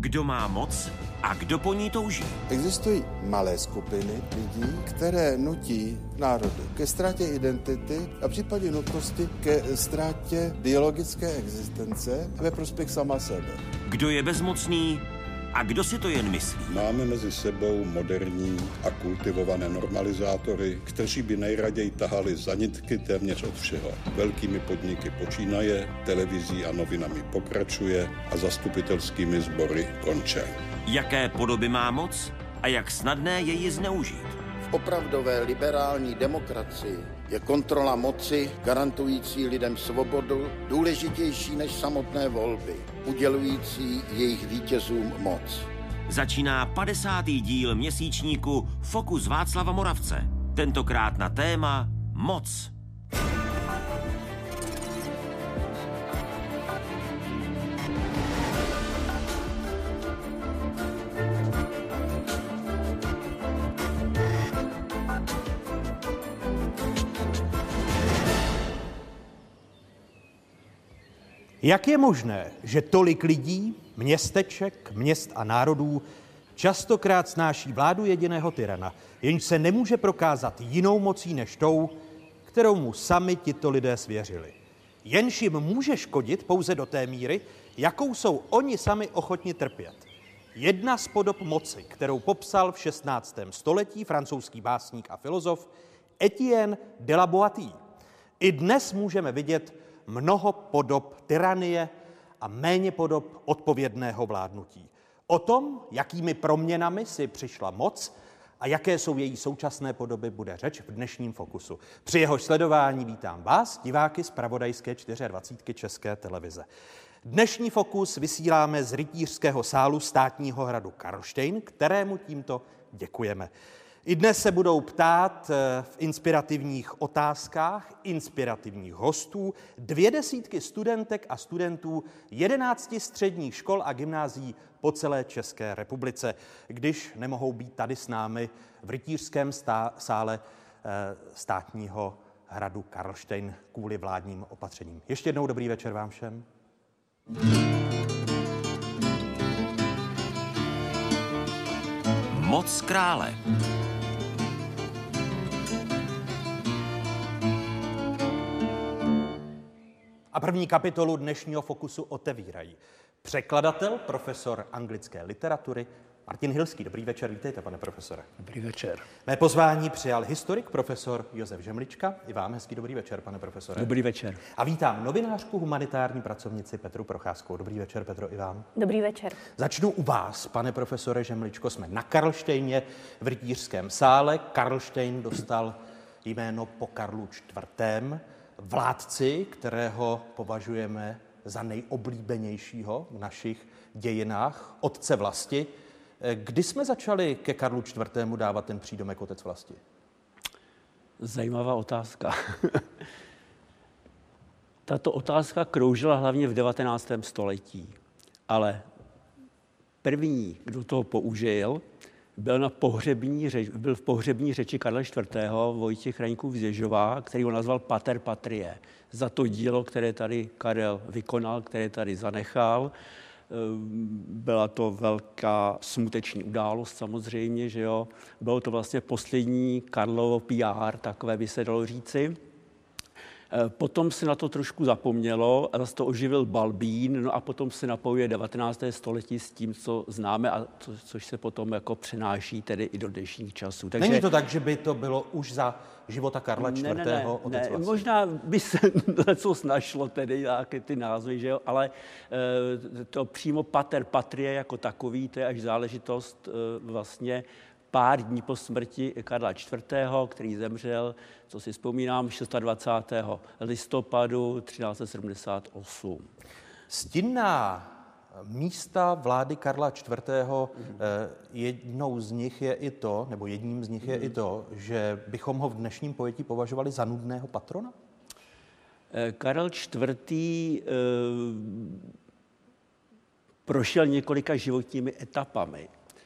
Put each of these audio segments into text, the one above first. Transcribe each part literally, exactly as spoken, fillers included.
Kdo má moc a kdo po ní touží? Existují malé skupiny lidí, které nutí národy ke ztrátě identity a v případě nutnosti ke ztrátě biologické existence ve prospěch sama sebe. Kdo je bezmocný a kdo si to jen myslí? Máme mezi sebou moderní a kultivované normalizátory, kteří by nejraději tahali za nitky téměř od všeho. Velkými podniky počínaje, televizí a novinami pokračuje a zastupitelskými sbory konče. Jaké podoby má moc a jak snadné je ji zneužít? V opravdové liberální demokracii je kontrola moci garantující lidem svobodu důležitější než samotné volby, udělující jejich vítězům moc. Začíná padesátý díl měsíčníku Fokus Václava Moravce. Tentokrát na téma moc. Jak je možné, že tolik lidí, městeček, měst a národů častokrát snáší vládu jediného tyrana, jenž se nemůže prokázat jinou mocí než tou, kterou mu sami tito lidé svěřili. Jenž jim může škodit pouze do té míry, jakou jsou oni sami ochotni trpět. Jedna z podob moci, kterou popsal v šestnáctém století francouzský básník a filozof Etienne de la Boétie. I dnes můžeme vidět mnoho podob tyranie a méně podob odpovědného vládnutí. O tom, jakými proměnami si přišla moc a jaké jsou její současné podoby, bude řeč v dnešním Fokusu. Při jehož sledování vítám vás, diváky z zpravodajské dvacítky čtyři České televize. Dnešní Fokus vysíláme z rytířského sálu státního hradu Karlštejn, kterému tímto děkujeme. I dnes se budou ptát v inspirativních otázkách inspirativních hostů dvě desítky studentek a studentů jedenácti středních škol a gymnázií po celé České republice, když nemohou být tady s námi v rytířském stá- sále státního hradu Karlštejn kvůli vládním opatřením. Ještě jednou dobrý večer vám všem. Moc krále. A první kapitolu dnešního Fokusu otevírají překladatel, profesor anglické literatury Martin Hilský. Dobrý večer, vítejte, pane profesore. Dobrý večer. Mé pozvání přijal historik, profesor Josef Žemlička. I vám hezký dobrý večer, pane profesore. Dobrý večer. A vítám novinářku, humanitární pracovnici Petru Procházkovou. Dobrý večer, Petro, i vám. Dobrý večer. Začnu u vás, pane profesore Žemličko. Jsme na Karlštejně v rytířském sále. Karlštejn dostal jméno po Karlu čtvrtém. Vládci, kterého považujeme za nejoblíbenějšího v našich dějinách, otce vlasti. Kdy jsme začali ke Karlu čtvrtému dávat ten přídomek otec vlasti? Zajímavá otázka. Tato otázka kroužila hlavně v devatenáctém století, ale první, kdo toho použil, byl, na pohřební řeč, byl v pohřební řeči Karla čtvrtého. Vojtěch Raňkův z Ježova, který ho nazval Pater Patrie. Za to dílo, které tady Karel vykonal, které tady zanechal. Byla to velká smuteční událost samozřejmě, že jo. Bylo to vlastně poslední Karlovo P R, takové by se dalo říci. Potom se na to trošku zapomnělo a zase to oživil Balbín, no a potom se napojuje devatenácté století s tím, co známe, a co, což se potom jako přenáší tedy i do dnešních časů. Takže... Není to tak, že by to bylo už za života Karla čtvrtého. Ne, ne, ne, ne. Možná by se něco snašlo tedy nějaké ty názvy, že jo, ale e, to přímo Pater Patrie jako takový, to je až záležitost e, vlastně pár dní po smrti Karla čtvrtého, který zemřel, co si vzpomínám, dvacátého šestého listopadu třináct set sedmdesát osm. Stinná místa vlády Karla čtvrtého. Jednou z nich je i to, nebo jedním z nich je i to, že bychom ho v dnešním pojetí považovali za nudného patrona? Karel čtvrtý. E, prošel několika životními etapami.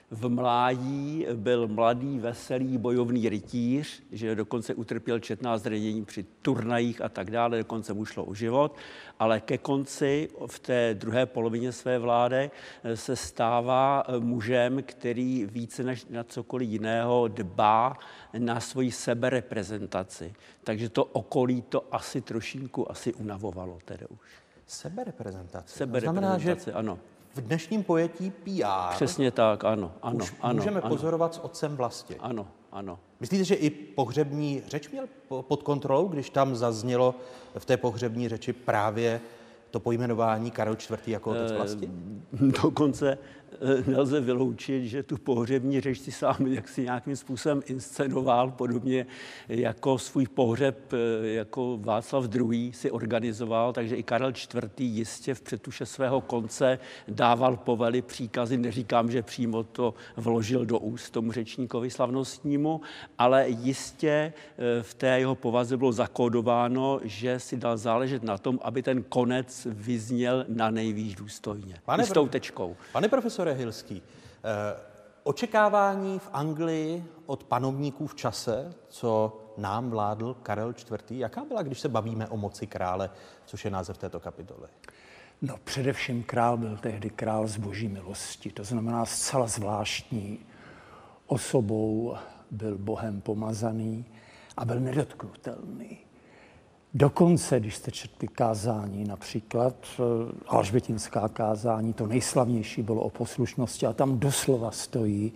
v mládí byl mladý, veselý, bojovný rytíř, že dokonce utrpěl četná zranění při turnajích a tak dále, dokonce mu šlo o život, ale ke konci v té druhé polovině své vlády se stává mužem, který více než na cokoliv jiného dbá na svoji sebereprezentaci. Takže to okolí to asi trošinku asi unavovalo tedy už. Sebereprezentace. Sebereprezentace, znamená, že ano. V dnešním pojetí P R Přesně tak, ano, ano. už ano, můžeme ano, pozorovat s otcem vlasti. Ano, ano. Myslíte, že i pohřební řeč měl pod kontrolou, když tam zaznělo v té pohřební řeči právě to pojmenování Karel čtvrtý jako otec vlasti? E, dokonce nelze vyloučit, že tu pohřební řeč si sám jaksi nějakým způsobem inscenoval, podobně jako svůj pohřeb jako Václav druhý. si organizoval, takže i Karel čtvrtý. jistě v předtuše svého konce dával povely, příkazy, neříkám, že přímo to vložil do úst tomu řečníkovi slavnostnímu, ale jistě v té jeho povaze bylo zakódováno, že si dal záležet na tom, aby ten konec vyzněl na nejvýš důstojně. Pane I s tou tečkou. Pane profesore Hilský, eh, očekávání v Anglii od panovníků v čase, co nám vládl Karel čtvrtý. Jaká byla, když se bavíme o moci krále, což je název této kapitoly? No, především král byl tehdy král z boží milosti, to znamená zcela zvláštní osobou, byl Bohem pomazaný a byl nedotknutelný. Dokonce, když jste četli kázání, například alžbětinská kázání, to nejslavnější bylo o poslušnosti a tam doslova stojí,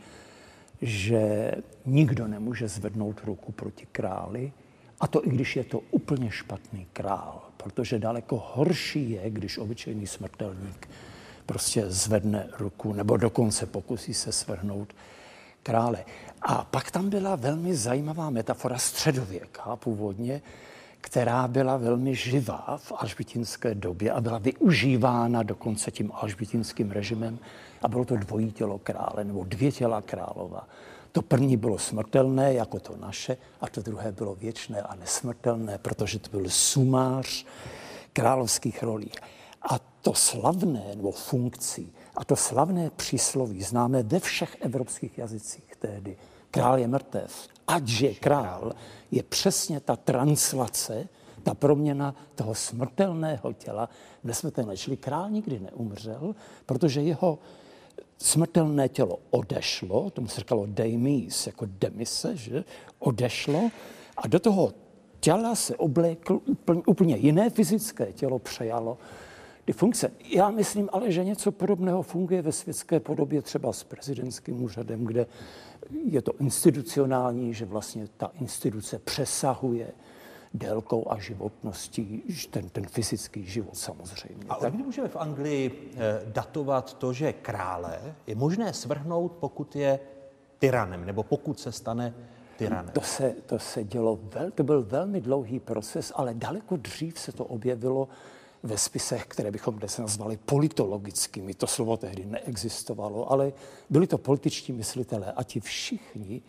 že nikdo nemůže zvednout ruku proti králi, a to i když je to úplně špatný král, protože daleko horší je, když obyčejný smrtelník prostě zvedne ruku nebo dokonce pokusí se svrhnout krále. A pak tam byla velmi zajímavá metafora středověká původně, která byla velmi živá v alžbětinské době a byla využívána dokonce tím alžbětinským režimem a bylo to dvojí tělo krále nebo dvě těla králova. To první bylo smrtelné, jako to naše, a to druhé bylo věčné a nesmrtelné, protože to byl sumář královských rolí. A to slavné, nebo funkcí, a to slavné přísloví známe ve všech evropských jazycích tehdy. Král je mrtev. Ať je král, je přesně ta translace, ta proměna toho smrtelného těla v nesmrtelné. Čili král nikdy neumřel, protože jeho smrtelné tělo odešlo, tomu se říkalo demis, jako demise, že? Odešlo a do toho těla se oblékl úplně, úplně jiné fyzické tělo, přejalo ty funkce. Já myslím ale, že něco podobného funguje ve světské podobě třeba s prezidentským úřadem, kde je to institucionální, že vlastně ta instituce přesahuje délkou a životností ten, ten fyzický život samozřejmě. A tak kdy můžeme v Anglii eh, datovat to, že krále je možné svrhnout, pokud je tyranem, nebo pokud se stane tyranem? To se, to se dělo, vel, to byl velmi dlouhý proces, ale daleko dřív se to objevilo ve spisech, které bychom dnes nazvali politologickými. To slovo tehdy neexistovalo, ale byli to političtí myslitelé a ti všichni,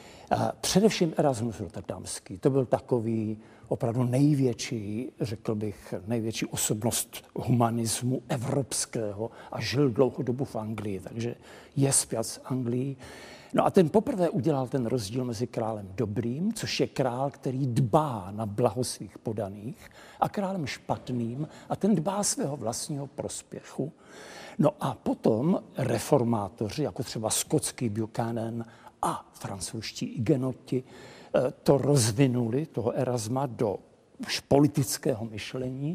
a především Erasmus Rotterdamský, to byl takový opravdu největší, řekl bych, největší osobnost humanismu evropského a žil dlouhou dobu v Anglii, takže je spjat s Anglií. No a ten poprvé udělal ten rozdíl mezi králem dobrým, což je král, který dbá na blaho svých podaných, a králem špatným, a ten dbá svého vlastního prospěchu. No a potom reformátoři, jako třeba skotský Buchanan a francouzští Hugenoti, to rozvinuli, toho Erasma, do už politického myšlení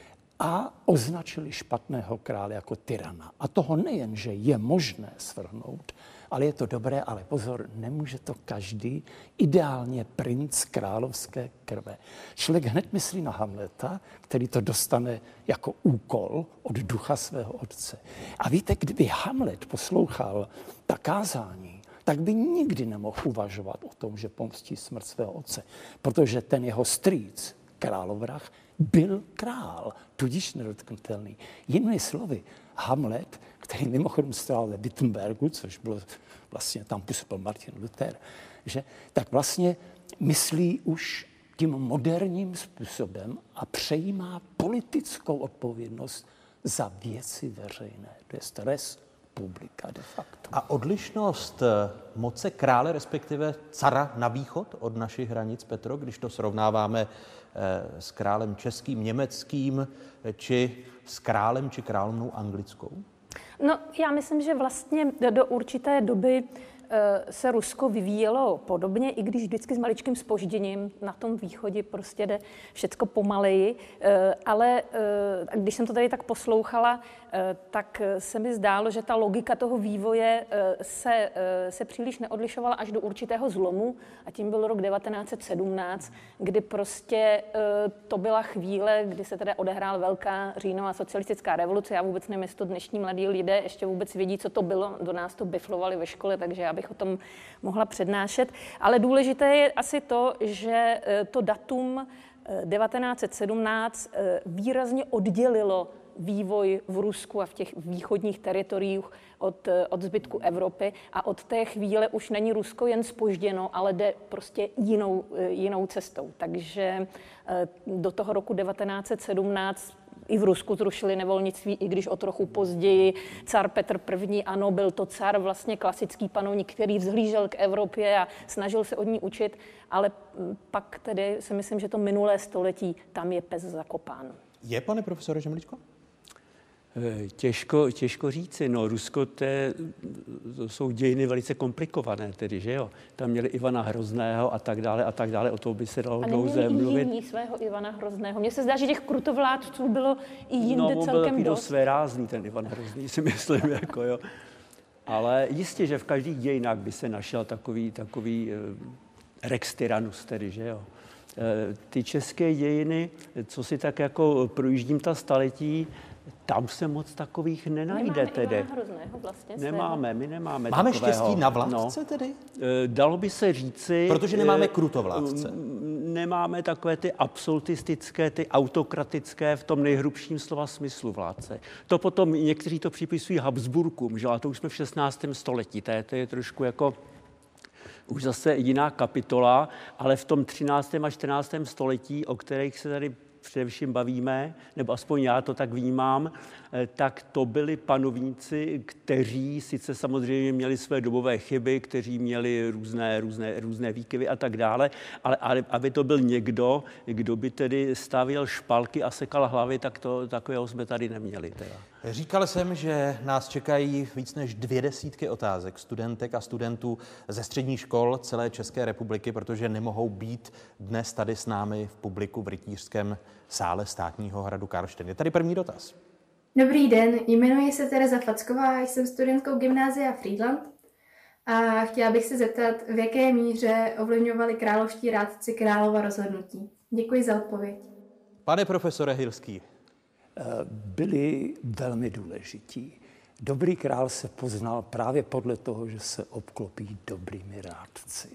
a označili špatného krále jako tyrana. A toho nejen, že je možné svrhnout, ale je to dobré, ale pozor, nemůže to každý, ideálně princ královské krve. Člověk hned myslí na Hamleta, který to dostane jako úkol od ducha svého otce. A víte, kdyby Hamlet poslouchal ta kázání, tak by nikdy nemohl uvažovat o tom, že pomstí smrt svého otce, protože ten jeho strýc, královrah, byl král, tudíž nedotknutelný. Jinými slovy, Hamlet, který mimochodem stál ve Wittenbergu, což bylo vlastně, tam působil Martin Luther, že, tak vlastně myslí už tím moderním způsobem a přejímá politickou odpovědnost za věci veřejné. To je res republika de facto. A odlišnost moci krále, respektive cara na východ od našich hranic, Petro, když to srovnáváme s králem českým, německým, či s králem či královnou anglickou? No, já myslím, že vlastně do určité doby se Rusko vyvíjelo podobně, i když vždycky s maličkým zpožděním. Na tom východě prostě jde všecko pomaleji. Ale když jsem to tady tak poslouchala, tak se mi zdálo, že ta logika toho vývoje se, se příliš neodlišovala až do určitého zlomu. A tím byl rok devatenáct set sedmnáct, kdy prostě to byla chvíle, kdy se teda odehrála velká říjnová socialistická revoluce. Já vůbec nevím, jestli to dnešní mladí lidé ještě vůbec vědí, co to bylo. Do nás to biflovali ve škole, takže já bych o tom mohla přednášet. Ale důležité je asi to, že to datum devatenáct set sedmnáct výrazně oddělilo vývoj v Rusku a v těch východních teritoriích od, od zbytku Evropy a od té chvíle už není Rusko jen zpožděno, ale jde prostě jinou, jinou cestou. Takže do toho roku devatenáct set sedmnáct i v Rusku zrušili nevolnictví, i když o trochu později. Car Petr I. Ano, byl to car, vlastně klasický panovník, který vzhlížel k Evropě a snažil se od ní učit, ale pak tedy si myslím, že to minulé století tam je pes zakopán. Je, pane profesore Žemličko? Těžko, těžko říci, no Rusko, to, je, to jsou dějiny velice komplikované, tedy, že jo. Tam měli Ivana Hrozného a tak dále a tak dále, o toho by se dalo dlouze mluvit. A neměli svého Ivana Hrozného. Mně se zdá, že těch krutovládců bylo i jinde no, celkem byl takový dost. dost svérázný ten Ivan Hrozný, si myslím, jako jo. Ale jistě, že v každých dějinách by se našel takový, takový eh, Rex Tyrannus, tedy, že jo. Eh, ty české dějiny, co si tak jako projíždím ta staletí, tam se moc takových nenajde tedy. Nemáme Hrozného vlastně Nemáme, my nemáme Máme takového. štěstí na vládce no. tedy? Dalo by se říci... Protože nemáme krutovládce. Nemáme takové ty absolutistické, ty autokratické v tom nejhrubším slova smyslu vládce. To potom někteří to připisují Habsburkům, že? A to už jsme v šestnáctém století. To je, to je trošku jako už zase jiná kapitola, ale v tom třináctém a čtrnáctém století, o kterých se tady především bavíme, nebo aspoň já to tak vnímám, tak to byli panovníci, kteří sice samozřejmě měli své dobové chyby, kteří měli různé, různé, různé výkyvy a tak dále, ale, ale aby to byl někdo, kdo by tedy stavěl špalky a sekal hlavy, tak to takového jsme tady neměli. Teda. Říkal jsem, že nás čekají víc než dvě desítky otázek studentek a studentů ze středních škol celé České republiky, protože nemohou být dnes tady s námi v publiku v rytířském sále Státního hradu Karlštejn. Je tady první dotaz. Dobrý den, jmenuji se Tereza Facková, jsem studentkou gymnázia Frýdlant a chtěla bych se zeptat, v jaké míře ovlivňovali královští rádci králova rozhodnutí. Děkuji za odpověď. Pane profesore Hilský. Byli velmi důležití. Dobrý král se poznal právě podle toho, že se obklopí dobrými rádci.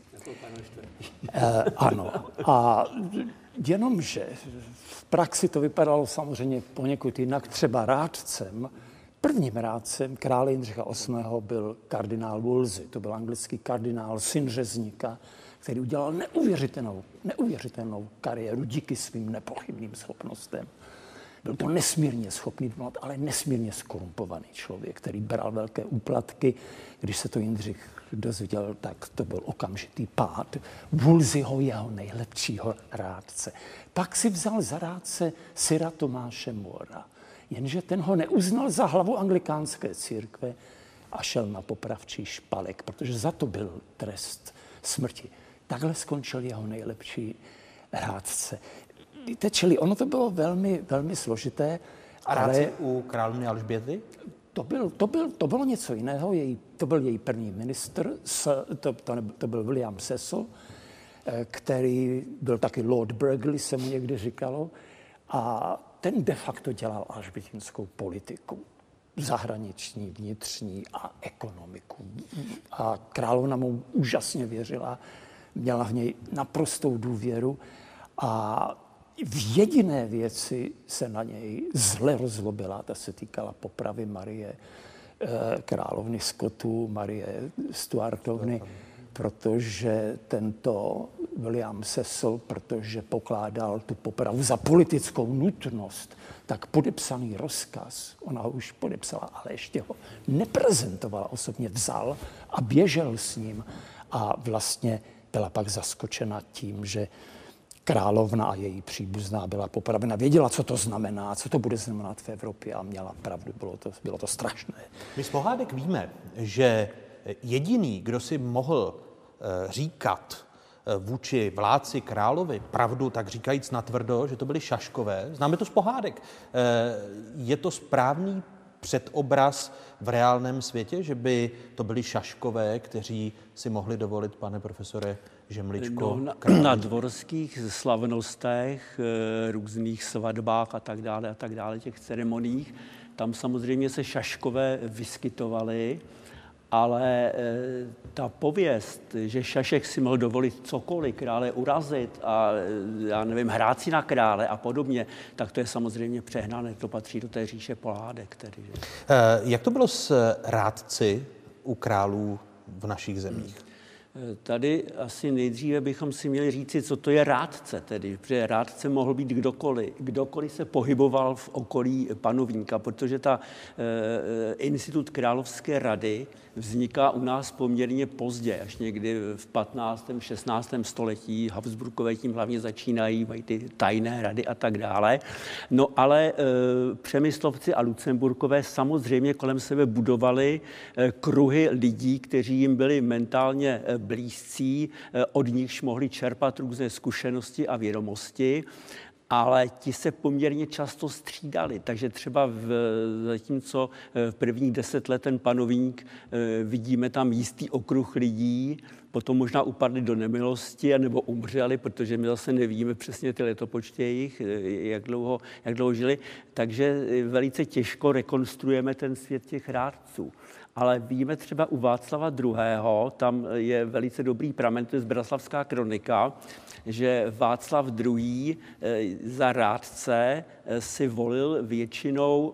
Eh, ano. A jenomže v praxi to vypadalo samozřejmě poněkud jinak. Třeba rádcem, prvním rádcem krále Jindřicha osmého byl kardinál Wolsey. To byl anglický kardinál, syn řezníka, který udělal neuvěřitelnou, neuvěřitelnou kariéru díky svým nepochybným schopnostem. Byl to nesmírně schopný diplomat, ale nesmírně skorumpovaný člověk, který bral velké úplatky. Když se to Jindřich dozvěděl, tak to byl okamžitý pád Wolseyho, jeho nejlepšího rádce. Pak si vzal za rádce Syra Tomáše Mora, jenže ten ho neuznal za hlavu anglikánské církve a šel na popravčí špalek, protože za to byl trest smrti. Takhle skončil jeho nejlepší rádce. Víte, čili ono to bylo velmi, velmi složité. A rádce ale u královny Alžběty? To, byl, to, byl, to bylo něco jiného. Její, to byl její první ministr, to, to, to byl William Cecil, který byl taky Lord Burghley, se mu někdy říkalo. A ten de facto dělal alžbětinskou politiku. Zahraniční, vnitřní a ekonomiku. A královna mu úžasně věřila, měla v něj naprostou důvěru a v jediné věci se na něj zle rozlobila, ta se týkala popravy Marie královny Skotu, Marie Stuartovny, protože tento William Cecil, protože pokládal tu popravu za politickou nutnost, tak podepsaný rozkaz, ona ho už podepsala, ale ještě ho neprezentovala osobně, vzal a běžel s ním. A vlastně byla pak zaskočena tím, že královna a její příbuzná byla popravena. Věděla, co to znamená, co to bude znamenat v Evropě a měla pravdu, bylo to, bylo to strašné. My z pohádek víme, že jediný, kdo si mohl říkat vůči vládci královi pravdu, tak říkajíc natvrdo, že to byli šaškové. Známe to z pohádek. Je to správný předobraz v reálném světě, že by to byli šaškové, kteří si mohli dovolit, pane profesore Žemličko? No, na, na dvorských slavnostech, různých svatbách a tak dále, a tak dále, těch ceremoniích, tam samozřejmě se šaškové vyskytovali, ale e, ta pověst, že šašek si mohl dovolit cokoliv, krále urazit a já nevím, hrát si na krále a podobně, tak to je samozřejmě přehnané, to patří do té říše pohádek. Tedy, že? E, jak to bylo s rádci u králů v našich zemích? Tady asi nejdříve bychom si měli říci, co to je rádce tedy, protože rádce mohl být kdokoliv. Kdokoliv se pohyboval v okolí panovníka, protože ta e, institut Královské rady vzniká u nás poměrně pozdě, až někdy v patnáctém šestnáctém století. Habsburkové tím hlavně začínají, mají ty tajné rady a tak dále. No ale e, Přemyslovci a Lucemburkové samozřejmě kolem sebe budovali e, kruhy lidí, kteří jim byli mentálně e, blízcí, e, od nichž mohli čerpat různé zkušenosti a vědomosti. Ale ti se poměrně často střídali, takže třeba v, zatímco v prvních deset let ten panovník, vidíme tam jistý okruh lidí, potom možná upadli do nemilosti nebo umřeli, protože my zase nevíme přesně ty letopočty jejich, jak dlouho, jak dlouho žili, takže velice těžko rekonstruujeme ten svět těch rádců. Ale víme třeba u Václava druhého., tam je velice dobrý pramen, to je Zbraslavská kronika, že Václav druhý. za rádce si volil většinou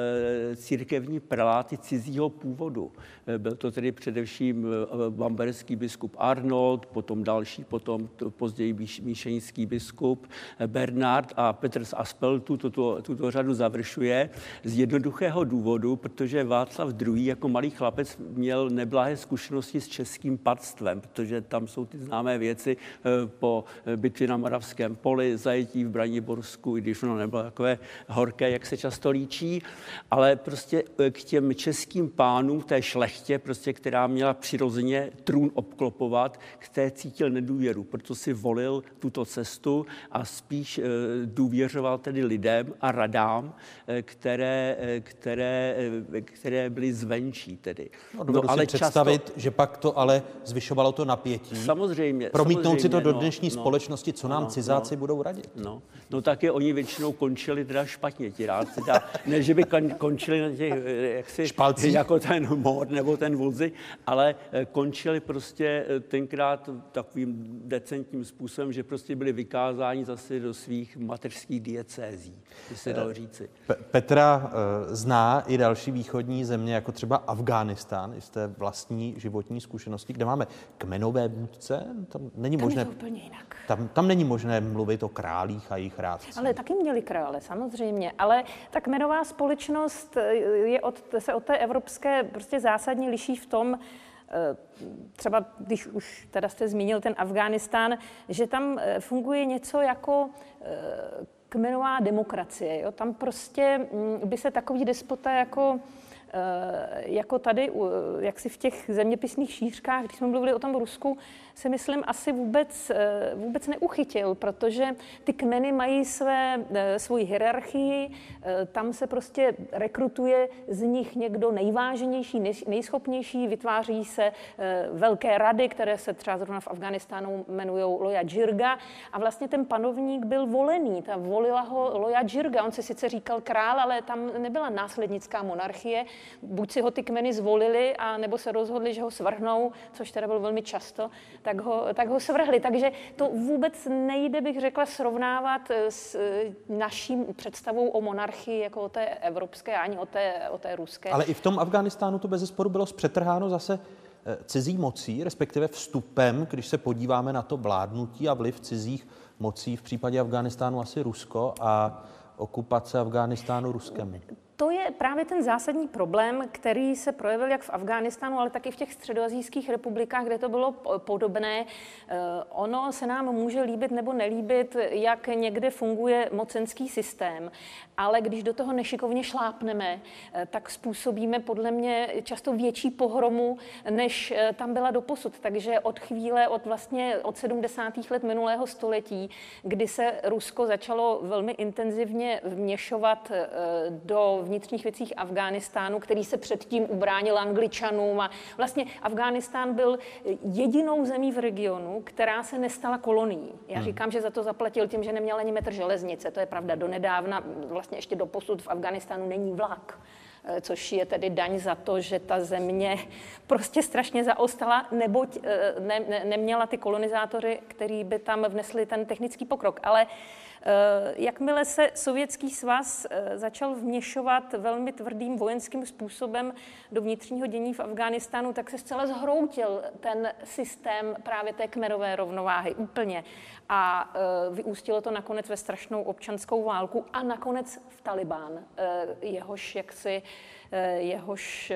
církevní preláty cizího původu. Byl to tedy především bamberský biskup Arnold, potom další, potom později míšeňský biskup Bernard a Petr z Aspeltu tuto, tuto řadu završuje z jednoduchého důvodu, protože Václav druhý. jako malý chlapec měl neblahé zkušenosti s českým patstvem, protože tam jsou ty známé věci po bitvě na Moravském poli, zajetí v Braniborsku, i když ono nebylo takové horké, jak se často líčí, ale prostě k těm českým pánům, té šlechtě, prostě, která měla přirozeně trůn obklopovat, k té cítil nedůvěru, proto si volil tuto cestu a spíš e, důvěřoval tedy lidem a radám, e, které, e, které, e, které byly zvenčí tedy. No, dovedu no, ale si představit, často, že pak to ale zvyšovalo to napětí. Samozřejmě. Promítnout samozřejmě, si to do no, dnešní no, společnosti, co nám no, cizáci no, budou radit. No, no tak je, oni většinou končili teda špatně, ti rádci. Ta, ne, že by končili na těch, jaksi, špalcích, jako ten Mór nebo ten Wolsey, ale končili prostě tenkrát takovým decentním způsobem, že prostě byli vykázáni zase do svých mateřských diecézí, by se dalo říci. Pe- Petra e, zná i další východní země, jako třeba Afghánistán, i z té vlastní životní zkušenosti, kde máme kmenové vůdce. Tam není tam možné, je to úplně jinak. Tam, tam není možné mluvit o králích a jejich rádcích. Ale taky měli krále, samozřejmě. Ale ta kmenová společnost je od, se od té evropské prostě zásadně liší v tom, třeba když už teda jste zmínil ten Afghánistán, že tam funguje něco jako kmenová demokracie. Jo? Tam prostě by se takový despota jako jako tady, jak si v těch zeměpisných šířkách, když jsme mluvili o tom Rusku, se myslím asi vůbec, vůbec neuchytil, protože ty kmeny mají své, svoji hierarchii, tam se prostě rekrutuje z nich někdo nejváženější, nejschopnější, vytváří se velké rady, které se třeba zrovna v Afghánistánu jmenují Loya Jirga a vlastně ten panovník byl volený, ta volila ho Loya Jirga, on se sice říkal král, ale tam nebyla následnická monarchie, buď si ho ty kmeny zvolili, a nebo se rozhodli, že ho svrhnou, což teda bylo velmi často, tak ho, tak ho svrhli. Takže to vůbec nejde, bych řekla, srovnávat s naším představou o monarchii jako o té evropské, ani o té, o té ruské. Ale i v tom Afghánistánu to bezesporu bylo zpřetrháno zase cizí mocí, respektive vstupem, když se podíváme na to vládnutí a vliv cizích mocí, v případě Afghánistánu asi Rusko a okupace Afghánistánu Ruskem? To je právě ten zásadní problém, který se projevil jak v Afghánistánu, ale taky v těch středoasijských republikách, kde to bylo podobné. Ono se nám může líbit nebo nelíbit, jak někde funguje mocenský systém, ale když do toho nešikovně šlápneme, tak způsobíme podle mě často větší pohromu, než tam byla doposud. Takže od chvíle, od vlastně od sedmdesátých let minulého století, kdy se Rusko začalo velmi intenzivně vměšovat do vnitřních věcích Afghánistánu, který se předtím ubránil Angličanům. A vlastně Afghánistán byl jedinou zemí v regionu, která se nestala kolonií. Já hmm. říkám, že za to zaplatil tím, že neměl ani metr železnice. To je pravda. Donedávna, vlastně ještě doposud v Afghánistánu není vlak, což je tedy daň za to, že ta země prostě strašně zaostala, neboť ne, ne, neměla ty kolonizátory, který by tam vnesli ten technický pokrok. Ale jakmile se Sovětský svaz začal vměšovat velmi tvrdým vojenským způsobem do vnitřního dění v Afghánistánu, tak se zcela zhroutil ten systém právě té kmerové rovnováhy úplně. A vyústilo to nakonec ve strašnou občanskou válku a nakonec v Talibán, jehož jaksi, jehož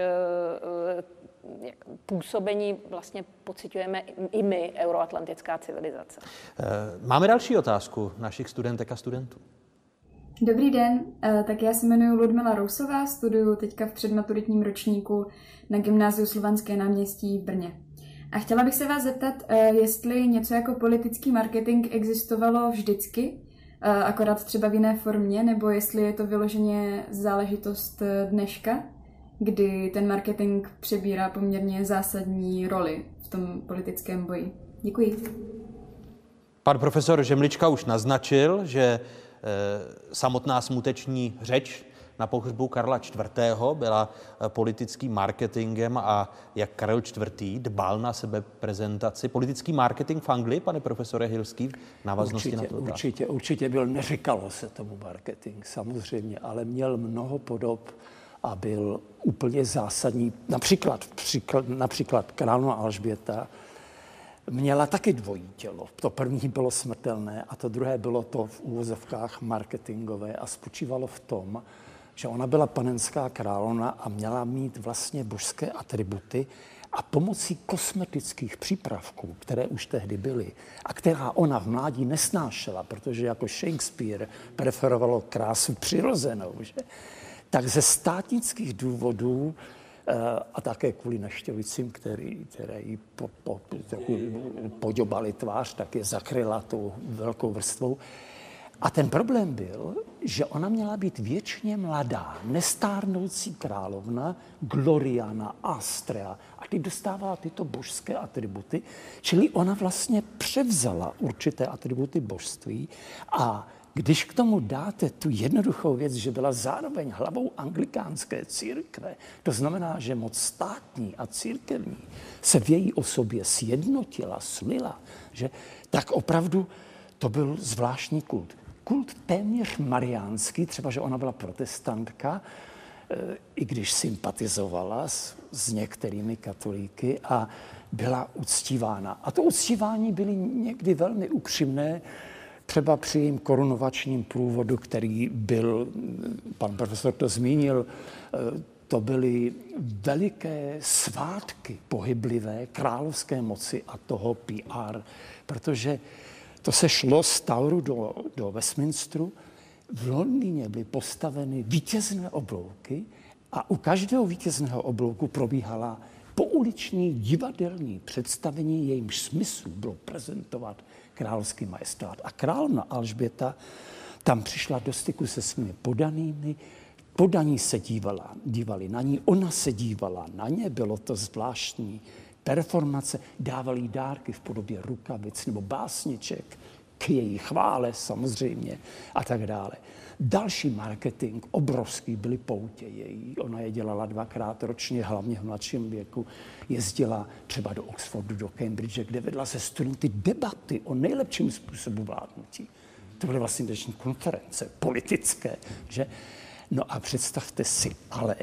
působení vlastně pociťujeme i my, euroatlantická civilizace. Máme další otázku našich studentek a studentů. Dobrý den, tak já se jmenuji Ludmila Rousová, studuju teďka v předmaturitním ročníku na Gymnáziu Slovanské náměstí v Brně. A chtěla bych se vás zeptat, jestli něco jako politický marketing existovalo vždycky, akorát třeba v jiné formě, nebo jestli je to vyloženě záležitost dneška, kdy ten marketing přebírá poměrně zásadní roli v tom politickém boji. Děkuji. Pan profesor Žemlička už naznačil, že e, samotná smuteční řeč na pohřbu Karla čtvrtého byla politickým marketingem a jak Karel čtvrtý dbal na sebe prezentaci. Politický marketing v Anglii, pane profesore Hilský, v návaznosti určitě, na to. Určitě, určitě byl, neříkalo se tomu marketing, samozřejmě, ale měl mnoho podob a byl úplně zásadní. Například, příklad, například královna Alžběta měla taky dvojí tělo. To první bylo smrtelné a to druhé bylo to v úvozovkách marketingové a spočívalo v tom, že ona byla panenská královna a měla mít vlastně božské atributy a pomocí kosmetických přípravků, které už tehdy byly a která ona v mládí nesnášela, protože jako Shakespeare preferovalo krásu přirozenou, že? Tak ze státnických důvodů a také kvůli neštěvicím, který, které jí po, po, poděbali tvář, tak je zakryla tou velkou vrstvou. A ten problém byl, že ona měla být věčně mladá, nestárnoucí královna, Gloriana, Astrea. A ty dostávala tyto božské atributy, čili ona vlastně převzala určité atributy božství a když k tomu dáte tu jednoduchou věc, že byla zároveň hlavou anglikánské církve, to znamená, že moc státní a církevní se v její osobě sjednotila, slila, že, tak opravdu to byl zvláštní kult. Kult téměř mariánský, třeba, že ona byla protestantka, i když sympatizovala s, s některými katolíky a byla uctívána. A to uctívání byly někdy velmi upřímné, třeba při jejím korunovačním průvodu, který byl, pan profesor to zmínil, to byly veliké svátky pohyblivé královské moci a toho P R, protože to se šlo z Toweru do, do Westminsteru. V Londýně byly postaveny vítězné oblouky a u každého vítězného oblouku probíhala pouliční divadelní představení, jejímž smysl bylo prezentovat královský majestát. A královna Alžběta tam přišla do styku se svými podanými, podaní se dívala, dívali na ní, ona se dívala na ně, bylo to zvláštní performace, dávali jí dárky v podobě rukavic nebo básniček k její chvále samozřejmě a tak dále. Další marketing, obrovský, byly poutě její. Ona je dělala dvakrát ročně, hlavně v mladším věku. Jezdila třeba do Oxfordu, do Cambridge, kde vedla se studenty debaty o nejlepším způsobu vládnutí. To byly vlastně dnešní konference politické, že? No a představte si ale,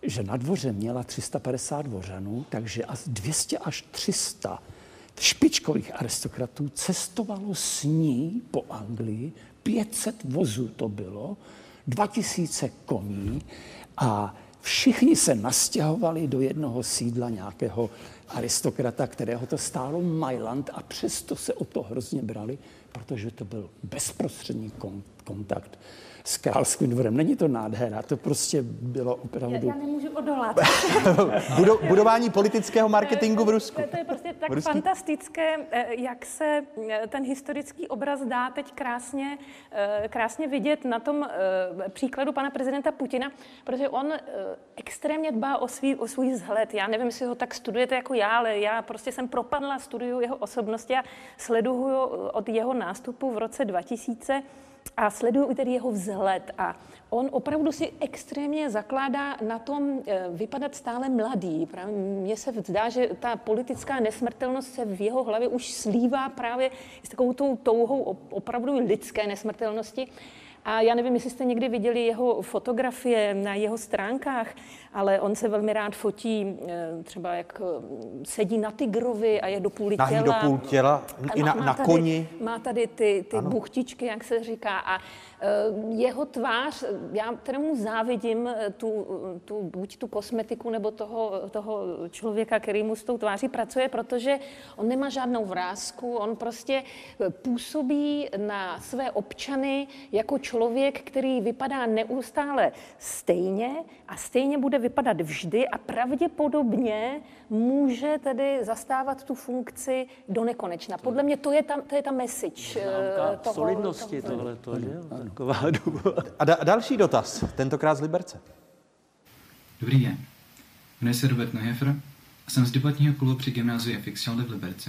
že na dvoře měla tři sta padesát dvořanů, takže asi dvě stě až tři sta špičkových aristokratů cestovalo s ní po Anglii, pět set vozů to bylo, dva tisíce koní a všichni se nastěhovali do jednoho sídla nějakého aristokrata, kterého to stálo Mailand a přesto se o to hrozně brali, protože to byl bezprostřední kontakt s královským dvorem. Není to nádhera, to prostě bylo opravdu... Já, já nemůžu odolat. Budo, budování politického marketingu v Rusku. To, to je prostě tak fantastické, jak se ten historický obraz dá teď krásně, krásně vidět na tom příkladu pana prezidenta Putina, protože on extrémně dbá o, svý, o svůj vzhled. Já nevím, jestli ho tak studujete jako já, ale já prostě jsem propadla, studuju jeho osobnosti a sleduju od jeho nástupu v roce dva tisíce a sleduju i tedy jeho vzhled. A on opravdu si extrémně zakládá na tom vypadat stále mladý. Mně se zdá, že ta politická nesmrtelnost se v jeho hlavě už slívá právě s takovou tou touhou opravdu lidské nesmrtelnosti. A já nevím, jestli jste někdy viděli jeho fotografie na jeho stránkách, ale on se velmi rád fotí třeba, jak sedí na tygrovi a je do půli těla. Nahý do půl těla, i na, na tady, koni. Má tady ty, ty buchtičky, jak se říká. A jeho tvář, já kterému závidím tu, tu, buď tu kosmetiku, nebo toho, toho člověka, který mu s tou tváří pracuje, protože on nemá žádnou vrásku, on prostě působí na své občany jako člověk, který vypadá neustále stejně a stejně bude vypadat vždy a pravděpodobně může tedy zastávat tu funkci do nekonečna. Podle mě to je ta, to je ta message toho. Solidnosti tohle, to je taková důvod. A da, další dotaz, tentokrát z Liberce. Dobrý den. Jmenuji se Robert Neuheffer a jsem z debatního klubu při gymnáziu F X Jaldy v Liberci.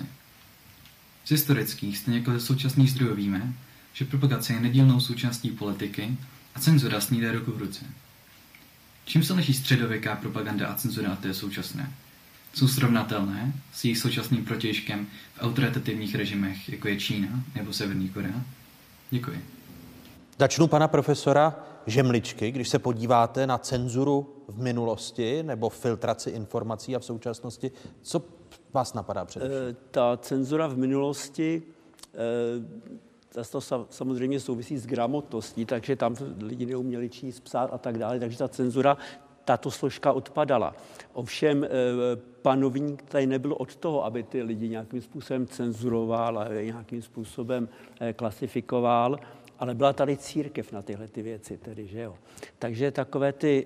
Z historických, stejně jako ze současných zdrojů víme, že propagace je nedílnou součástí politiky a cenzura s ní jde ruku v ruce. Čím se liší středověká propaganda a cenzura od té současné? Jsou srovnatelné s jejich současným protějškem v autoritativních režimech, jako je Čína nebo Severní Korea? Děkuji. Začnu pana profesora Žemličky. Když se podíváte na cenzuru v minulosti nebo filtraci informací a v současnosti, co vás napadá především? Ta cenzura v minulosti, to samozřejmě souvisí s gramotností, takže tam lidi neuměli číst, psát a tak dále, takže ta cenzura, tato složka odpadala. Ovšem panovník tady nebyl od toho, aby ty lidi nějakým způsobem cenzuroval a nějakým způsobem klasifikoval, ale byla tady církev na tyhle ty věci, tedy, že jo. Takže takové ty,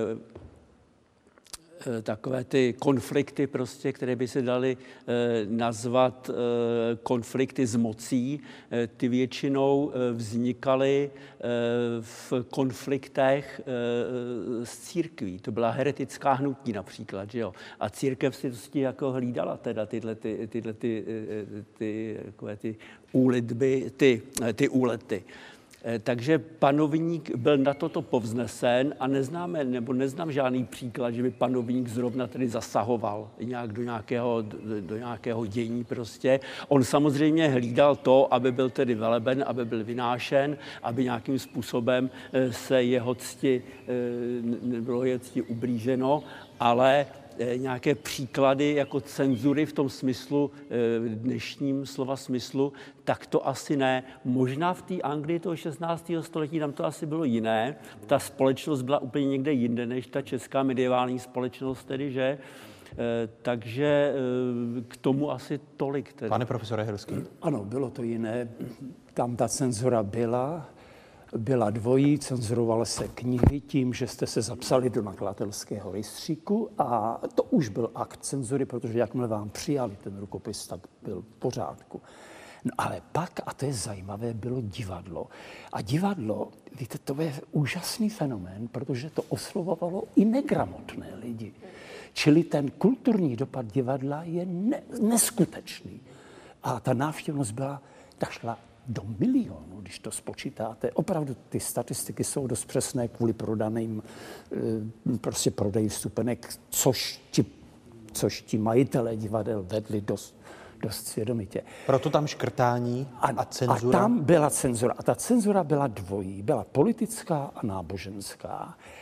e, takové ty konflikty prostě, které by se daly e, nazvat e, konflikty s mocí, e, ty většinou e, vznikaly e, v konfliktech e, s církví. To byla heretická hnutí například, že jo. A církev si prostě jako hlídala teda tyhle ty, tyhle ty, ty, ty, takové ty úlitby, ty, ty úlety. Takže panovník byl na toto povznesen a neznáme, nebo neznám žádný příklad, že by panovník zrovna tedy zasahoval nějak do nějakého, do, do nějakého dění prostě. On samozřejmě hlídal to, aby byl tedy veleben, aby byl vynášen, aby nějakým způsobem se jeho cti, nebylo jeho cti ublíženo, ale nějaké příklady jako cenzury v tom smyslu, dnešním slova smyslu, tak to asi ne. Možná v té Anglii toho šestnáctého století tam to asi bylo jiné. Ta společnost byla úplně někde jinde, než ta česká medievální společnost tedy, že? Takže k tomu asi tolik. Tedy. Pane profesore Hruský. Ano, bylo to jiné. Tam ta cenzura byla. Byla dvojí, cenzurovaly se knihy tím, že jste se zapsali do nakladatelského rejstříku a to už byl akt cenzury, protože jakmile vám přijali ten rukopis, tak byl v pořádku. No ale pak, a to je zajímavé, bylo divadlo. A divadlo, víte, to je úžasný fenomén, protože to oslovovalo i negramotné lidi. Čili ten kulturní dopad divadla je ne, neskutečný. A ta návštěvnost byla, ta šla do milionů, když to spočítáte. Opravdu ty statistiky jsou dost přesné kvůli prodaným prostě prodeji vstupenek, což ti, což ti majitelé divadel vedli dost, dost svědomitě. Proto tam škrtání a, a cenzura? A tam byla cenzura. A ta cenzura byla dvojí. Byla politická a náboženská.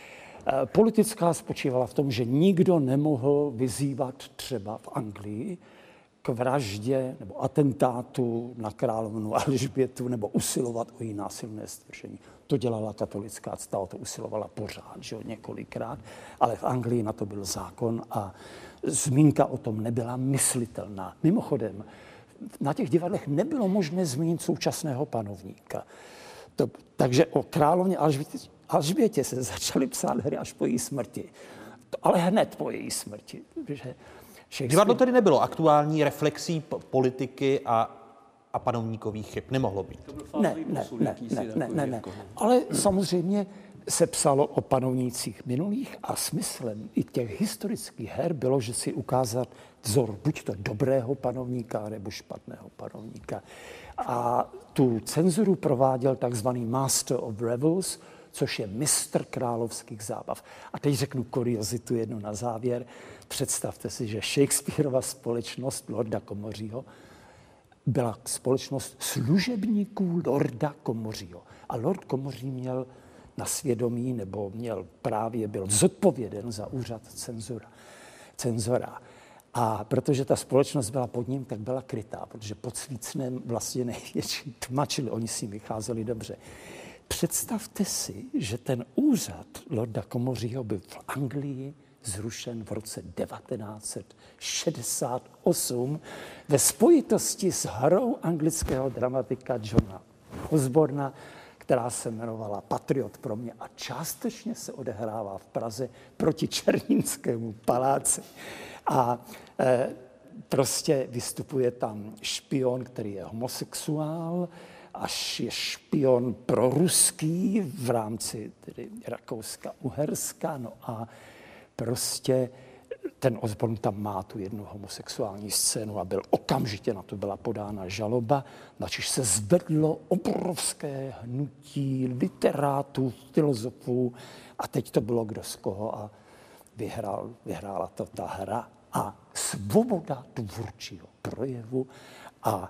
Politická spočívala v tom, že nikdo nemohl vyzývat třeba v Anglii k vraždě nebo atentátu na královnu Alžbětu nebo usilovat o její násilné stvržení. To dělala katolická cta, o to usilovala pořád, že jo, několikrát, ale v Anglii na to byl zákon a zmínka o tom nebyla myslitelná. Mimochodem, na těch divadlech nebylo možné zmínit současného panovníka. To, takže o královně Alžbětě, Alžbětě se začaly psát hry až po její smrti. To, ale hned po její smrti. Že Shakespeare... Divadlo tedy nebylo aktuální reflexí politiky a, a panovníkových chyb. Nemohlo být. Ne, ne, ne, ne, ne, ne, ne. Ale samozřejmě se psalo o panovnících minulých a smyslem i těch historických her bylo, že si ukázat vzor buď to dobrého panovníka, nebo špatného panovníka. A tu cenzuru prováděl takzvaný Master of Revels, což je mistr královských zábav. A teď řeknu kuriozitu jednu na závěr. Představte si, že Shakespearova společnost Lorda Komořího byla společnost služebníků Lorda Komořího. A Lord Komoří měl na svědomí, nebo měl právě, byl zodpověden za úřad cenzura, cenzora. A protože ta společnost byla pod ním, tak byla krytá, protože pod svícnem vlastně největší tma, čili oni si vycházeli dobře. Představte si, že ten úřad Lorda Komořího byl v Anglii zrušen v roce devatenáct set šedesát osm ve spojitosti s hrou anglického dramatika Johna Osborna, která se jmenovala Patriot pro mě a částečně se odehrává v Praze proti Černínskému paláci. A e, prostě vystupuje tam špion, který je homosexuál, až je špion proruský v rámci tedy Rakouska-Uherska. No a prostě ten Osborn tam má tu jednu homosexuální scénu a byl okamžitě na to byla podána žaloba, načež se zvedlo obrovské hnutí literátů, filozofů a teď to bylo kdo z koho a vyhrál, vyhrála to ta hra a svoboda tvůrčího projevu a,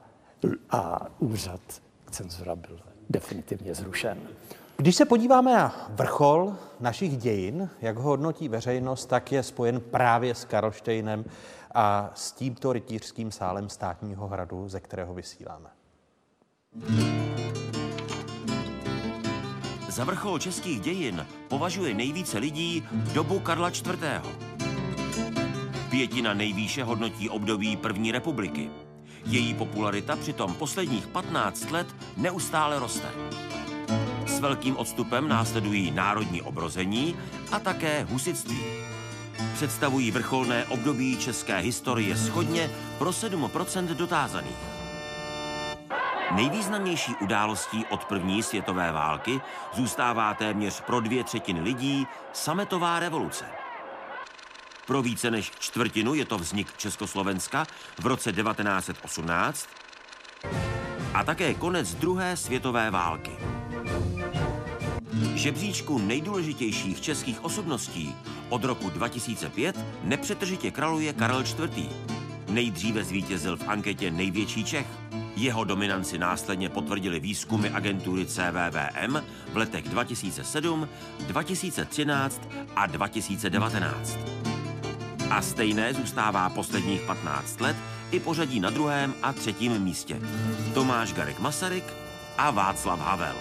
a úřad cenzura byl definitivně zrušen. Když se podíváme na vrchol našich dějin, jak ho hodnotí veřejnost, tak je spojen právě s Karlštejnem a s tímto rytířským sálem Státního hradu, ze kterého vysíláme. Za vrchol českých dějin považuje nejvíce lidí dobu Karla čtvrtého. Pětina nejvýše hodnotí období první republiky. Její popularita přitom posledních patnáct let neustále roste. S velkým odstupem následují národní obrození a také husitství. Představují vrcholné období české historie shodně pro sedm procent dotázaných. Nejvýznamnější událostí od první světové války zůstává téměř pro dvě třetiny lidí sametová revoluce. Pro více než čtvrtinu je to vznik Československa v roce devatenáct set osmnáct a také konec druhé světové války. Žebříčku nejdůležitějších českých osobností od roku dva tisíce pět nepřetržitě králuje Karel čtvrtý. Nejdříve zvítězil v anketě Největší Čech. Jeho dominanci následně potvrdili výzkumy agentury C V V M v letech dva tisíce sedm, dva tisíce třináct a dva tisíce devatenáct. A stejné zůstává posledních patnáct let i pořadí na druhém a třetím místě. Tomáš Garrigue Masaryk a Václav Havel.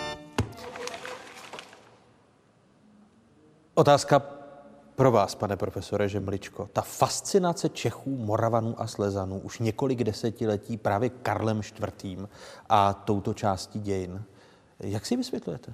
Otázka pro vás, pane profesore Žemličko. Ta fascinace Čechů, Moravanů a Slezanů už několik desetiletí právě Karlem čtvrtým a touto částí dějin. Jak si vysvětlujete?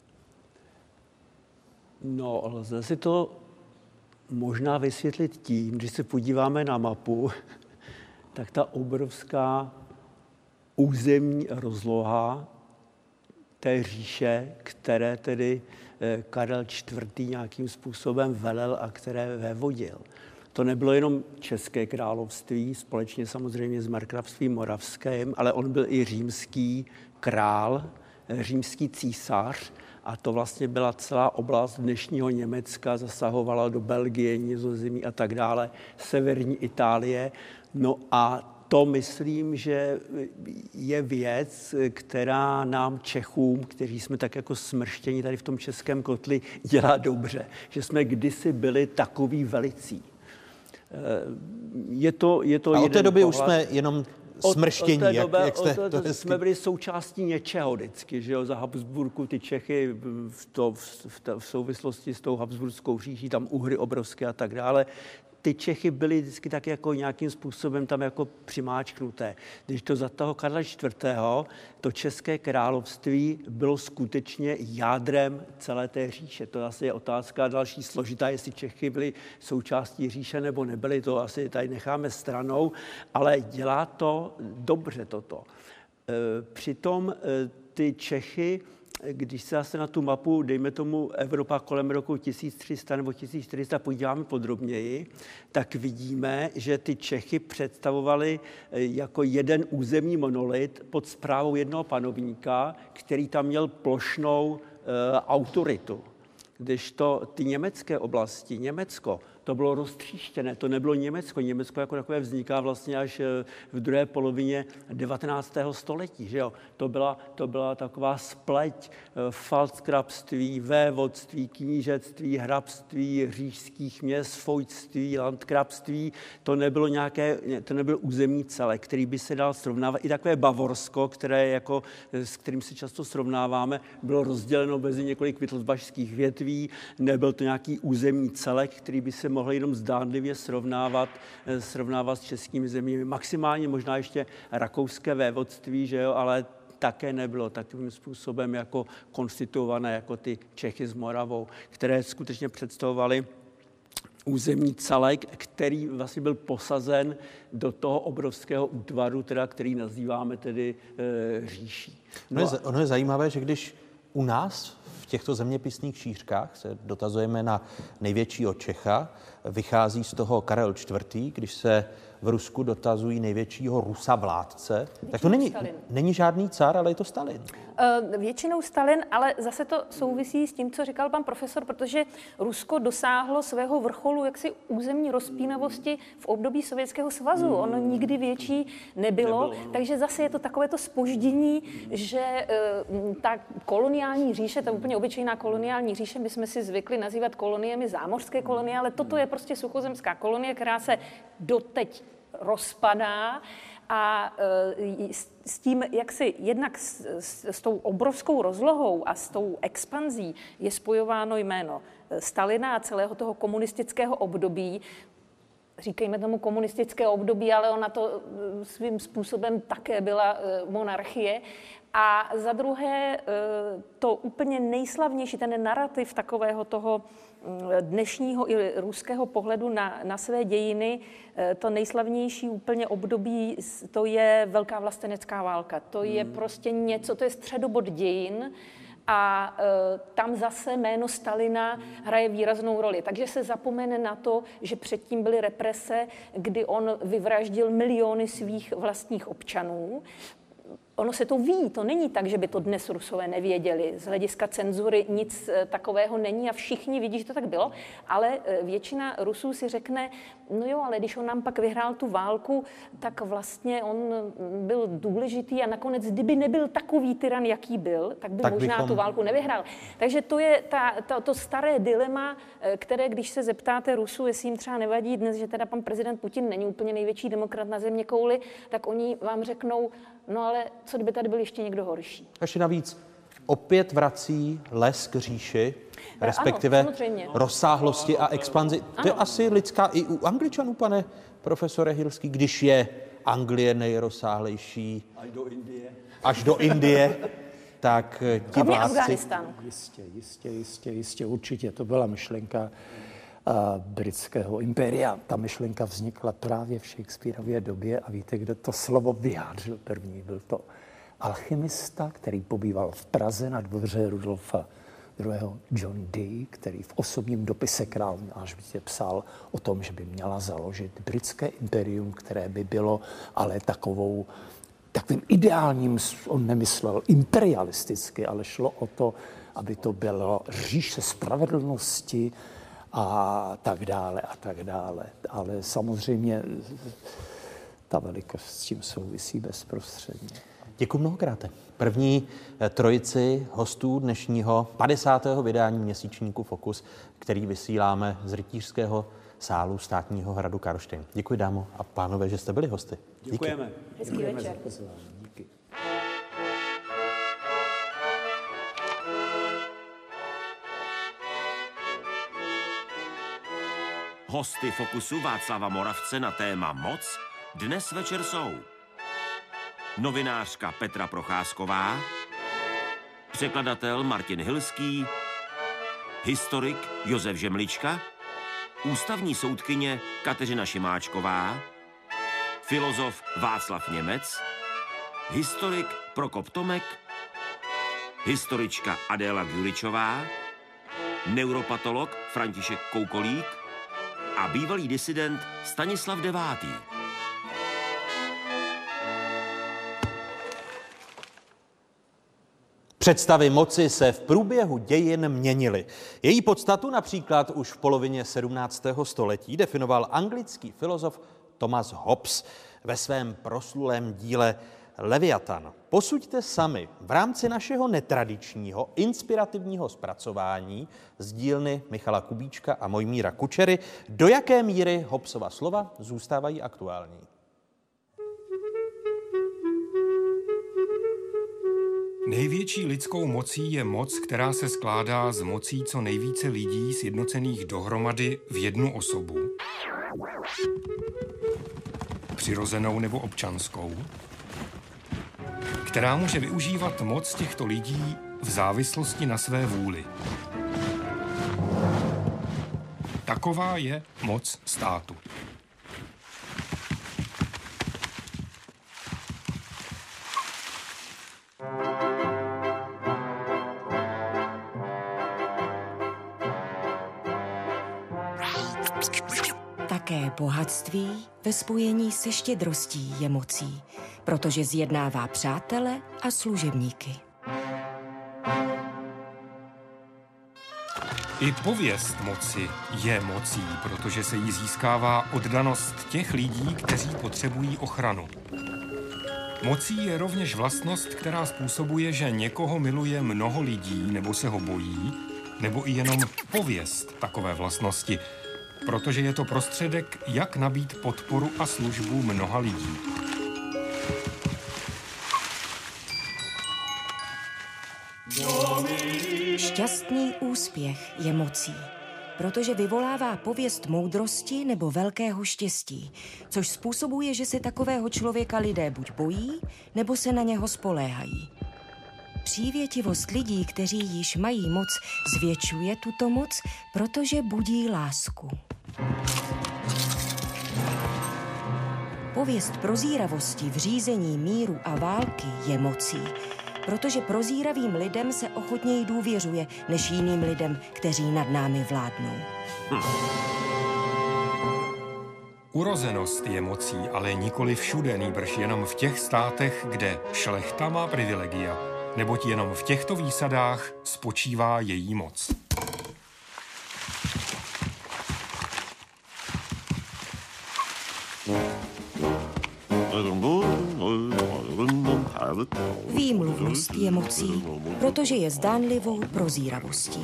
No, lze si to možná vysvětlit tím, když se podíváme na mapu, tak ta obrovská územní rozloha té říše, které tedy Karel čtvrtý nějakým způsobem velel a které vévodil. To nebylo jenom České království, společně samozřejmě s markrabstvím moravským, ale on byl i římský král, římský císař a to vlastně byla celá oblast dnešního Německa, zasahovala do Belgie, Nizozemí a tak dále, severní Itálie. No a to myslím, že je věc, která nám Čechům, kteří jsme tak jako smrštěni tady v tom českém kotli, dělá dobře. Že jsme kdysi byli takový velicí. Je to, je to a od té doby pohled. Už jsme jenom smrštění, od, od jak, doby, jak jste od, to hezky... Jsme byli součástí něčeho vždycky, že jo, za Habsburku ty Čechy v, to, v, v souvislosti s tou Habsburskou říší, tam Uhry obrovské a tak dále. Ty Čechy byly vždycky tak jako nějakým způsobem tam jako přimáčknuté. Když to za toho Karla čtvrtého. to České království bylo skutečně jádrem celé té říše. To asi je otázka další složitá, jestli Čechy byly součástí říše nebo nebyly, to asi tady necháme stranou, ale dělá to dobře toto. Přitom ty Čechy, když se zase na tu mapu, dejme tomu Evropa kolem roku tisíc tři sta nebo tisíc čtyři sta podíváme podrobněji, tak vidíme, že ty Čechy představovaly jako jeden územní monolit pod správou jednoho panovníka, který tam měl plošnou e, autoritu. Kdežto ty německé oblasti, Německo, to bylo roztříštěné, to nebylo Německo. Německo jako takové vzniká vlastně až v druhé polovině devatenáctého století. Že jo? To, byla, to byla taková spleť pfalzgrabství, vévodství, knížectví, hrabství, říšských měst, vojtství, landgrabství. To nebylo nějaké, to nebyl územní celek, který by se dal srovnávat. I takové Bavorsko, které jako, s kterým se často srovnáváme, bylo rozděleno mezi několik wittelsbachských větví. Nebyl to nějaký územní celek, který by se mohli jenom zdánlivě srovnávat, srovnávat s českými zeměmi. Maximálně možná ještě rakouské vévodství, že jo, ale také nebylo takovým způsobem jako konstituované jako ty Čechy s Moravou, které skutečně představovaly územní celek, který vlastně byl posazen do toho obrovského útvaru, teda, který nazýváme tedy e, říší. No ono, je, ono je zajímavé, že když u nás v těchto zeměpisných šířkách se dotazujeme na největšího Čecha, vychází z toho Karel čtvrtý, když se v Rusku dotazují největšího Rusa vládce, většinou tak to není, není žádný car, ale je to Stalin. Uh, většinou Stalin, ale zase to souvisí s tím, co říkal pan profesor, protože Rusko dosáhlo svého vrcholu jaksi územní rozpínavosti v období Sovětského svazu. Mm. Ono nikdy větší nebylo, nebylo, takže zase je to takovéto zpoždění, že uh, ta koloniální říše, ta úplně obyčejná koloniální říše, my jsme si zvykli nazývat koloniemi zámořské kolonie, ale toto je prostě suchozemská kolonie, která se doteď rozpadá a e, s, s tím, jak si jednak s, s, s tou obrovskou rozlohou a s tou expanzí je spojováno jméno Stalina a celého toho komunistického období. Říkejme tomu komunistické období, ale ona to svým způsobem také byla e, monarchie. A za druhé e, to úplně nejslavnější, ten narrativ takového toho dnešního i ruského pohledu na, na své dějiny, to nejslavnější úplně období, to je Velká vlastenecká válka. To je hmm. prostě něco, to je středobod dějin a e, tam zase jméno Stalina hraje výraznou roli. Takže se zapomene na to, že předtím byly represe, kdy on vyvraždil miliony svých vlastních občanů. Ono se to ví, to není tak, že by to dnes Rusové nevěděli. Z hlediska cenzury nic takového není a všichni vidí, že to tak bylo, ale většina Rusů si řekne, no jo, ale když on nám pak vyhrál tu válku, tak vlastně on byl důležitý a nakonec, kdyby nebyl takový tyran, jaký byl, tak by tak možná bychom... tu válku nevyhrál. Takže to je ta, ta, to staré dilema, které, když se zeptáte Rusů, jestli jim třeba nevadí dnes, že teda pan prezident Putin není úplně největší demokrat na země kouli, tak oni vám řeknou, no ale co kdyby tady byl ještě někdo horší. Ještě navíc opět vrací les k říši, respektive ano, rozsáhlosti a expanzi. To je asi lidská i u Angličanů, pane profesore Hilský, když je Anglie nejrozsáhlejší až do Indie, až do Indie tak ti vládci... Jistě, jistě, jistě, jistě, určitě. To byla myšlenka britského impéria. Ta myšlenka vznikla právě v Shakespeareově době a víte, kdo to slovo vyjádřil první? Byl to alchymista, který pobýval v Praze na dvoře Rudolfa druhého. John Dee, který v osobním dopise králu Alžbětě psal o tom, že by měla založit britské impérium, které by bylo ale takovou takovým ideálním, on nemyslel imperialisticky, ale šlo o to, aby to bylo říše spravedlnosti a tak dále a tak dále. Ale samozřejmě ta velikost s tím souvisí bezprostředně. Děkuji mnohokrát. První trojici hostů dnešního padesátého vydání měsíčníku Fokus, který vysíláme z rytířského sálu Státního hradu Karlštejn. Děkuji, dámo a pánové, že jste byli hosty. Díky. Děkujeme. Hezký večer. Díky. Hosty Fokusu Václava Moravce na téma moc dnes večer jsou novinářka Petra Procházková, překladatel Martin Hilský, historik Josef Žemlička, ústavní soudkyně Kateřina Šimáčková, filozof Václav Němec, historik Prokop Tomek, historička Adéla Gjuričová, neuropatolog František Koukolík a bývalý disident Stanislav Devátý. Představy moci se v průběhu dějin měnily. Její podstatu například už v polovině sedmnáctého století definoval anglický filozof Thomas Hobbes ve svém proslulém díle Leviatan. Posuďte sami v rámci našeho netradičního, inspirativního zpracování z dílny Michala Kubíčka a Mojmíra Kučery, do jaké míry Hobbesova slova zůstávají aktuální. Největší lidskou mocí je moc, která se skládá z mocí co nejvíce lidí sjednocených dohromady v jednu osobu. Přirozenou nebo občanskou, která může využívat moc těchto lidí v závislosti na své vůli. Taková je moc státu. Také bohatství ve spojení se štědrostí je mocí, protože zjednává přátele a služebníky. I pověst moci je mocí, protože se jí získává oddanost těch lidí, kteří potřebují ochranu. Mocí je rovněž vlastnost, která způsobuje, že někoho miluje mnoho lidí nebo se ho bojí, nebo i jenom pověst takové vlastnosti, protože je to prostředek, jak nabít podporu a službu mnoha lidí. Šťastný úspěch je mocí, protože vyvolává pověst moudrosti nebo velkého štěstí, což způsobuje, že se takového člověka lidé buď bojí, nebo se na něho spoléhají. Přívětivost lidí, kteří již mají moc, zvětšuje tuto moc, protože budí lásku. Pověst prozíravosti v řízení míru a války je mocí, protože prozíravým lidem se ochotněji důvěřuje než jiným lidem, kteří nad námi vládnou. Hm. Urozenost je mocí, ale nikoli všude, nýbrž jenom v těch státech, kde šlechta má privilegia, neboť jenom v těchto výsadách spočívá její moc. Výmluvnost je mocí, protože je zdánlivou prozíravostí.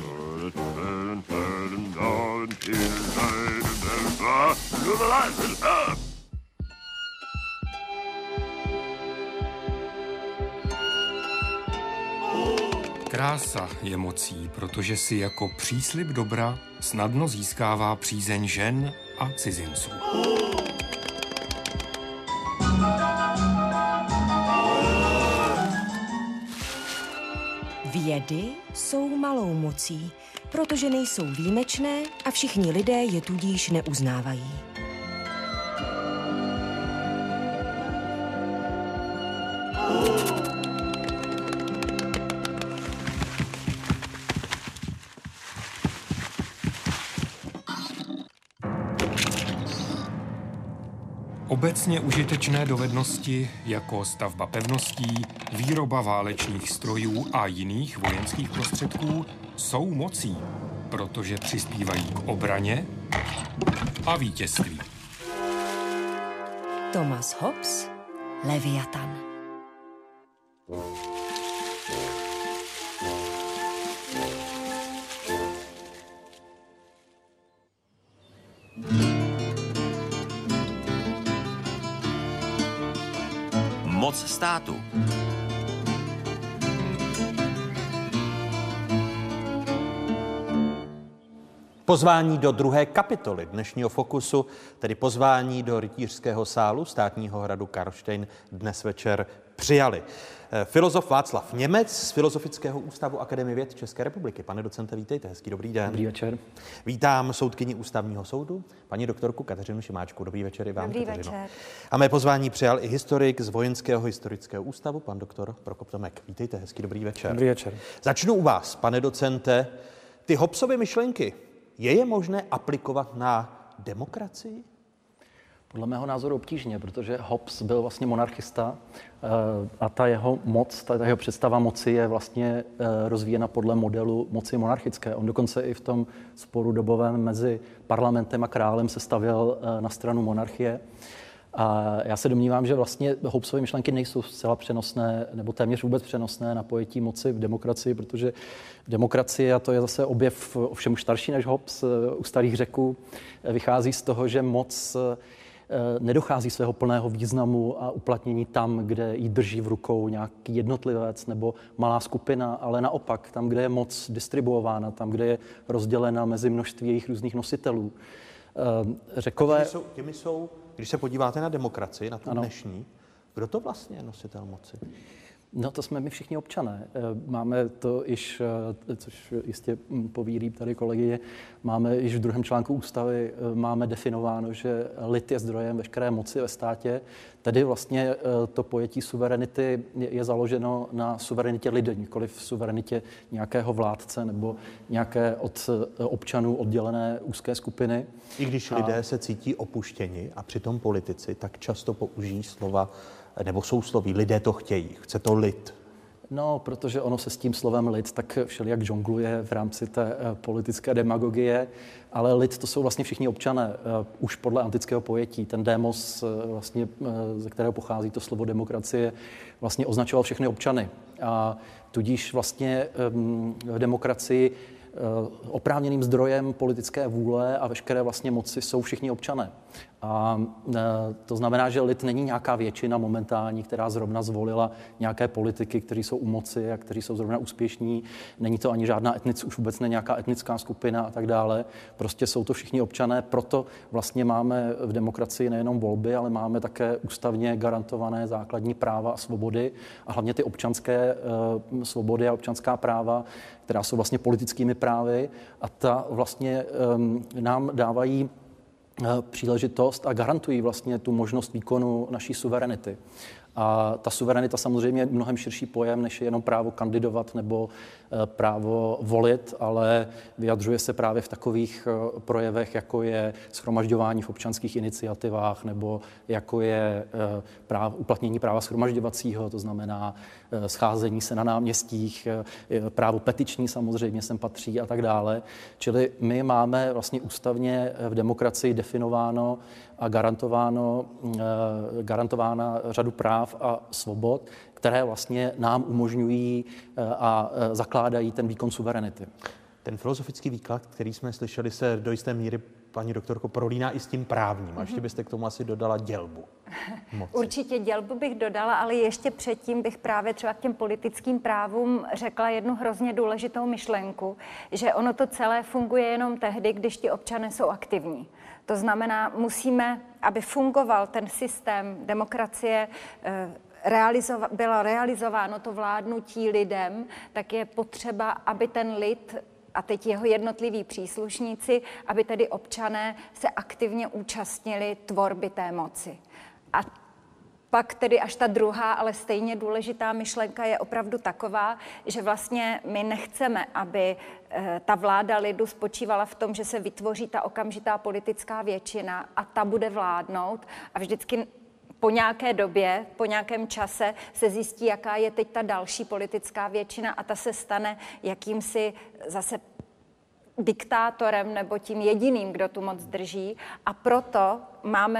Krása je mocí, protože si jako příslib dobra snadno získává přízeň žen a cizinců. Vědy jsou malou mocí, protože nejsou výjimečné a všichni lidé je tudíž neuznávají. Obecně užitečné dovednosti jako stavba pevností, výroba válečných strojů a jiných vojenských prostředků jsou mocí, protože přispívají k obraně a vítězství. Thomas Hobbes, Leviatan. Moc státu. Pozvání do druhé kapitoly dnešního Fokusu, tedy pozvání do rytířského sálu Státního hradu Karlštejn, dnes večer přijali filozof Václav Němec z Filozofického ústavu Akademie věd České republiky. Pane docente, vítejte, hezký dobrý den. Dobrý večer. Vítám soudkyni Ústavního soudu, paní doktorku Kateřinu Šimáčku. Dobrý večer i vám, Dobrý Kateřino. večer. A mé pozvání přijal i historik z Vojenského historického ústavu, pan doktor Prokop Tomek. Vítejte, hezký dobrý večer. Dobrý večer. Začnu u vás, pane docente. Ty Hobbesovy myšlenky, je je možné aplikovat na demokracii? Podle mého názoru obtížně, protože Hobbes byl vlastně monarchista a ta jeho moc, ta jeho představa moci je vlastně rozvíjena podle modelu moci monarchické. On dokonce i v tom sporu dobovém mezi parlamentem a králem se stavěl na stranu monarchie. A já se domnívám, že vlastně Hobbesovy myšlenky nejsou zcela přenosné, nebo téměř vůbec přenosné na pojetí moci v demokracii, protože demokracie, a to je zase objev ovšem už starší než Hobbes u starých Řeků, vychází z toho, že moc nedochází svého plného významu a uplatnění tam, kde ji drží v rukou nějaký jednotlivec nebo malá skupina, ale naopak tam, kde je moc distribuována, tam, kde je rozdělena mezi množství jejich různých nositelů. Řekové... Těmi jsou, těmi jsou, když se podíváte na demokracii, na tu ano. dnešní, kdo to vlastně je nositel moci? No to jsme my všichni občané. Máme to již, což jistě poví líp tady kolegyně, máme již v druhém článku ústavy, máme definováno, že lid je zdrojem veškeré moci ve státě. Tedy vlastně to pojetí suverenity je založeno na suverenitě lidu, nikoli v suverenitě nějakého vládce nebo nějaké od občanů oddělené úzké skupiny. I když a... lidé se cítí opuštěni a přitom politici tak často použijí slova nebo sousloví, lidé to chtějí, chce to lid. No, protože ono se s tím slovem lid tak všelijak žongluje v rámci té politické demagogie, ale lid to jsou vlastně všichni občané, už podle antického pojetí. Ten démos, vlastně, ze kterého pochází to slovo demokracie, vlastně označoval všechny občany. A tudíž vlastně v demokracii oprávněným zdrojem politické vůle a veškeré vlastně moci jsou všichni občané. A to znamená, že lid není nějaká většina momentální, která zrovna zvolila nějaké politiky, kteří jsou u moci a kteří jsou zrovna úspěšní. Není to ani žádná etnic, už vůbec ne nějaká etnická skupina a tak dále. Prostě jsou to všichni občané, proto vlastně máme v demokracii nejenom volby, ale máme také ústavně garantované základní práva a svobody a hlavně ty občanské uh, svobody a občanská práva, která jsou vlastně politickými právy a ta vlastně um, nám dávají příležitost a garantují vlastně tu možnost výkonu naší suverenity. A ta suverenita samozřejmě je mnohem širší pojem, než je jenom právo kandidovat nebo právo volit, ale vyjadřuje se právě v takových projevech, jako je shromažďování v občanských iniciativách nebo jako je práv, uplatnění práva shromažďovacího, to znamená scházení se na náměstích, právo petiční samozřejmě sem patří a tak dále. Čili my máme vlastně ústavně v demokracii definováno a garantováno, garantována řadu práv a svobod, které vlastně nám umožňují a zakládají ten výkon suverenity. Ten filozofický výklad, který jsme slyšeli, se do jisté míry, paní doktorko, prolíná i s tím právním. A ještě byste k tomu asi dodala dělbu moci. Určitě dělbu bych dodala, ale ještě předtím bych právě třeba k těm politickým právům řekla jednu hrozně důležitou myšlenku, že ono to celé funguje jenom tehdy, když ti občané jsou aktivní. To znamená, musíme, aby fungoval ten systém demokracie, realizova- bylo realizováno to vládnutí lidem, tak je potřeba, aby ten lid a teď jeho jednotliví příslušníci, aby tedy občané se aktivně účastnili tvorby té moci. A pak tedy až ta druhá, ale stejně důležitá myšlenka je opravdu taková, že vlastně my nechceme, aby ta vláda lidu spočívala v tom, že se vytvoří ta okamžitá politická většina a ta bude vládnout a vždycky po nějaké době, po nějakém čase se zjistí, jaká je teď ta další politická většina a ta se stane jakýmsi zase diktátorem nebo tím jediným, kdo tu moc drží. A proto máme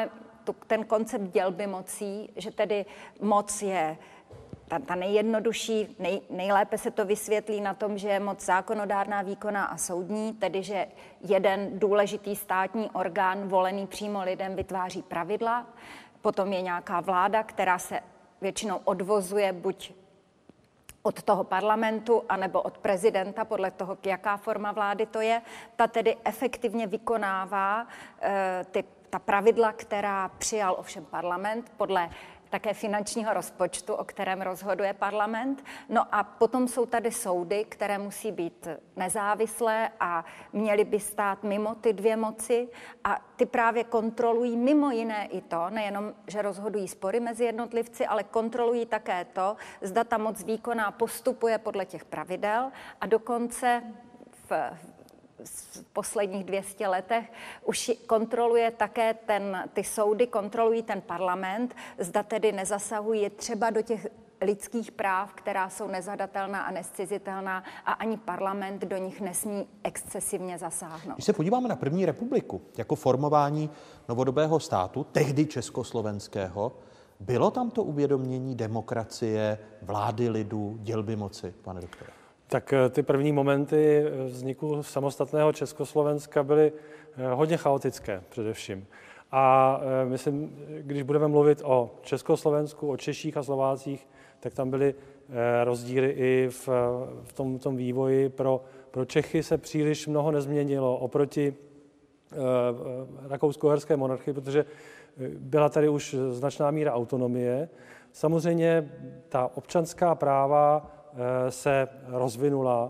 tu, ten koncept dělby mocí, že tedy moc je ta, ta nejjednodušší, nej, nejlépe se to vysvětlí na tom, že je moc zákonodárná, výkonná a soudní, tedy že jeden důležitý státní orgán volený přímo lidem vytváří pravidla, potom je nějaká vláda, která se většinou odvozuje buď od toho parlamentu, anebo od prezidenta, podle toho, jaká forma vlády to je. Ta tedy efektivně vykonává e, ty, ta pravidla, která přijal ovšem parlament, podle také finančního rozpočtu, o kterém rozhoduje parlament. No a potom jsou tady soudy, které musí být nezávislé a měly by stát mimo ty dvě moci a ty právě kontrolují mimo jiné i to, nejenom, že rozhodují spory mezi jednotlivci, ale kontrolují také to, zda ta moc výkonná postupuje podle těch pravidel a dokonce v v posledních dvě stě letech už kontroluje také ten, ty soudy, kontrolují ten parlament, zda tedy nezasahují třeba do těch lidských práv, která jsou nezadatelná a nezcizitelná a ani parlament do nich nesmí excesivně zasáhnout. Když se podíváme na první republiku jako formování novodobého státu, tehdy československého, bylo tam to uvědomění demokracie, vlády lidu, dělby moci, pane doktore? Tak ty první momenty vzniku samostatného Československa byly hodně chaotické především. A myslím, když budeme mluvit o Československu, o Češích a Slovácích, tak tam byly rozdíly i v, v tom, tom vývoji. Pro, pro Čechy se příliš mnoho nezměnilo oproti rakousko-uherské monarchii, protože byla tady už značná míra autonomie. Samozřejmě ta občanská práva se rozvinula.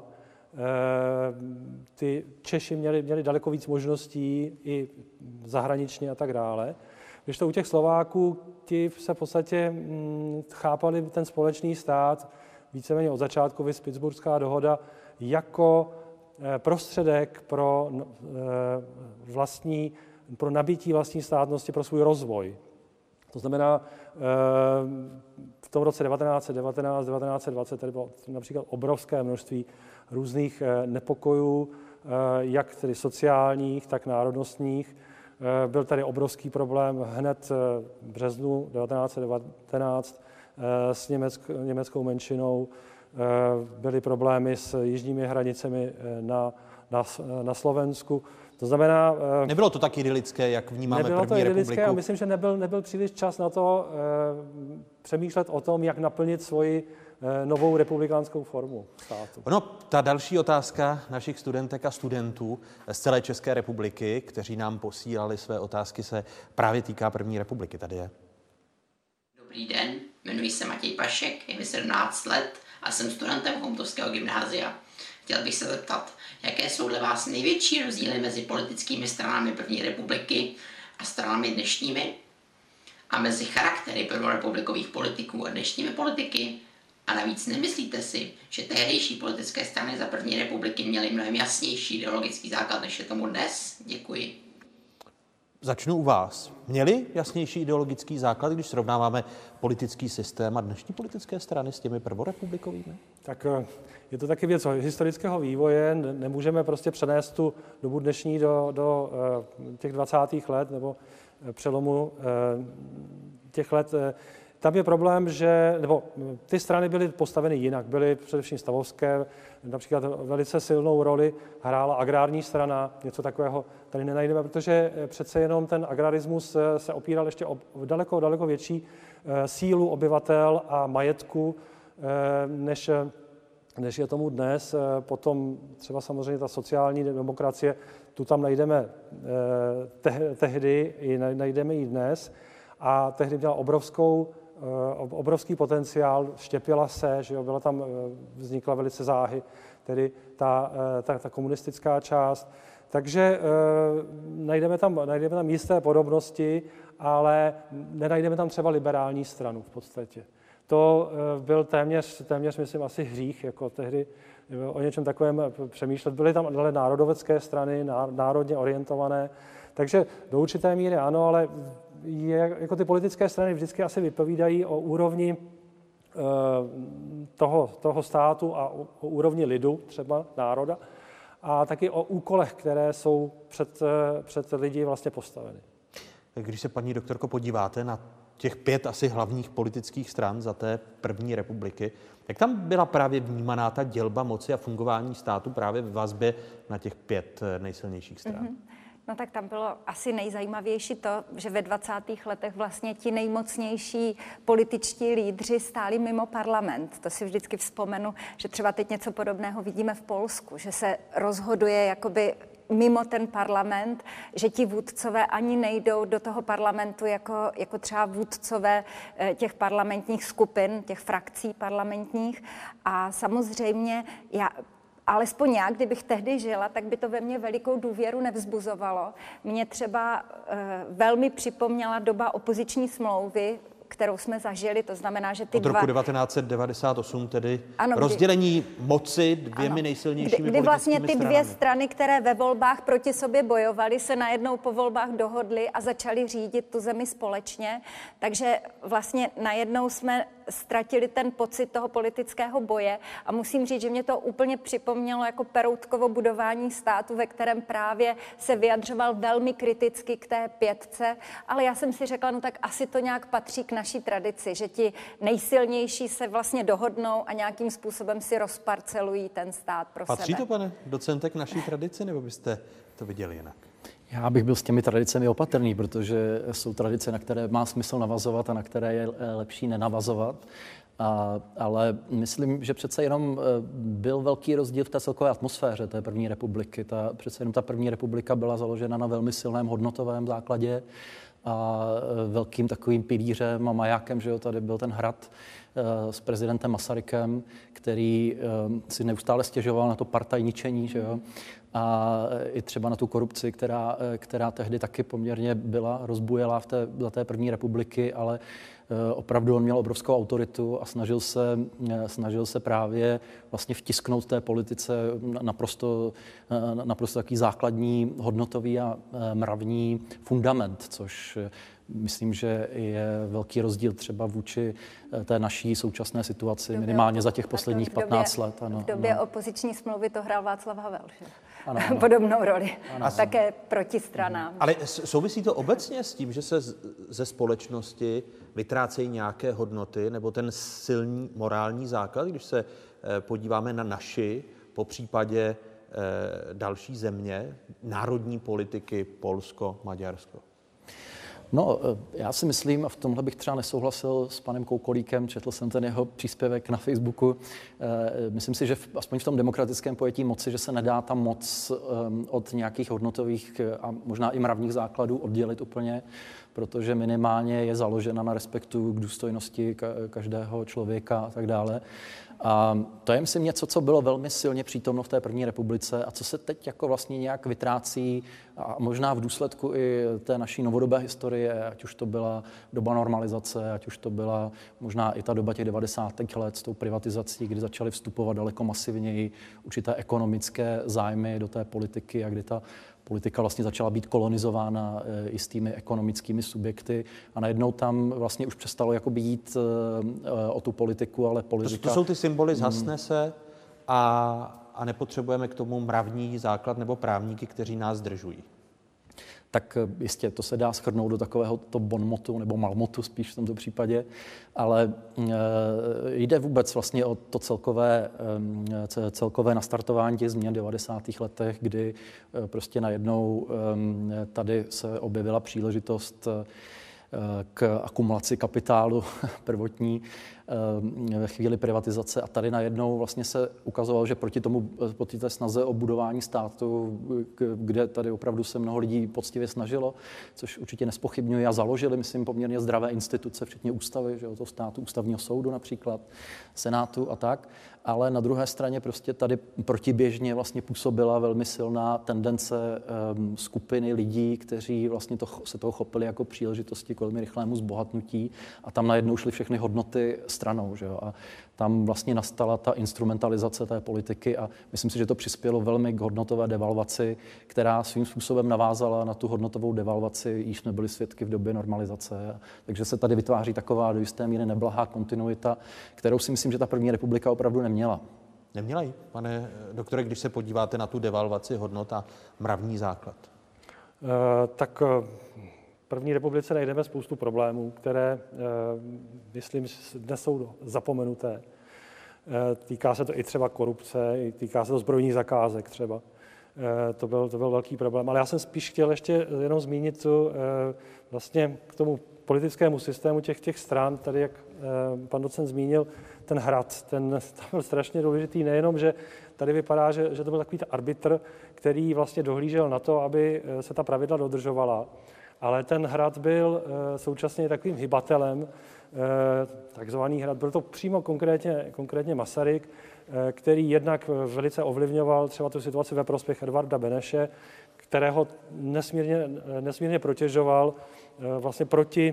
Ty Češi měli, měli daleko víc možností i zahraničně a tak dále. Když to u těch Slováků, ti se v podstatě chápali ten společný stát víceméně od začátku, viz Pittsburghská dohoda, jako prostředek pro vlastní, pro nabití vlastní státnosti, pro svůj rozvoj. To znamená, v tom roce devatenáct set devatenáct, devatenáct set dvacet tady bylo například obrovské množství různých nepokojů, jak tedy sociálních, tak národnostních. Byl tady obrovský problém hned v březnu devatenáct set devatenáct s německ, německou menšinou. Byly problémy s jižními hranicemi na, na, na Slovensku. To znamená... Nebylo to tak idylické, jak vnímáme první republiku? Nebylo to idylické a myslím, že nebyl, nebyl příliš čas na to eh, přemýšlet o tom, jak naplnit svoji eh, novou republikánskou formu státu. No, ta další otázka našich studentek a studentů z celé České republiky, kteří nám posílali své otázky, se právě týká první republiky. Tady je. Dobrý den, jmenuji se Matěj Pašek, je mi sedmnáct let a jsem studentem Chomtovského gymnázia. Chtěl bych se zeptat, jaké jsou dle vás největší rozdíly mezi politickými stranami první republiky a stranami dnešními a mezi charaktery prvorepublikových politiků a dnešními politiky? A navíc nemyslíte si, že tehdejší politické strany za první republiky měly mnohem jasnější ideologický základ, než je tomu dnes? Děkuji. Začnu u vás. Měli jasnější ideologický základ, když srovnáváme politický systém a dnešní politické strany s těmi prvorepublikovými? Tak je to taky věc historického vývoje. Nemůžeme prostě přenést tu dobu dnešní do, do těch dvacátých let nebo přelomu těch let. Tam je problém, že nebo ty strany byly postaveny jinak. Byly především stavovské, například velice silnou roli hrála agrární strana, něco takového tady nenajdeme, protože přece jenom ten agrarismus se opíral ještě o daleko, daleko větší sílu obyvatel a majetku, než, než je tomu dnes. Potom třeba samozřejmě ta sociální demokracie, tu tam najdeme te, tehdy, i najdeme ji dnes a tehdy měla obrovskou obrovský potenciál, štěpila se, že jo, byla tam, vznikla velice záhy, tedy ta, ta, ta komunistická část. Takže e, najdeme, tam, najdeme tam jisté podobnosti, ale nenajdeme tam třeba liberální stranu v podstatě. To e, byl téměř, téměř, myslím, asi hřích, jako tehdy o něčem takovém přemýšlet. Byly tam ale národovecké strany, národně orientované, takže do určité míry ano, ale je, jako ty politické strany vždycky asi vypovídají o úrovni e, toho, toho státu a o, o úrovni lidu, třeba národa, a taky o úkolech, které jsou před, před lidi vlastně postaveny. Když se, paní doktorko, podíváte na těch pět asi hlavních politických stran za té první republiky, jak tam byla právě vnímaná ta dělba moci a fungování státu právě v vazbě na těch pět nejsilnějších stran? Mm-hmm. No tak tam bylo asi nejzajímavější to, že ve dvacátých letech vlastně ti nejmocnější političtí lídři stáli mimo parlament. To si vždycky vzpomenu, že třeba teď něco podobného vidíme v Polsku, že se rozhoduje jakoby mimo ten parlament, že ti vůdcové ani nejdou do toho parlamentu jako, jako třeba vůdcové těch parlamentních skupin, těch frakcí parlamentních. A samozřejmě já alespoň já, kdybych tehdy žila, tak by to ve mně velikou důvěru nevzbuzovalo. Mě třeba e, velmi připomněla doba opoziční smlouvy, kterou jsme zažili, to znamená, že ty Od dva... roku devatenáct set devadesát osm tedy ano, rozdělení kdy... moci dvěmi ano. nejsilnějšími kdy, kdy vlastně ty stranami. dvě strany, které ve volbách proti sobě bojovaly, se najednou po volbách dohodly a začaly řídit tu zemi společně. Takže vlastně najednou jsme ztratili ten pocit toho politického boje a musím říct, že mě to úplně připomnělo jako Peroutkovo budování státu, ve kterém právě se vyjadřoval velmi kriticky k té pětce, ale já jsem si řekla, no tak asi to nějak patří k naší tradici, že ti nejsilnější se vlastně dohodnou a nějakým způsobem si rozparcelují ten stát pro Patří sebe. to, pane docente, k naší tradici, nebo byste to viděli jinak? Já bych byl s těmi tradicemi opatrný, protože jsou tradice, na které má smysl navazovat a na které je lepší nenavazovat. A, ale myslím, že přece jenom byl velký rozdíl v té celkové atmosféře té první republiky. Ta, přece jenom ta první republika byla založena na velmi silném hodnotovém základě a velkým takovým pilířem a majákem, že jo, tady byl ten hrad s prezidentem Masarykem, který si neustále stěžoval na to partajničení, že jo, a i třeba na tu korupci, která, která tehdy taky poměrně byla rozbujelá v té, za té první republiky, ale opravdu on měl obrovskou autoritu a snažil se, snažil se právě vlastně vtisknout té politice naprosto, naprosto takový základní hodnotový a mravní fundament, což myslím, že je velký rozdíl třeba vůči té naší současné situaci, minimálně za těch posledních patnáct let. Ano, v době ano. opoziční smlouvy to hrál Václav Havel, že? Ano, ano. Podobnou roli. Ano. A také proti stranám. Ale souvisí to obecně s tím, že se ze společnosti vytrácejí nějaké hodnoty nebo ten silný morální základ, když se podíváme na naši, po případě další země, národní politiky, Polsko, Maďarsko? No, já si myslím, a v tomhle bych třeba nesouhlasil s panem Koukolíkem, četl jsem ten jeho příspěvek na Facebooku, myslím si, že v, aspoň v tom demokratickém pojetí moci, že se nedá ta moc od nějakých hodnotových a možná i mravních základů oddělit úplně, protože minimálně je založena na respektu k důstojnosti každého člověka a tak dále. A to je, myslím, něco, co bylo velmi silně přítomno v té první republice a co se teď jako vlastně nějak vytrácí a možná v důsledku i té naší novodobé historie, ať už to byla doba normalizace, ať už to byla možná i ta doba těch devadesátých let s tou privatizací, kdy začaly vstupovat daleko masivněji určité ekonomické zájmy do té politiky a kdy ta politika vlastně začala být kolonizována i s tými ekonomickými subjekty a najednou tam vlastně už přestalo jakoby jít o tu politiku, ale politika... To, to jsou ty symboly, zhasne se a, a nepotřebujeme k tomu mravní základ nebo právníky, kteří nás zdržují. Tak jistě, to se dá shrnout do takového to bonmotu nebo malmotu spíš v tomto případě, ale e, jde vůbec vlastně o to celkové, e, celkové nastartování těch změn v devadesátých letech, kdy e, prostě najednou e, tady se objevila příležitost e, k akumulaci kapitálu prvotní ve chvíli privatizace a tady najednou vlastně se ukazovalo, že proti tomu, proti té snaze o budování státu, kde tady opravdu se mnoho lidí poctivě snažilo, což určitě nespochybňuji a založili, myslím, poměrně zdravé instituce, včetně ústavy, že toho státu, ústavního soudu například, senátu a tak, ale na druhé straně prostě tady protiběžně vlastně působila velmi silná tendence um, skupiny lidí, kteří vlastně to, se toho chopili jako příležitosti k velmi rychlému zbohatnutí a tam najednou šly všechny hodnoty stranou, že jo? A tam vlastně nastala ta instrumentalizace té politiky a myslím si, že to přispělo velmi k hodnotové devalvaci, která svým způsobem navázala na tu hodnotovou devalvaci, již jsme byli svědky v době normalizace. Takže se tady vytváří taková do jisté míry neblahá kontinuita, kterou si myslím, že ta první republika opravdu neměla. Neměla ji, pane doktore, když se podíváte na tu devalvaci hodnot a mravní základ? Uh, tak uh, první republice najdeme spoustu problémů, které, myslím, dnes jsou zapomenuté. Týká se to i třeba korupce, týká se to zbrojních zakázek třeba. To byl, to byl velký problém. Ale já jsem spíš chtěl ještě jenom zmínit tu, vlastně k tomu politickému systému těch, těch stran, tady, jak pan docent zmínil, ten hrad, ten, ten byl strašně důležitý, nejenom, že tady vypadá, že, že to byl takový arbitr, který vlastně dohlížel na to, aby se ta pravidla dodržovala, ale ten hrad byl současně takovým hybatelem, takzvaný hrad, byl to přímo konkrétně, konkrétně Masaryk, který jednak velice ovlivňoval třeba tu situaci ve prospěch Edvarda Beneše, kterého nesmírně, nesmírně protěžoval vlastně proti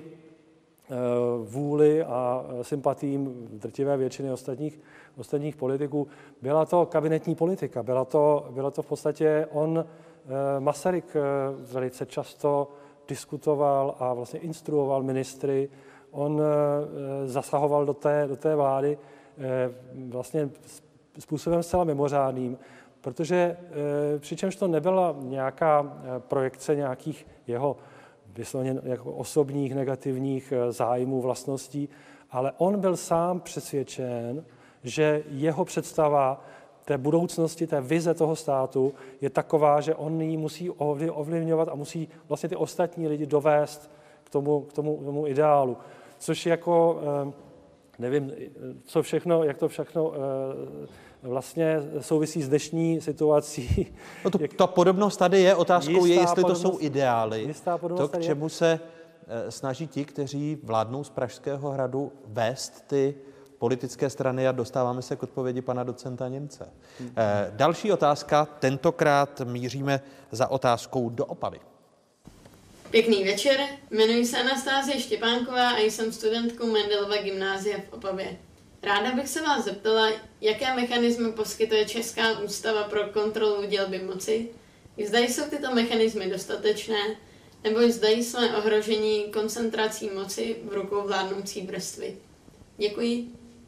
vůli a sympatím drtivé většiny ostatních, ostatních politiků. Byla to kabinetní politika, byla to, byla to v podstatě on, Masaryk velice často diskutoval a vlastně instruoval ministry, on zasahoval do té, do té vlády vlastně způsobem zcela mimořádným, protože přičemž to nebyla nějaká projekce nějakých jeho vysloveně jako osobních negativních zájmů, vlastností, ale on byl sám přesvědčen, že jeho představa té budoucnosti, té vize toho státu je taková, že on ji musí ovlivňovat a musí vlastně ty ostatní lidi dovést k tomu, k tomu, k tomu ideálu. Což jako, nevím, co všechno, jak to všechno vlastně souvisí s dnešní situací. No to, ta podobnost tady je, otázkou je, jestli to jsou ideály. To, k čemu se snaží ti, kteří vládnou z Pražského hradu, vést ty politické strany, a dostáváme se k odpovědi pana docenta Němce. Hmm. Další otázka, tentokrát míříme za otázkou do Opavy. Pěkný večer, jmenuji se Anastázie Štěpánková a jsem studentkou Mendelova gymnázia v Opavě. Ráda bych se vás zeptala, jaké mechanismy poskytuje Česká ústava pro kontrolu dělby moci, zda jsou tyto mechanismy dostatečné, nebo zda jsme ohrožení koncentrací moci v rukou vládnoucí vrstvy. Děkuji.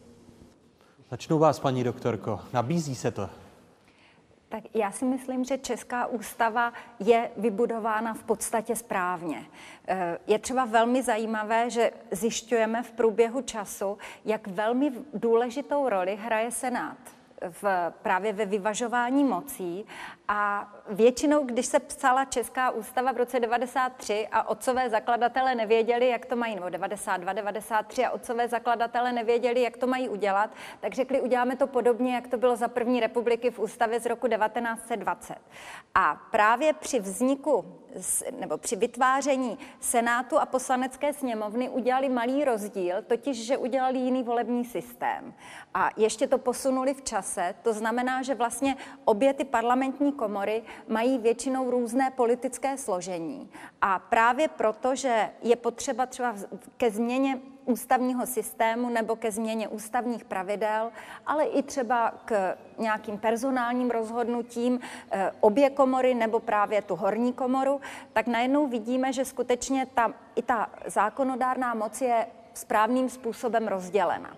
Začnu vás, paní doktorko. Nabízí se to? Tak já si myslím, že Česká ústava je vybudována v podstatě správně. Je třeba velmi zajímavé, že zjišťujeme v průběhu času, jak velmi důležitou roli hraje Senát v, právě ve vyvažování mocí. A většinou, když se psala Česká ústava v roce devadesát tři a otcové zakladatelé nevěděli, jak to mají, nebo devadesát dva, devadesát tři a otcové zakladatelé nevěděli, jak to mají udělat, tak řekli, uděláme to podobně, jak to bylo za první republiky v ústavě z roku devatenáct set dvacet. A právě při vzniku nebo při vytváření Senátu a Poslanecké sněmovny udělali malý rozdíl, totiž, že udělali jiný volební systém. A ještě to posunuli v čase, to znamená, že vlastně obě ty parlamentní komory mají většinou různé politické složení. A právě proto, že je potřeba třeba ke změně ústavního systému nebo ke změně ústavních pravidel, ale i třeba k nějakým personálním rozhodnutím obě komory nebo právě tu horní komoru, tak najednou vidíme, že skutečně ta, i ta zákonodárná moc je správným způsobem rozdělena.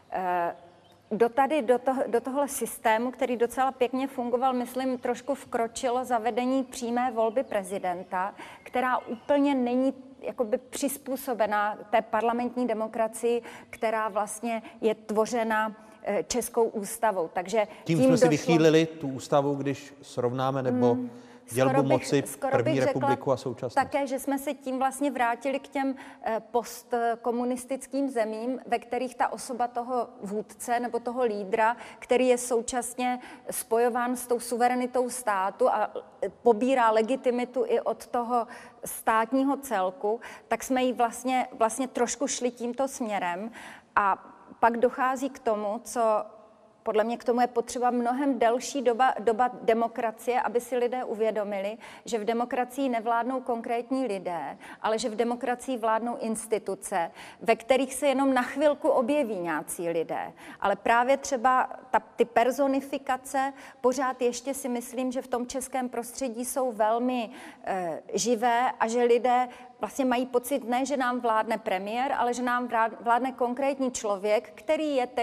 Do tady, do, to, do tohle systému, který docela pěkně fungoval, myslím, trošku vkročilo zavedení přímé volby prezidenta, která úplně není jakoby přizpůsobená té parlamentní demokracii, která vlastně je tvořena Českou ústavou. Takže tím, tím jsme došlo... si vychýlili tu ústavu, když srovnáme nebo hmm. dělbu moci první republiku a současnost. Také, že jsme se tím vlastně vrátili k těm postkomunistickým zemím, ve kterých ta osoba toho vůdce nebo toho lídra, který je současně spojován s tou suverenitou státu a pobírá legitimitu i od toho státního celku, tak jsme jí vlastně, vlastně trošku šli tímto směrem a pak dochází k tomu, co podle mě k tomu je potřeba mnohem delší doba, doba demokracie, aby si lidé uvědomili, že v demokracii nevládnou konkrétní lidé, ale že v demokracii vládnou instituce, ve kterých se jenom na chvilku objeví nějací lidé. Ale právě třeba ta, ty personifikace pořád ještě si myslím, že v tom českém prostředí jsou velmi e, živé a že lidé vlastně mají pocit ne, že nám vládne premiér, ale že nám vládne konkrétní člověk, který je teď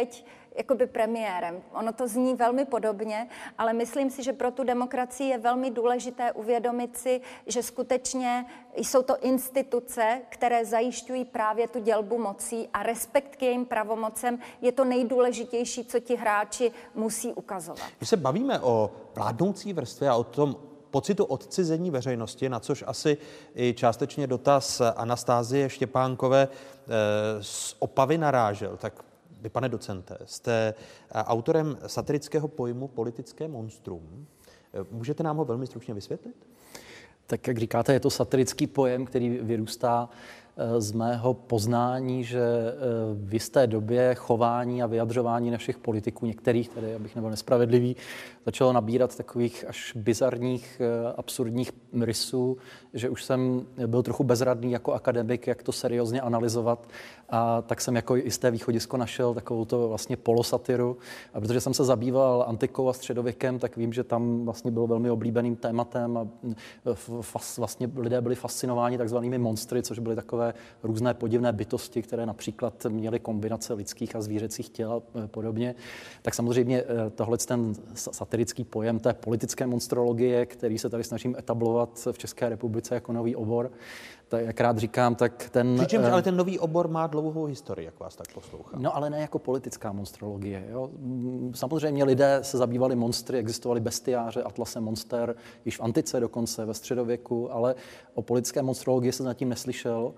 jakoby premiérem. Ono to zní velmi podobně, ale myslím si, že pro tu demokracii je velmi důležité uvědomit si, že skutečně jsou to instituce, které zajišťují právě tu dělbu mocí a respekt k jejím pravomocem je to nejdůležitější, co ti hráči musí ukazovat. My se bavíme o vládnoucí vrstvě a o tom pocitu odcizení veřejnosti, na což asi i částečně dotaz Anastázie Štěpánkové z Opavy narážel. Tak vy, pane docente, jste autorem satirického pojmu politické monstrum. Můžete nám ho velmi stručně vysvětlit? Tak jak říkáte, je to satirický pojem, který vyrůstá z mého poznání, že v jisté době chování a vyjadřování našich politiků, některých, tedy abych nebyl nespravedlivý, začalo nabírat takových až bizarních, absurdních rysů, že už jsem byl trochu bezradný jako akademik, jak to seriózně analyzovat, a tak jsem jako jisté východisko našel takovou to vlastně polosatiru. A protože jsem se zabýval antikou a středověkem, tak vím, že tam vlastně bylo velmi oblíbeným tématem a vlastně lidé byli fascinováni takzvanými monstry, což byly takové různé podivné bytosti, které například měly kombinace lidských a zvířecích těl a podobně. Tak samozřejmě tohle ten satirický pojem té politické monstrologie, který se tady snažím etablovat v České republice jako nový obor, tak jak rád říkám, tak ten... Přičemž ale ten nový obor má dlouhou historii, jak vás tak poslouchám. No ale ne jako politická monstrologie. Jo? Samozřejmě lidé se zabývali monstry, existovaly bestiáře, atlase monster, již v antice dokonce, ve středověku, ale o politické monstrologii se zatím neslyšel.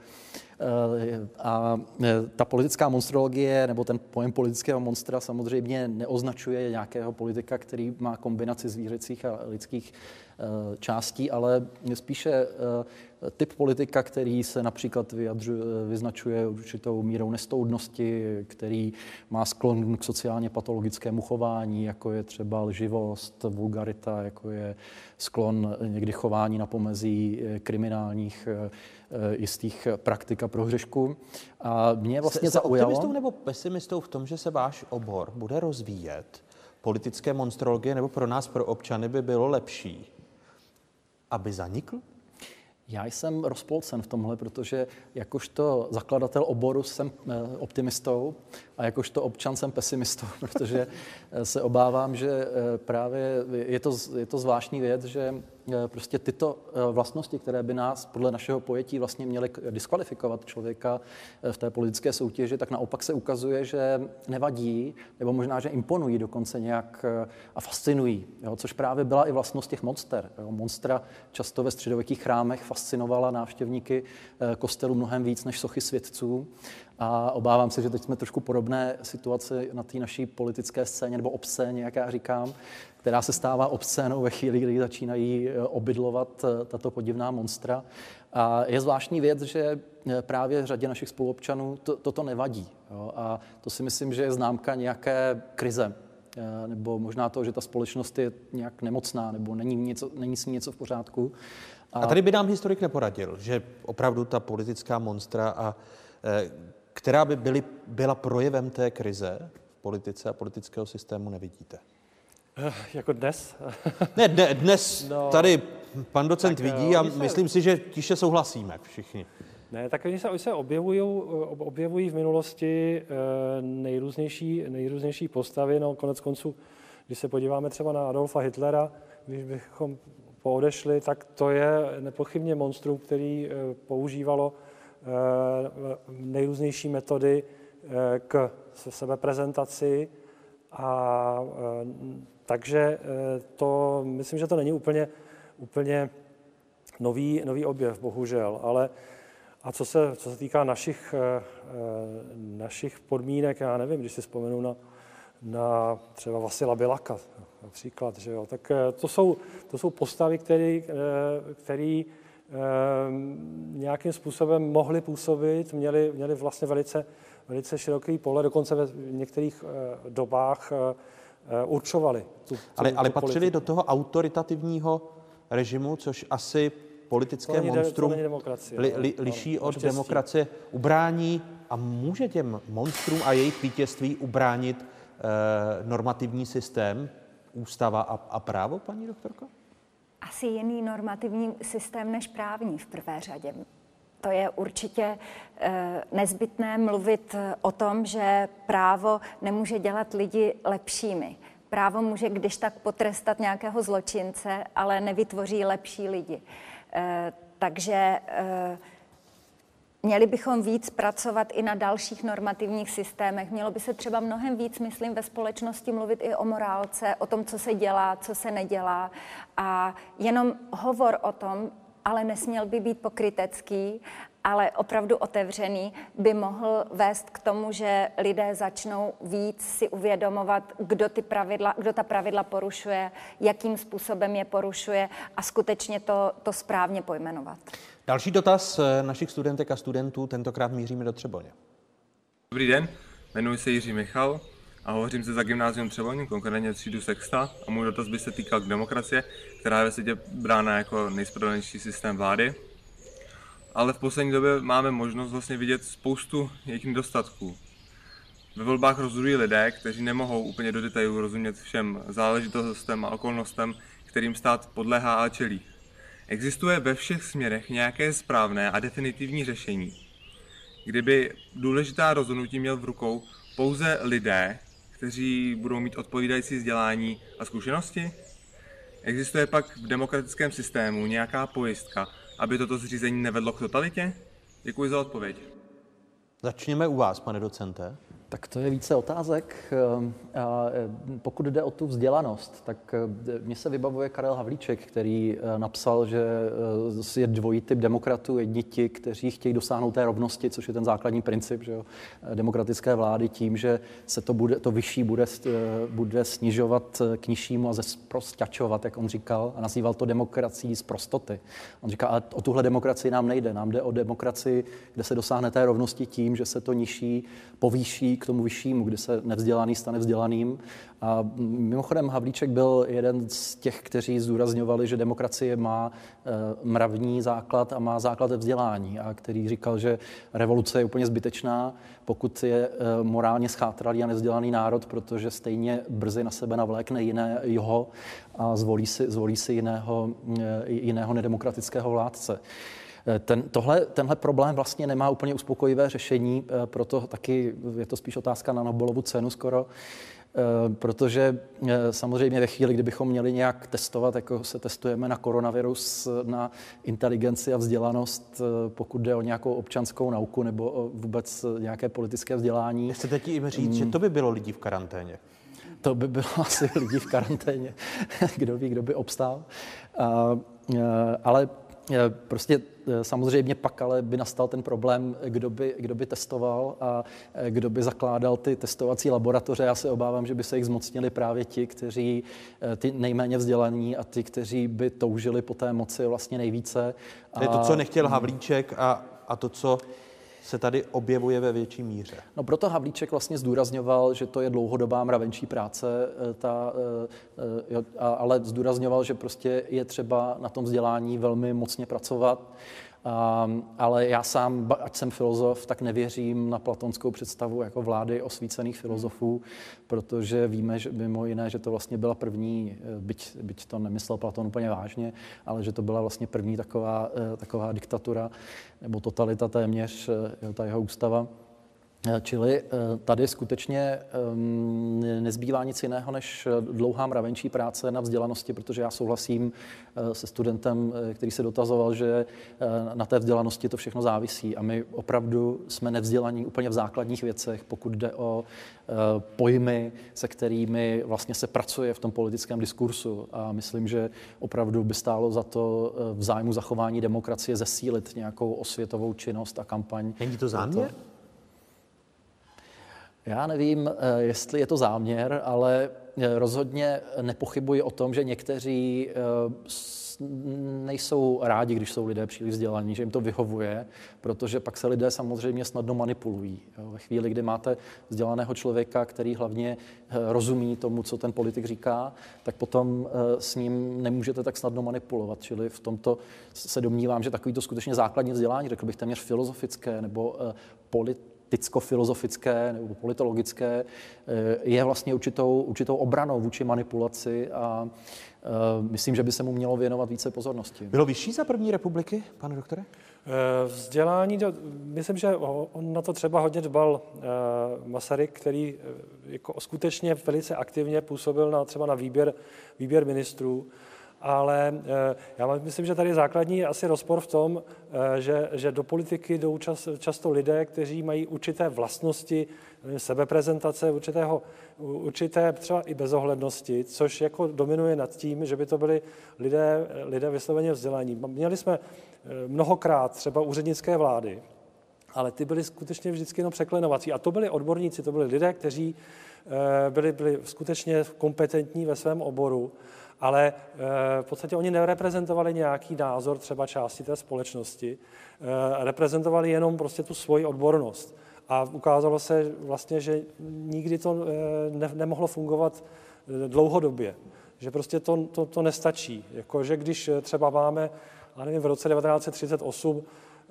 A ta politická monstrologie, nebo ten pojem politického monstra samozřejmě neoznačuje nějakého politika, který má kombinaci zvířecích a lidských částí, ale spíše typ politika, který se například vyjadřuje, vyznačuje určitou mírou nestoudnosti, který má sklon k sociálně patologickému chování, jako je třeba lživost, vulgarita, jako je sklon někdy chování na pomezí kriminálních jistých praktik a prohřešků. A mě vlastně Jste zaujalo... optimistou nebo pesimistou v tom, že se váš obor bude rozvíjet? Politické monstrologie nebo pro nás, pro občany by bylo lepší, aby zanikl? Já jsem rozpolcen v tomhle, protože jakožto zakladatel oboru jsem optimistou a jakožto občan jsem pesimistou, protože se obávám, že právě je to, je to zvláštní věc, že prostě tyto vlastnosti, které by nás podle našeho pojetí vlastně měly diskvalifikovat člověka v té politické soutěži, tak naopak se ukazuje, že nevadí, nebo možná, že imponují dokonce nějak a fascinují, jo, což právě byla i vlastnost těch monster. Jo. Monstra často ve středověkých chrámech fascinovala návštěvníky kostelů mnohem víc než sochy světců. A obávám se, že teď jsme trošku podobné situaci na té naší politické scéně, nebo obscéně, jak já říkám, která se stává obscénou ve chvíli, kdy začínají obydlovat tato podivná monstra. A je zvláštní věc, že právě řadě našich spoluobčanů to, toto nevadí. Jo? A to si myslím, že je známka nějaké krize. Nebo možná to, že ta společnost je nějak nemocná, nebo není, něco, není s ní něco v pořádku. A, a tady by nám historik neporadil, že opravdu ta politická monstra, a, která by byly, byla projevem té krize v politice a politického systému, nevidíte? Uh, jako dnes? ne, ne, dnes no, tady pan docent tak, vidí a se... myslím si, že tiše souhlasíme všichni. Ne, tak oni se, oni se objevují, objevují v minulosti nejrůznější, nejrůznější postavy. No, konec konců, když se podíváme třeba na Adolfa Hitlera, když bychom poodešli, tak to je nepochybně monstrum, který používalo nejrůznější metody k sebeprezentaci. A takže to, myslím, že to není úplně, úplně nový, nový objev, bohužel, ale a co se, co se týká našich, našich podmínek, já nevím, když si vzpomenu na, na třeba Vasila Bilaka například, že jo, tak to jsou, to jsou postavy, který, který nějakým způsobem mohly působit, měly, měly vlastně velice, velice široký pole, dokonce ve některých dobách určovali. Tu, tu, ale ale tu patřili politiku. do toho autoritativního režimu, což asi politické to monstrum de, to li, li, liší ano, od demokracie. Ubrání a může těm monstrům a jejich vítězství ubránit eh, normativní systém, ústava a, a právo, paní doktorko? Asi jiný normativní systém než právní v prvé řadě. to je určitě nezbytné mluvit o tom, že právo nemůže dělat lidi lepšími. Právo může když tak potrestat nějakého zločince, ale nevytvoří lepší lidi. Takže měli bychom víc pracovat i na dalších normativních systémech. Mělo by se třeba mnohem víc, myslím, ve společnosti mluvit i o morálce, o tom, co se dělá, co se nedělá. A jenom hovor o tom, ale nesměl by být pokrytecký, ale opravdu otevřený, by mohl vést k tomu, že lidé začnou víc si uvědomovat, kdo, ty pravidla, kdo ta pravidla porušuje, jakým způsobem je porušuje a skutečně to, to správně pojmenovat. Další dotaz našich studentek a studentů, tentokrát míříme do Třeboně. Dobrý den, jmenuji se Jiří Michal a hovořím se za gymnázium Třeboň, konkrétně třídu Sexta, a můj dotaz by se týkal k demokracie, která je ve světě brána jako nejspravedlnější systém vlády. Ale v poslední době máme možnost vlastně vidět spoustu jejich nedostatků. Ve volbách rozhodují lidé, kteří nemohou úplně do detailů rozumět všem záležitostem a okolnostem, kterým stát podléhá a čelí. Existuje ve všech směrech nějaké správné a definitivní řešení, kdyby důležitá rozhodnutí měl v rukou pouze lidé, kteří budou mít odpovídající vzdělání a zkušenosti? Existuje pak v demokratickém systému nějaká pojistka, aby toto zřízení nevedlo k totalitě? Děkuji za odpověď. Začněme u vás, pane docente. Tak to je více otázek. A pokud jde o tu vzdělanost, tak mně se vybavuje Karel Havlíček, který napsal, že je dvojí typ demokratů. Jedni ti, kteří chtějí dosáhnout té rovnosti, což je ten základní princip, že jo, demokratické vlády, tím, že se to, bude, to vyšší bude, bude snižovat k nižšímu a zesprosťačovat, jak on říkal, a nazýval to demokracií z prostoty. On říkal, ale o tuhle demokracii nám nejde. Nám jde o demokracii, kde se dosáhne té rovnosti tím, že se to nižší povýší k tomu vyššímu, kde se nevzdělaný stane vzdělaným. A mimochodem Havlíček byl jeden z těch, kteří zdůrazňovali, že demokracie má e, mravní základ a má základ ve vzdělání, a který říkal, že revoluce je úplně zbytečná, pokud je e, morálně schátralý a nevzdělaný národ, protože stejně brzy na sebe navlékne jiné jeho a zvolí si, zvolí si jiného, e, jiného nedemokratického vládce. Ten, tohle, tenhle problém vlastně nemá úplně uspokojivé řešení, proto taky je to spíš otázka na Nobelovu cenu skoro, protože samozřejmě ve chvíli, kdybychom měli nějak testovat, jako se testujeme na koronavirus, na inteligenci a vzdělanost, pokud jde o nějakou občanskou nauku nebo vůbec nějaké politické vzdělání. Chcete tím říct, hmm. že to by bylo lidí v karanténě? To by bylo asi lidí v karanténě. Kdo ví, kdo by obstál. A, ale prostě samozřejmě pak ale by nastal ten problém, kdo by, kdo by testoval a kdo by zakládal ty testovací laboratoře. Já se obávám, že by se jich zmocnili právě ti, kteří ty nejméně vzdělaní a ty, kteří by toužili po té moci vlastně nejvíce. To je to, co nechtěl Havlíček a, a to, co se tady objevuje ve větší míře. No proto Havlíček vlastně zdůrazňoval, že to je dlouhodobá mravenčí práce, ta, ale zdůrazňoval, že prostě je třeba na tom vzdělání velmi mocně pracovat. Um, ale já sám, ať jsem filozof, tak nevěřím na platonskou představu jako vlády osvícených filozofů, protože víme, že mimo jiné, že to vlastně byla první, byť, byť to nemyslel Platon úplně vážně, ale že to byla vlastně první taková, taková diktatura nebo totalita téměř, ta jeho ústava. Čili tady skutečně nezbývá nic jiného než dlouhá mravenčí práce na vzdělanosti, protože já souhlasím se studentem, který se dotazoval, že na té vzdělanosti to všechno závisí a my opravdu jsme nevzdělaní úplně v základních věcech, pokud jde o pojmy, se kterými vlastně se pracuje v tom politickém diskursu, a myslím, že opravdu by stálo za to v zájmu zachování demokracie zesílit nějakou osvětovou činnost a kampaň. Není to záměr? Já nevím, jestli je to záměr, ale rozhodně nepochybuji o tom, že někteří nejsou rádi, když jsou lidé příliš vzdělaní, že jim to vyhovuje, protože pak se lidé samozřejmě snadno manipulují. Ve chvíli, kdy máte vzdělaného člověka, který hlavně rozumí tomu, co ten politik říká, tak potom s ním nemůžete tak snadno manipulovat. Čili v tomto se domnívám, že takovýto skutečně základní vzdělání, řekl bych téměř filozofické nebo politické, filozofické nebo politologické, je vlastně určitou, určitou obranou vůči manipulaci a uh, myslím, že by se mu mělo věnovat více pozornosti. Bylo vyšší za první republiky, pane doktore? Vzdělání, myslím, že on na to třeba hodně dbal Masaryk, který jako skutečně velice aktivně působil na, třeba na výběr, výběr ministrů, ale já myslím, že tady je základní asi rozpor v tom, že, že do politiky jdou čas, často lidé, kteří mají určité vlastnosti, sebeprezentace, určitého, určité třeba i bezohlednosti, což jako dominuje nad tím, že by to byli lidé, lidé vysloveně vzdělaní. Měli jsme mnohokrát třeba úřednické vlády, ale ty byly skutečně vždycky jenom překlenovací. A to byli odborníci, to byli lidé, kteří byli, byli skutečně kompetentní ve svém oboru, ale v podstatě oni nereprezentovali nějaký názor třeba části té společnosti, reprezentovali jenom prostě tu svoji odbornost. A ukázalo se vlastně, že nikdy to ne, nemohlo fungovat dlouhodobě, že prostě to, to, to nestačí. Jako, že když třeba máme, já nevím, v roce devatenáct set třicet osm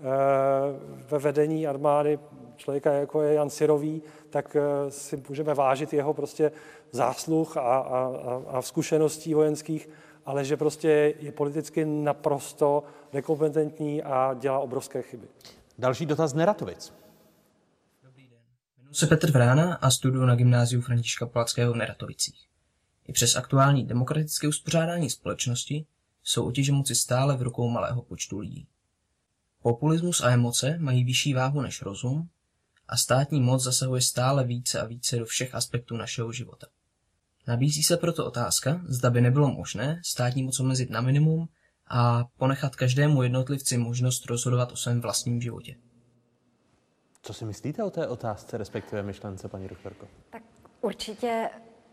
ve vedení armády člověka, jako je Jan Syrový, tak si můžeme vážit jeho prostě zásluh a, a, a zkušeností vojenských, ale že prostě je politicky naprosto nekompetentní a dělá obrovské chyby. Další dotaz z Neratovic. Jmenuji se Petr Vrána a studuji na gymnáziu Františka Palackého v Neratovicích. I přes aktuální demokratické uspořádání společnosti jsou otěže moci stále v rukou malého počtu lidí. Populismus a emoce mají vyšší váhu než rozum a státní moc zasahuje stále více a více do všech aspektů našeho života. Nabízí se proto otázka, zda by nebylo možné státní moc omezit na minimum a ponechat každému jednotlivci možnost rozhodovat o svém vlastním životě. Co si myslíte o té otázce, respektive myšlence, paní doktorko? Tak určitě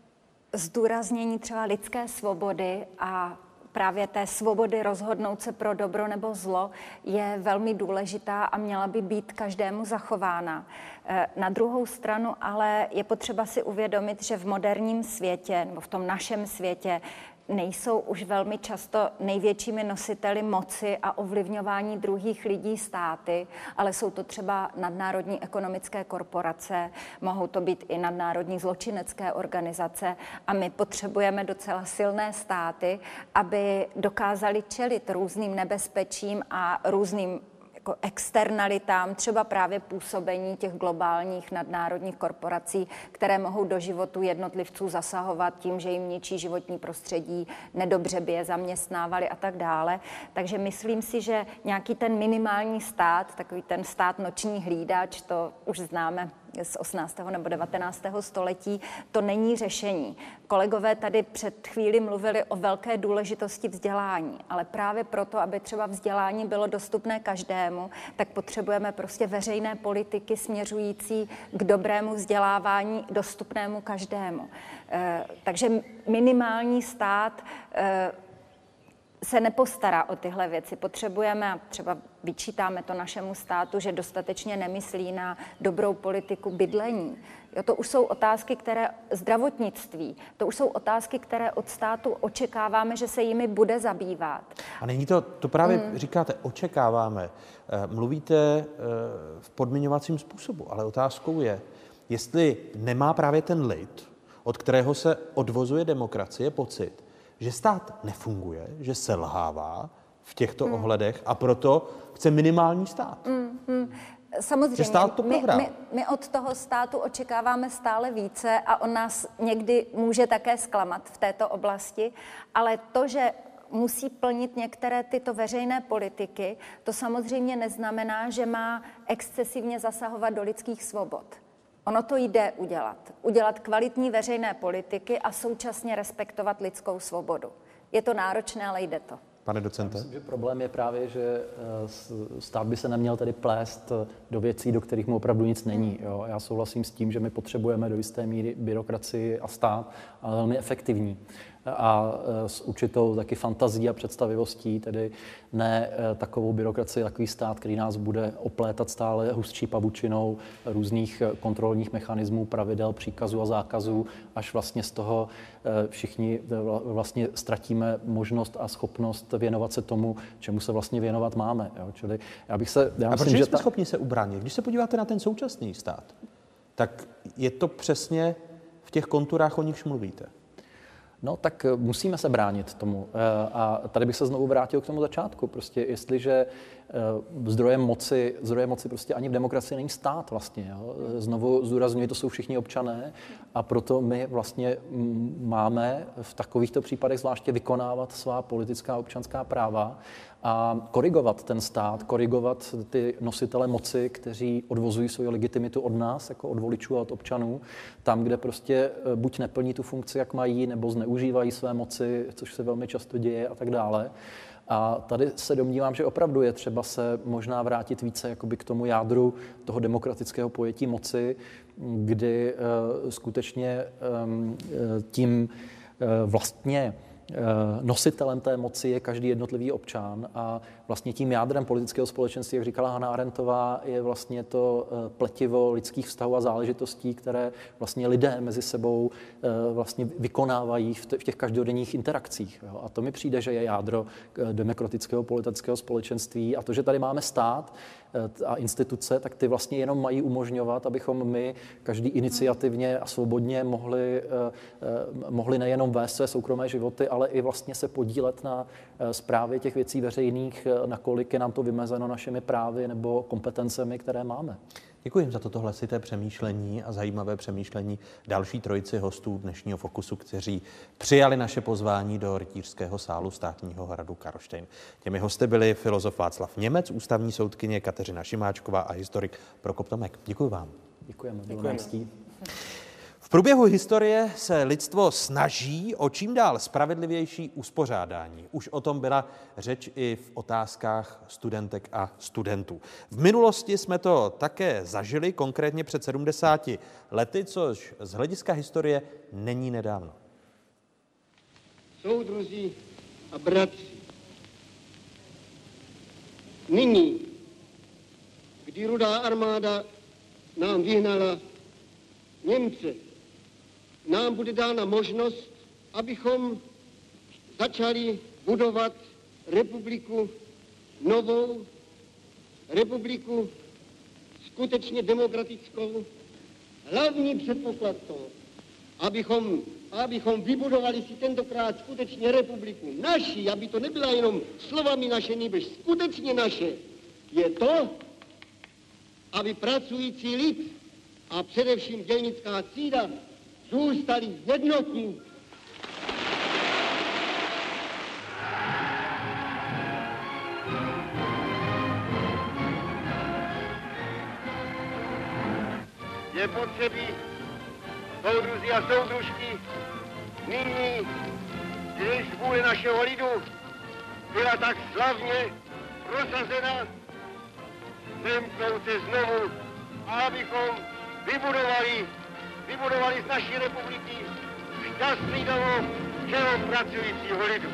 zdůraznění třeba lidské svobody a právě té svobody rozhodnout se pro dobro nebo zlo je velmi důležitá a měla by být každému zachována. Na druhou stranu ale je potřeba si uvědomit, že v moderním světě nebo v tom našem světě nejsou už velmi často největšími nositeli moci a ovlivňování druhých lidí státy, ale jsou to třeba nadnárodní ekonomické korporace, mohou to být i nadnárodní zločinecké organizace a my potřebujeme docela silné státy, aby dokázali čelit různým nebezpečím a různým jako externalitám, třeba právě působení těch globálních nadnárodních korporací, které mohou do životu jednotlivců zasahovat tím, že jim ničí životní prostředí, nedobře by je zaměstnávali a tak dále. Takže myslím si, že nějaký ten minimální stát, takový ten stát noční hlídač, to už známe z osmnáctého nebo devatenáctého století, to není řešení. Kolegové tady před chvíli mluvili o velké důležitosti vzdělání, ale právě proto, aby třeba vzdělání bylo dostupné každému, tak potřebujeme prostě veřejné politiky směřující k dobrému vzdělávání, dostupnému každému. E, takže minimální stát e, se nepostará o tyhle věci. Potřebujeme, a třeba vyčítáme to našemu státu, že dostatečně nemyslí na dobrou politiku bydlení. Jo, to už jsou otázky, které zdravotnictví, to už jsou otázky, které od státu očekáváme, že se jimi bude zabývat. A není to, to právě Hmm. říkáte, očekáváme. Mluvíte v podmiňovacím způsobu, ale otázkou je, jestli nemá právě ten lid, od kterého se odvozuje demokracie, pocit, že stát nefunguje, že selhává v těchto hmm. ohledech a proto chce minimální stát. Hmm, hmm. Samozřejmě, stát to my, my, my od toho státu očekáváme stále více a on nás někdy může také zklamat v této oblasti, ale to, že musí plnit některé tyto veřejné politiky, to samozřejmě neznamená, že má excesivně zasahovat do lidských svobod. Ono to jde udělat. Udělat kvalitní veřejné politiky a současně respektovat lidskou svobodu. Je to náročné, ale jde to. Pane docente? Myslím, že problém je právě, že stát by se neměl tedy plést do věcí, do kterých mu opravdu nic není. Jo? Já souhlasím s tím, že my potřebujeme do jisté míry byrokracii a stát, ale velmi efektivní. A s určitou taky fantazí a představivostí, tedy ne takovou byrokracii, takový stát, který nás bude oplétat stále hustší pavučinou různých kontrolních mechanismů, pravidel, příkazů a zákazů, až vlastně z toho všichni vlastně ztratíme možnost a schopnost věnovat se tomu, čemu se vlastně věnovat máme. Jo? Čili já bych se... Já a myslím, protože že jsme ta... schopni se ubránit? Když se podíváte na ten současný stát, tak je to přesně v těch konturách, o nichž mluvíte. No, tak musíme se bránit tomu. A tady bych se znovu vrátil k tomu začátku. Prostě jestliže zdrojem moci, zdrojem moci prostě ani v demokracii není stát vlastně. Jo. Znovu zdůrazňuji, to jsou všichni občané a proto my vlastně máme v takovýchto případech zvláště vykonávat svá politická a občanská práva a korigovat ten stát, korigovat ty nositele moci, kteří odvozují svou legitimitu od nás, jako od voličů a od občanů, tam, kde prostě buď neplní tu funkci, jak mají, nebo zneužívají své moci, což se velmi často děje a tak dále. A tady se domnívám, že opravdu je třeba se možná vrátit více jakoby k tomu jádru toho demokratického pojetí moci, kdy uh, skutečně um, tím uh, vlastně nositelem té moci je každý jednotlivý občan a vlastně tím jádrem politického společenství, jak říkala Hannah Arendtová, je vlastně to pletivo lidských vztahů a záležitostí, které vlastně lidé mezi sebou vlastně vykonávají v těch každodenních interakcích. A to mi přijde, že je jádro demokratického politického společenství a to, že tady máme stát a instituce, tak ty vlastně jenom mají umožňovat, abychom my každý iniciativně a svobodně mohli, mohli nejenom vést své soukromé životy, ale i vlastně se podílet na správě těch věcí veřejných, nakolik je nám to vymezeno našimi právy nebo kompetencemi, které máme. Děkuji za toto hlasité přemýšlení a zajímavé přemýšlení další trojici hostů dnešního Fokusu, kteří přijali naše pozvání do rytířského sálu Státního hradu Karlštejn. Těmi hosty byli filozof Václav Němec, ústavní soudkyně Kateřina Šimáčková a historik Prokop Tomek. Děkuji vám. Děkujeme. Děkujeme. V průběhu historie se lidstvo snaží o čím dál spravedlivější uspořádání. Už o tom byla řeč i v otázkách studentek a studentů. V minulosti jsme to také zažili, konkrétně před sedmdesáti lety, což z hlediska historie není nedávno. Soudruzi a bratři, nyní, kdy Rudá armáda nám vyhnala Němce, nám bude dána možnost, abychom začali budovat republiku novou, republiku skutečně demokratickou. Hlavní předpoklad to, abychom, abychom vybudovali si tentokrát skutečně republiku naši, aby to nebyla jenom slovami naše, nýbrž skutečně naše, je to, aby pracující lid a především dělnická třída zůstali jednotní. Je potřebí, soudruzi a soudružky, nyní, když vůle našeho lidu byla tak slavně prosazena, semknout se znovu, abychom vybudovali, vybudovali z naší republiky šťastný domov všeho pracujícího lidu.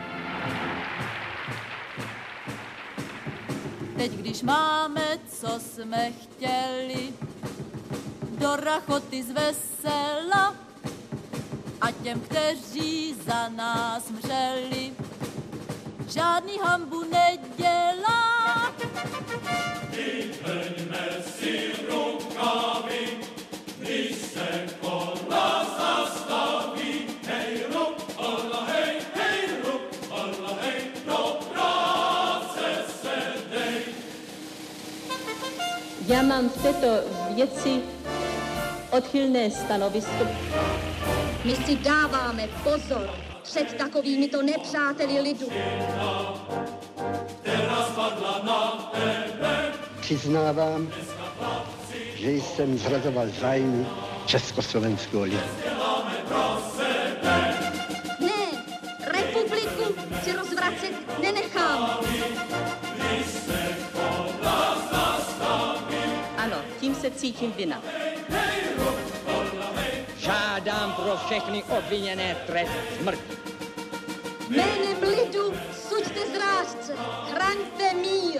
Teď, když máme, co jsme chtěli, do rachoty z vesela a těm, kteří za nás mřeli, žádný hanbu nedělá. Vytrňme si rukávy, když se kola zastaví. Hej, rup, hola, hej, hej, rup, hola, hej, do práce se dej. Já mám v této věci odchylné stanovisko. My si dáváme pozor před takovými to nepřáteli lidu. Přiznávám, že jsem zrazoval zájmy československého lidu. Ne, republiku si rozvracet nenechám. Ano, tím se cítím vina. Žádám pro všechny obviněné trest smrti. Jménem lidu suďte zrážce, chraňte mír.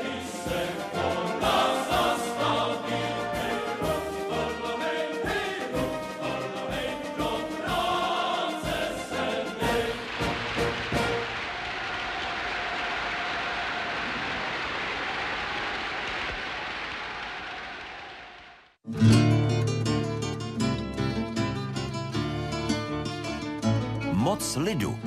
Moc lidu.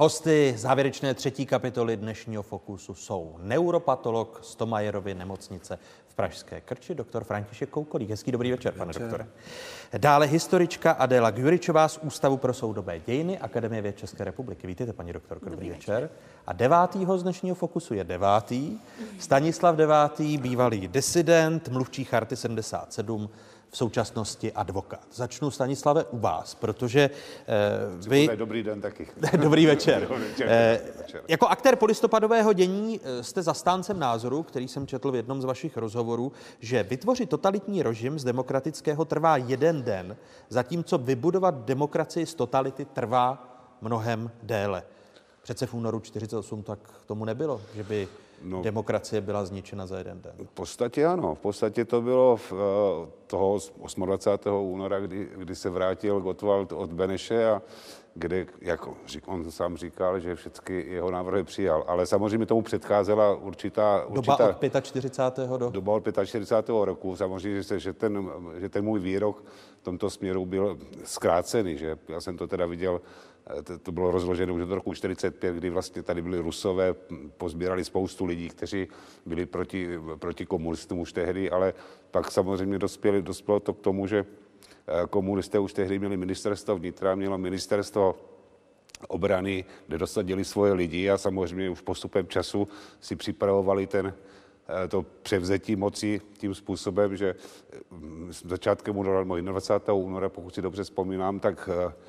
Hosty závěrečné třetí kapitoly dnešního Fokusu jsou neuropatolog z Thomayerovy nemocnice v Pražské Krči, doktor František Koukolík. Hezký dobrý večer, pane večer. doktore. Dále historička Adéla Gjuričová z Ústavu pro soudobé dějiny Akademie věd České republiky. Vítejte, paní doktorko, dobrý, dobrý večer. večer. A devátýho z dnešního Fokusu je devátý. Stanislav Devátý, bývalý disident, mluvčí Charty sedmdesát sedm, v současnosti advokát. Začnu, Stanislave, u vás, protože eh, vy... Dobrý den taky. Dobrý večer. Eh, jako aktér polistopadového dění jste zastáncem názoru, který jsem četl v jednom z vašich rozhovorů, že vytvořit totalitní režim z demokratického trvá jeden den, zatímco vybudovat demokracii z totality trvá mnohem déle. Přece v únoru čtyřicet osm tak tomu nebylo, že by no, demokracie byla zničena za jeden den. V podstatě ano. V podstatě to bylo v, toho dvacátého osmého února, kdy, kdy se vrátil Gottwald od Beneše a kde, jak on sám říkal, že všechny jeho návrhy přijal. Ale samozřejmě tomu předcházela určitá... určitá doba od čtyřicátého pátého do... Doba od čtyřicátého pátého roku. Samozřejmě, že, že, ten, že ten můj výrok v tomto směru byl zkrácený. Že já jsem to teda viděl, to, to bylo rozloženo už od roku čtyřicet pět, kdy vlastně tady byli Rusové, pozbírali spoustu lidí, kteří byli proti, proti komunistům už tehdy, ale pak samozřejmě dospěli, dospělo to k tomu, že komunisté už tehdy měli ministerstvo vnitra, mělo ministerstvo obrany, kde dosadili svoje lidi a samozřejmě už postupem času si připravovali ten, to převzetí moci tím způsobem, že začátkem února, dvacátého února, pokud si dobře vzpomínám, tak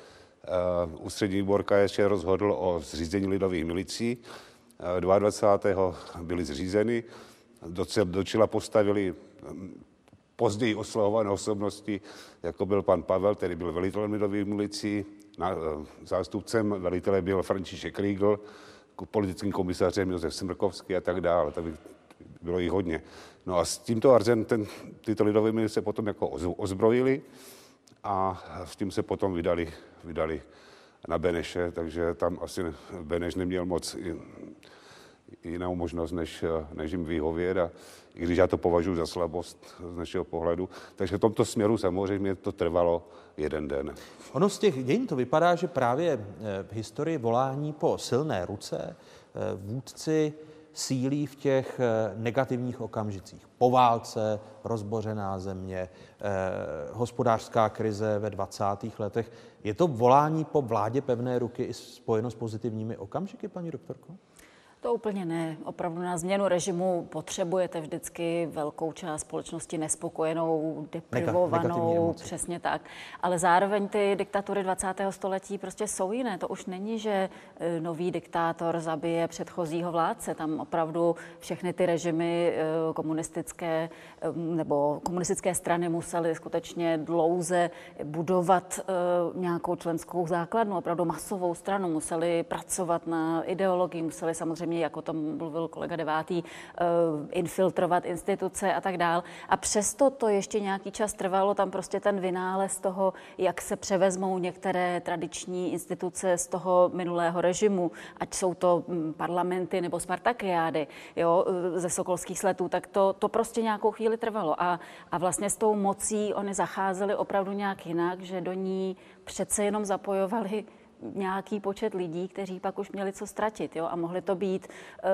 uh, ústřední výbor K S Č rozhodl o zřízení lidových milicí. Uh, dvacátého druhého byly zřízeny, do čela postavili později oslavované osobnosti, jako byl pan Pavel, který byl velitelem lidových milicí, na, zástupcem velitele byl František Riegl, politickým komisařem Josef Smrkovský a tak dále. To by bylo jich hodně. No a s tímto arzem ten, tyto lidové milice potom jako ozbrojili a s tím se potom vydali, vydali na Beneše, takže tam asi Beneš neměl moc jinou možnost, než, než jim vyhovět, a i když já to považuji za slabost z našeho pohledu. Takže v tomto směru samozřejmě to trvalo jeden den. Ono z těch dějin to vypadá, že právě v historii volání po silné ruce vůdci sílí v těch negativních okamžicích. Po válce, rozbořená země, eh, hospodářská krize ve dvacátých letech. Je to volání po vládě pevné ruky i spojeno s pozitivními okamžiky, paní doktorko? To úplně ne. Opravdu na změnu režimu potřebujete vždycky velkou část společnosti nespokojenou, deprivovanou, přesně tak. Ale zároveň ty diktatury dvacátého století prostě jsou jiné. To už není, že nový diktátor zabije předchozího vládce. Tam opravdu všechny ty režimy komunistické nebo komunistické strany musely skutečně dlouze budovat nějakou členskou základnu, opravdu masovou stranu. Museli pracovat na ideologii, museli samozřejmě, jako tam mluvil kolega Devátý, uh, infiltrovat instituce a tak dál. A přesto to ještě nějaký čas trvalo, tam prostě ten vynález toho, jak se převezmou některé tradiční instituce z toho minulého režimu, ať jsou to parlamenty nebo spartakiády, jo, ze sokolských sletů, tak to, to prostě nějakou chvíli trvalo. A, a vlastně s tou mocí oni zacházeli opravdu nějak jinak, že do ní přece jenom zapojovali nějaký počet lidí, kteří pak už měli co ztratit, jo? A mohli to být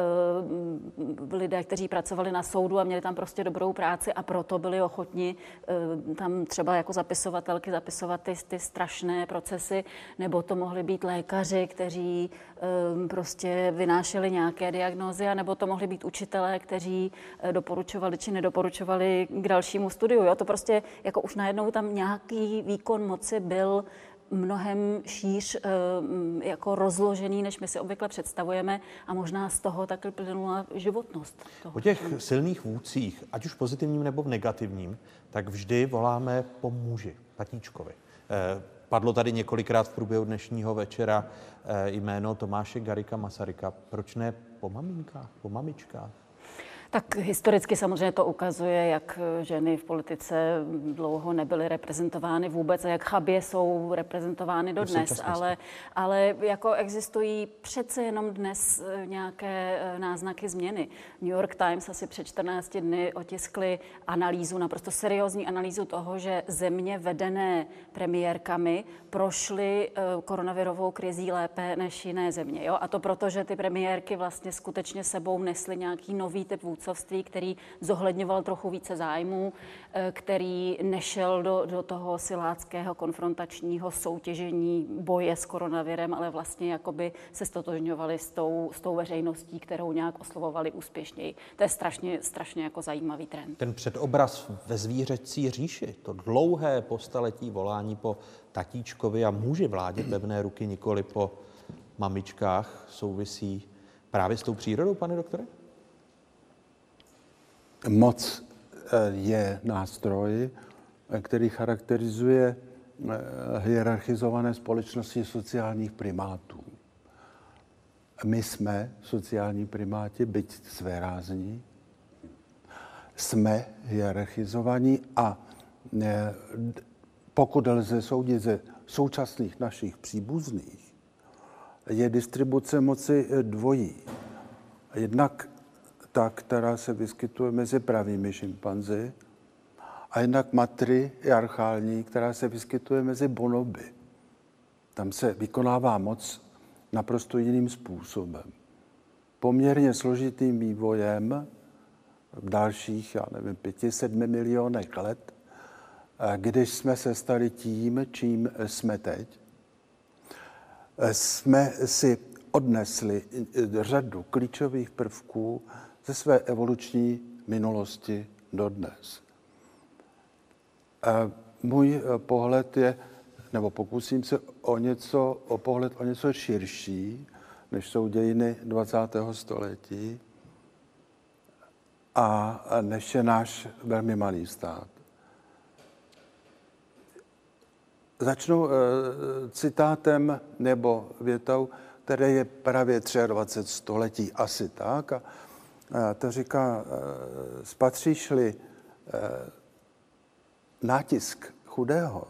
uh, lidé, kteří pracovali na soudu a měli tam prostě dobrou práci a proto byli ochotni uh, tam třeba jako zapisovatelky zapisovat ty, ty strašné procesy, nebo to mohli být lékaři, kteří uh, prostě vynášeli nějaké diagnózy, a nebo to mohli být učitelé, kteří uh, doporučovali či nedoporučovali k dalšímu studiu, jo? To prostě jako už najednou tam nějaký výkon moci byl mnohem šíř jako rozložený, než my si obvykle představujeme, a možná z toho taky plynula životnost toho. O těch silných vůdcích, ať už pozitivním nebo v negativním, tak vždy voláme po muži, tatíčkovi. Padlo tady několikrát v průběhu dnešního večera jméno Tomáše Garrigua Masaryka. Proč ne po maminkách, po mamičkách? Tak historicky samozřejmě to ukazuje, jak ženy v politice dlouho nebyly reprezentovány vůbec a jak chabě jsou reprezentovány dodnes, ale, ale jako existují přece jenom dnes nějaké náznaky změny. New York Times asi před čtrnácti dny otiskli analýzu, naprosto seriózní analýzu toho, že země vedené premiérkami prošly koronavirovou krizí lépe než jiné země. Jo? A to proto, že ty premiérky vlastně skutečně sebou nesly nějaký nový typ vůdcovství, který zohledňoval trochu více zájmů, který nešel do, do toho siláckého konfrontačního soutěžení boje s koronavirem, ale vlastně jakoby se stotožňovali s tou, s tou veřejností, kterou nějak oslovovali úspěšněji. To je strašně, strašně jako zajímavý trend. Ten předobraz ve zvířecí říši, to dlouhé po staletí volání po tatíčkovi a muži vládě pevné ruky, nikoli po mamičkách, souvisí právě s tou přírodou, pane doktore? Moc je nástroj, který charakterizuje hierarchizované společnosti sociálních primátů. My jsme sociální primáti, byť svérázní, jsme hierarchizovaní a pokud lze soudit ze současných našich příbuzných, je distribuce moci dvojí. Jednak ta, která se vyskytuje mezi pravými šimpanzi, a jednak matriarchální, která se vyskytuje mezi bonoby. Tam se vykonává moc naprosto jiným způsobem. Poměrně složitým vývojem v dalších, já nevím, pěti, sedmi milionech let, když jsme se stali tím, čím jsme teď, jsme si odnesli řadu klíčových prvků ze své evoluční minulosti dodnes. Můj pohled je, nebo pokusím se o něco, o pohled o něco širší, než jsou dějiny dvacátého století a než je náš velmi malý stát. Začnu uh, citátem nebo větou, které je právě dvacet tři století, asi tak. A, a to říká, uh, spatříš-li uh, nátisk chudého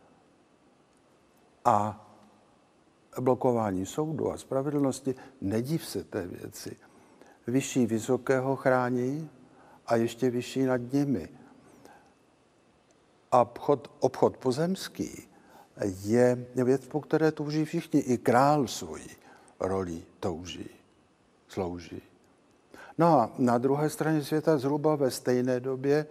a blokování soudu a spravedlnosti, nediv se té věci. Vyšší vysokého chrání a ještě vyšší nad nimi. A obchod, obchod pozemský je věc, po které touží všichni. I král svoji roli touží, slouží. No a na druhé straně světa zhruba ve stejné době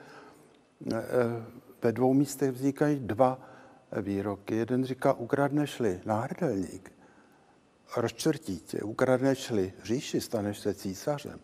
ve dvou místech vznikají dva výroky. Jeden říká, ukradneš-li náhrdelník, rozčertí tě, ukradneš-li říši, staneš se císařem.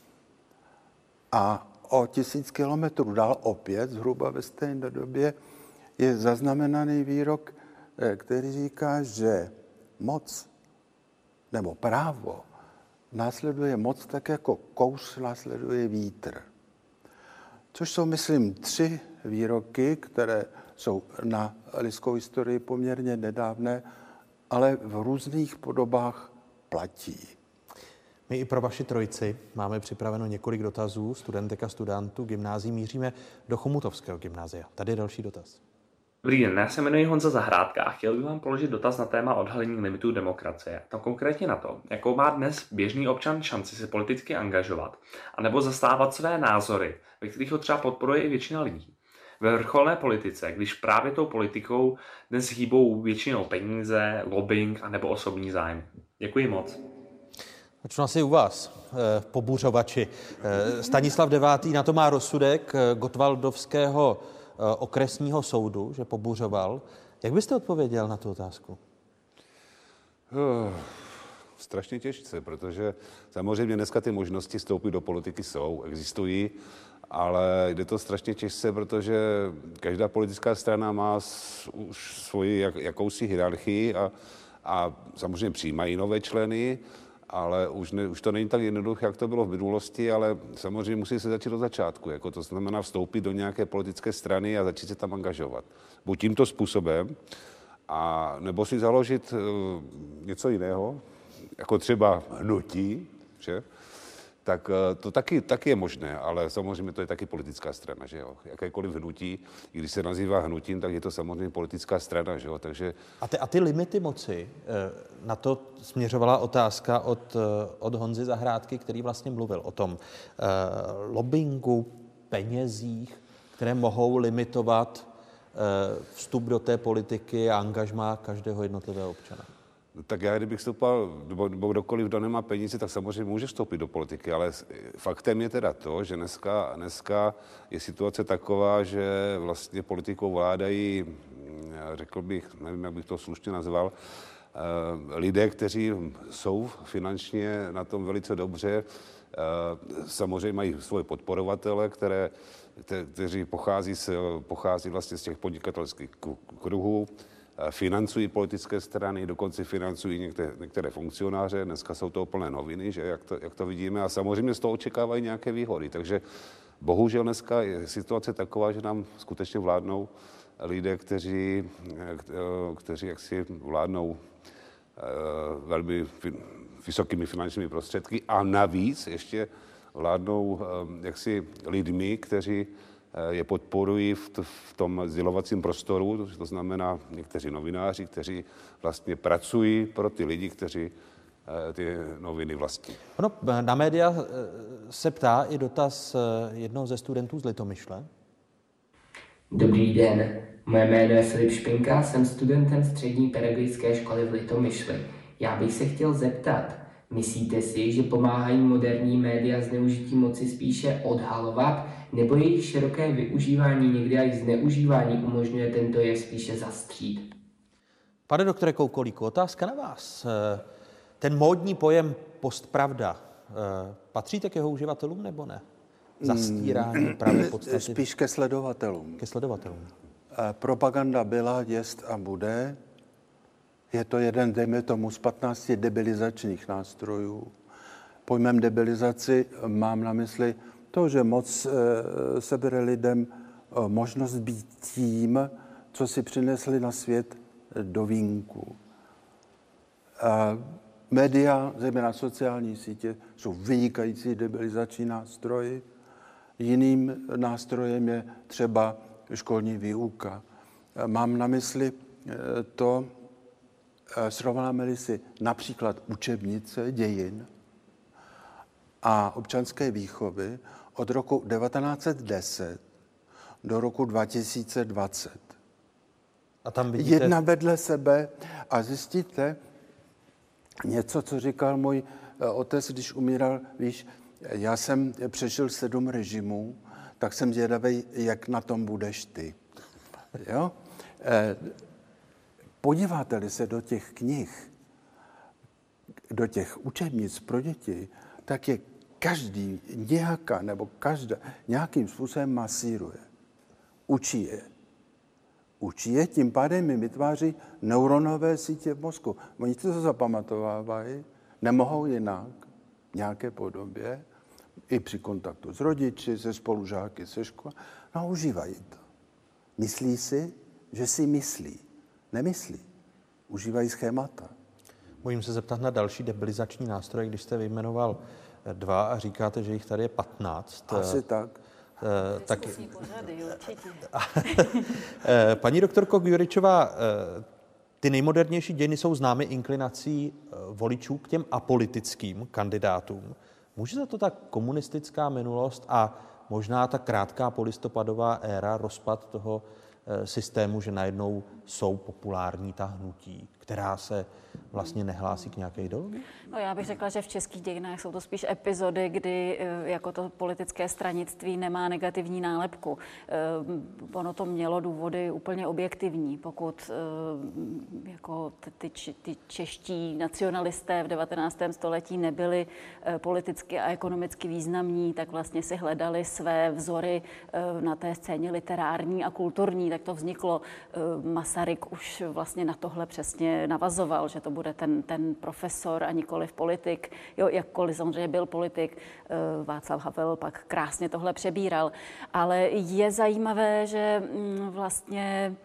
A o tisíc kilometrů dál opět, zhruba ve stejné době, je zaznamenaný výrok, který říká, že moc nebo právo následuje moc tak, jako kous následuje vítr. Což jsou, myslím, tři výroky, které jsou na lidskou historii poměrně nedávné, ale v různých podobách platí. My i pro vaši trojici máme připraveno několik dotazů studentek a studentů gymnázií. Míříme do Chomutovského gymnázia. Tady je další dotaz. Dobrý den, já se jmenuji Honza Zahrádka a chtěl bych vám položit dotaz na téma odhalení limitů demokracie. Tam konkrétně na to, jakou má dnes běžný občan šanci se politicky angažovat, anebo zastávat své názory, ve kterých ho třeba podporuje i většina lidí. Ve vrcholné politice, když právě tou politikou dnes hýbou většinou peníze, lobbying a nebo osobní zájem. Děkuji moc. Začnu asi u vás, pobuřovači. Stanislav devátý na to má rozsudek Gottwaldovského okresního soudu, že pobuřoval. Jak byste odpověděl na tu otázku? Uh, strašně těžce, protože samozřejmě dneska ty možnosti vstoupit do politiky jsou, existují, ale jde to strašně těžce, protože každá politická strana má už svoji jak, jakousi hierarchii a, a samozřejmě přijímají nové členy, ale už, ne, už to není tak jednoduché, jak to bylo v minulosti, ale samozřejmě musí se začít od začátku. Jako to znamená vstoupit do nějaké politické strany a začít se tam angažovat. Buď tímto způsobem, a nebo si založit uh, něco jiného, jako třeba hnutí, že? tak to taky, taky je možné, ale samozřejmě to je taky politická strana, že jo. Jakékoliv hnutí, i když se nazývá hnutím, tak je to samozřejmě politická strana, že jo, takže... A ty, a ty limity moci, na to směřovala otázka od, od Honzy Zahrádky, který vlastně mluvil o tom eh, lobbingu, penězích, které mohou limitovat eh, vstup do té politiky a angažmá každého jednotlivého občana. Tak já, kdybych vstoupal, nebo kdokoliv, kdo nemá peníze, tak samozřejmě může vstoupit do politiky, ale faktem je teda to, že dneska, dneska je situace taková, že vlastně politikou vládají, řekl bych, nevím, jak bych to slušně nazval, lidé, kteří jsou finančně na tom velice dobře, samozřejmě mají svoje podporovatele, které, kte, kteří pochází, z, pochází vlastně z těch podnikatelských kruhů, financují politické strany, dokonce financují některé, některé funkcionáře, dneska jsou to plné noviny, že jak to, jak to vidíme, a samozřejmě z toho očekávají nějaké výhody. Takže bohužel dneska je situace taková, že nám skutečně vládnou lidé, kteří, kteří jaksi vládnou velmi vysokými finančními prostředky a navíc ještě vládnou jaksi lidmi, kteří je podporují v, t- v tom sdělovacím prostoru, to znamená někteří novináři, kteří vlastně pracují pro ty lidi, kteří eh, ty noviny vlastní. Ono, na média se ptá i dotaz jednoho ze studentů z Litomyšle. Dobrý den, moje jméno je Filip Špinka, jsem studentem střední pedagogické školy v Litomyšli. Já bych se chtěl zeptat, myslíte si, že pomáhají moderní média zneužití moci spíše odhalovat, nebo jejich široké využívání, někdy až zneužívání umožňuje tento jev spíše zastřít? Pane doktore Koukolíku, otázka na vás. Ten módní pojem postpravda, patříte k jeho uživatelům nebo ne? Zastírání právě podstaty. Spíš ke sledovatelům. Ke sledovatelům. Propaganda byla, jest a bude. Je to jeden, dejme tomu, z patnácti debilizačních nástrojů. Pojmem debilizaci mám na mysli to, že moc e, sebere lidem e, možnost být tím, co si přinesli na svět do vínku. E, média, zejména sociální sítě, jsou vynikající debilizační nástroji. Jiným nástrojem je třeba školní výuka. E, mám na mysli e, to, e, srovnáme-li si například učebnice dějin a občanské výchovy od roku devatenáct set deset do roku dva tisíce dvacet. A tam vidíte... Jedna vedle sebe a zjistíte něco, co říkal můj otec, když umíral. Víš, já jsem přežil sedm režimů, tak jsem zvědavý, jak na tom budeš ty. Jo? Podíváte-li se do těch knih, do těch učebnic pro děti, tak je každý nějaká nebo každá nějakým způsobem masíruje. Učí je. Učí je, tím pádem jim vytváří neuronové sítě v mozku. Oni to zapamatovávají, nemohou jinak v nějaké podobě, i při kontaktu s rodiči, se spolužáky, se školou, no užívají to. Myslí si, že si myslí. Nemyslí. Užívají schémata. Můžeme se zeptat na další debilizační nástroj, když jste vyjmenoval dva a říkáte, že jich tady je patnáct. Asi tak. Uh, tak... Paní doktorko Gjuričová, ty nejmodernější dějiny jsou známy inklinací voličů k těm apolitickým kandidátům. Může za to ta komunistická minulost a možná ta krátká polistopadová éra, rozpad toho systému, že najednou jsou populární ta hnutí, která se vlastně nehlásí k nějaké ideologii? No, já bych řekla, že v českých dějinách jsou to spíš epizody, kdy jako to politické stranictví nemá negativní nálepku. Ono to mělo důvody úplně objektivní. Pokud jako ty, ty čeští nacionalisté v devatenáctém století nebyli politicky a ekonomicky významní, tak vlastně si hledali své vzory na té scéně literární a kulturní, tak to vzniklo. Masaryk už vlastně na tohle přesně navazoval, že to bude ten, ten profesor a nikoliv politik. Jo, jakkoliv samozřejmě byl politik, Václav Havel pak krásně tohle přebíral. Ale je zajímavé, že vlastně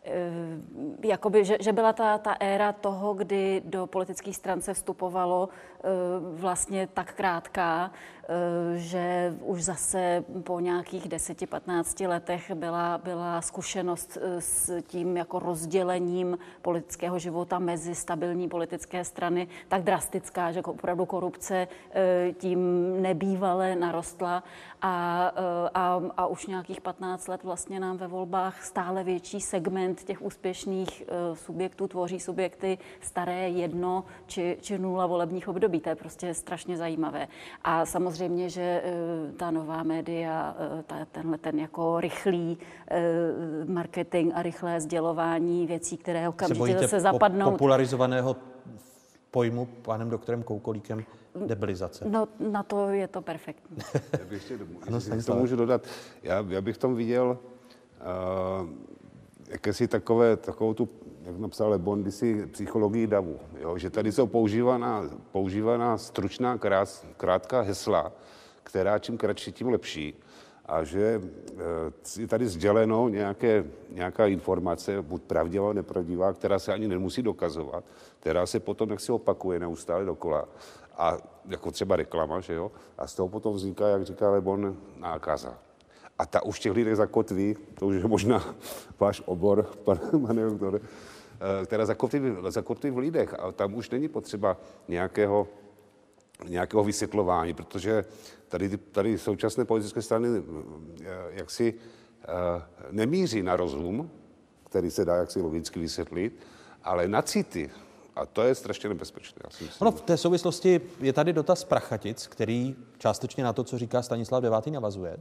jakoby, že, že byla ta, ta éra toho, kdy do politických stran se vstupovalo vlastně tak krátká, že už zase po nějakých deseti patnácti letech byla, byla zkušenost s tím jako rozdělením politického života mezi stabilní politické strany tak drastická, že opravdu korupce tím nebývale narostla a, a, a už nějakých patnáct let vlastně nám ve volbách stále větší segment těch úspěšných subjektů tvoří subjekty staré jedno či, či nula volebních období. To je prostě strašně zajímavé. A samozřejmě, že ta nová média, ta, tenhle ten jako rychlý marketing a rychlé sdělování věcí, které okamžitě zase zapadnou. Po, popularizovaného pojmu panem doktorem Koukolíkem debilizace. No, na to je to perfektní. Já bych ještě ano, to můžu dodat. Já, já bych tam viděl uh, jakési takové, takovou tu, jak napsal Le Bon, si psychologii davu. Jo? Že tady jsou používaná, používaná stručná, krát, krátká hesla, která čím kratší, tím lepší. A že uh, je tady sděleno nějaké, nějaká informace, buď pravdivá, nepravdivá, která se ani nemusí dokazovat, která se potom jak si opakuje neustále dokola. A jako třeba reklama, že jo? A z toho potom vzniká, jak říká Le Bon, nákaza. A ta už těch lidech zakotví, to už je možná váš obor, pane doktore, která zakotví, zakotví v lidech. A tam už není potřeba nějakého, nějakého vysvětlování, protože tady, tady současné politické strany jaksi nemíří na rozum, který se dá jaksi logicky vysvětlit, ale na city. A to je strašně nebezpečné. Ono v té souvislosti je tady dotaz Prachatic, který částečně na to, co říká Stanislav Devátý, navazuje.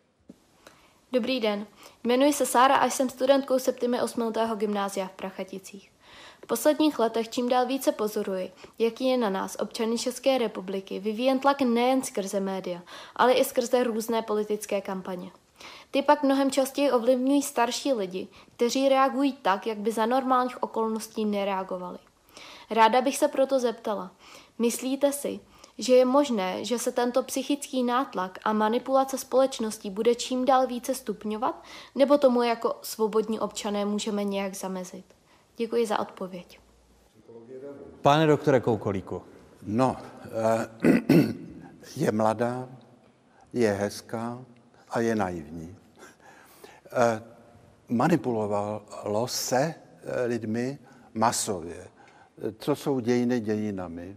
Dobrý den. Jmenuji se Sára a jsem studentkou Septimy osmilutého gymnázia v Prachaticích. V posledních letech čím dál více pozoruji, jaký je na nás, občany České republiky, vyvíjen tlak nejen skrze média, ale i skrze různé politické kampaně. Ty pak mnohem častěji ovlivňují starší lidi, kteří reagují tak, jak by za normálních okolností nereagovali. Ráda bych se proto zeptala, myslíte si, že je možné, že se tento psychický nátlak a manipulace společností bude čím dál více stupňovat, nebo tomu jako svobodní občané můžeme nějak zamezit? Děkuji za odpověď. Pane doktore Koukolíku. No, je mladá, je hezká a je naivní. Manipulovalo se lidmi masově. Co jsou dějiny dějinami?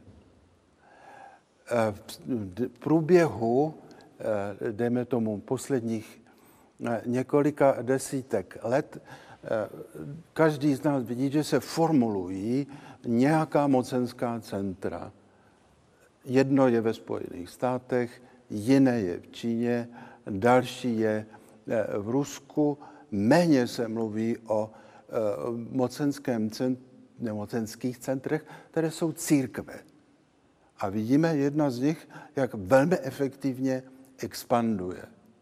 V průběhu, dejme tomu, posledních několika desítek let, každý z nás vidí, že se formulují nějaká mocenská centra. Jedno je ve Spojených státech, jiné je v Číně, další je v Rusku. Méně se mluví o mocenském centru, nemocenských centrech, které jsou církve. A vidíme jedna z nich, jak velmi efektivně expanduje.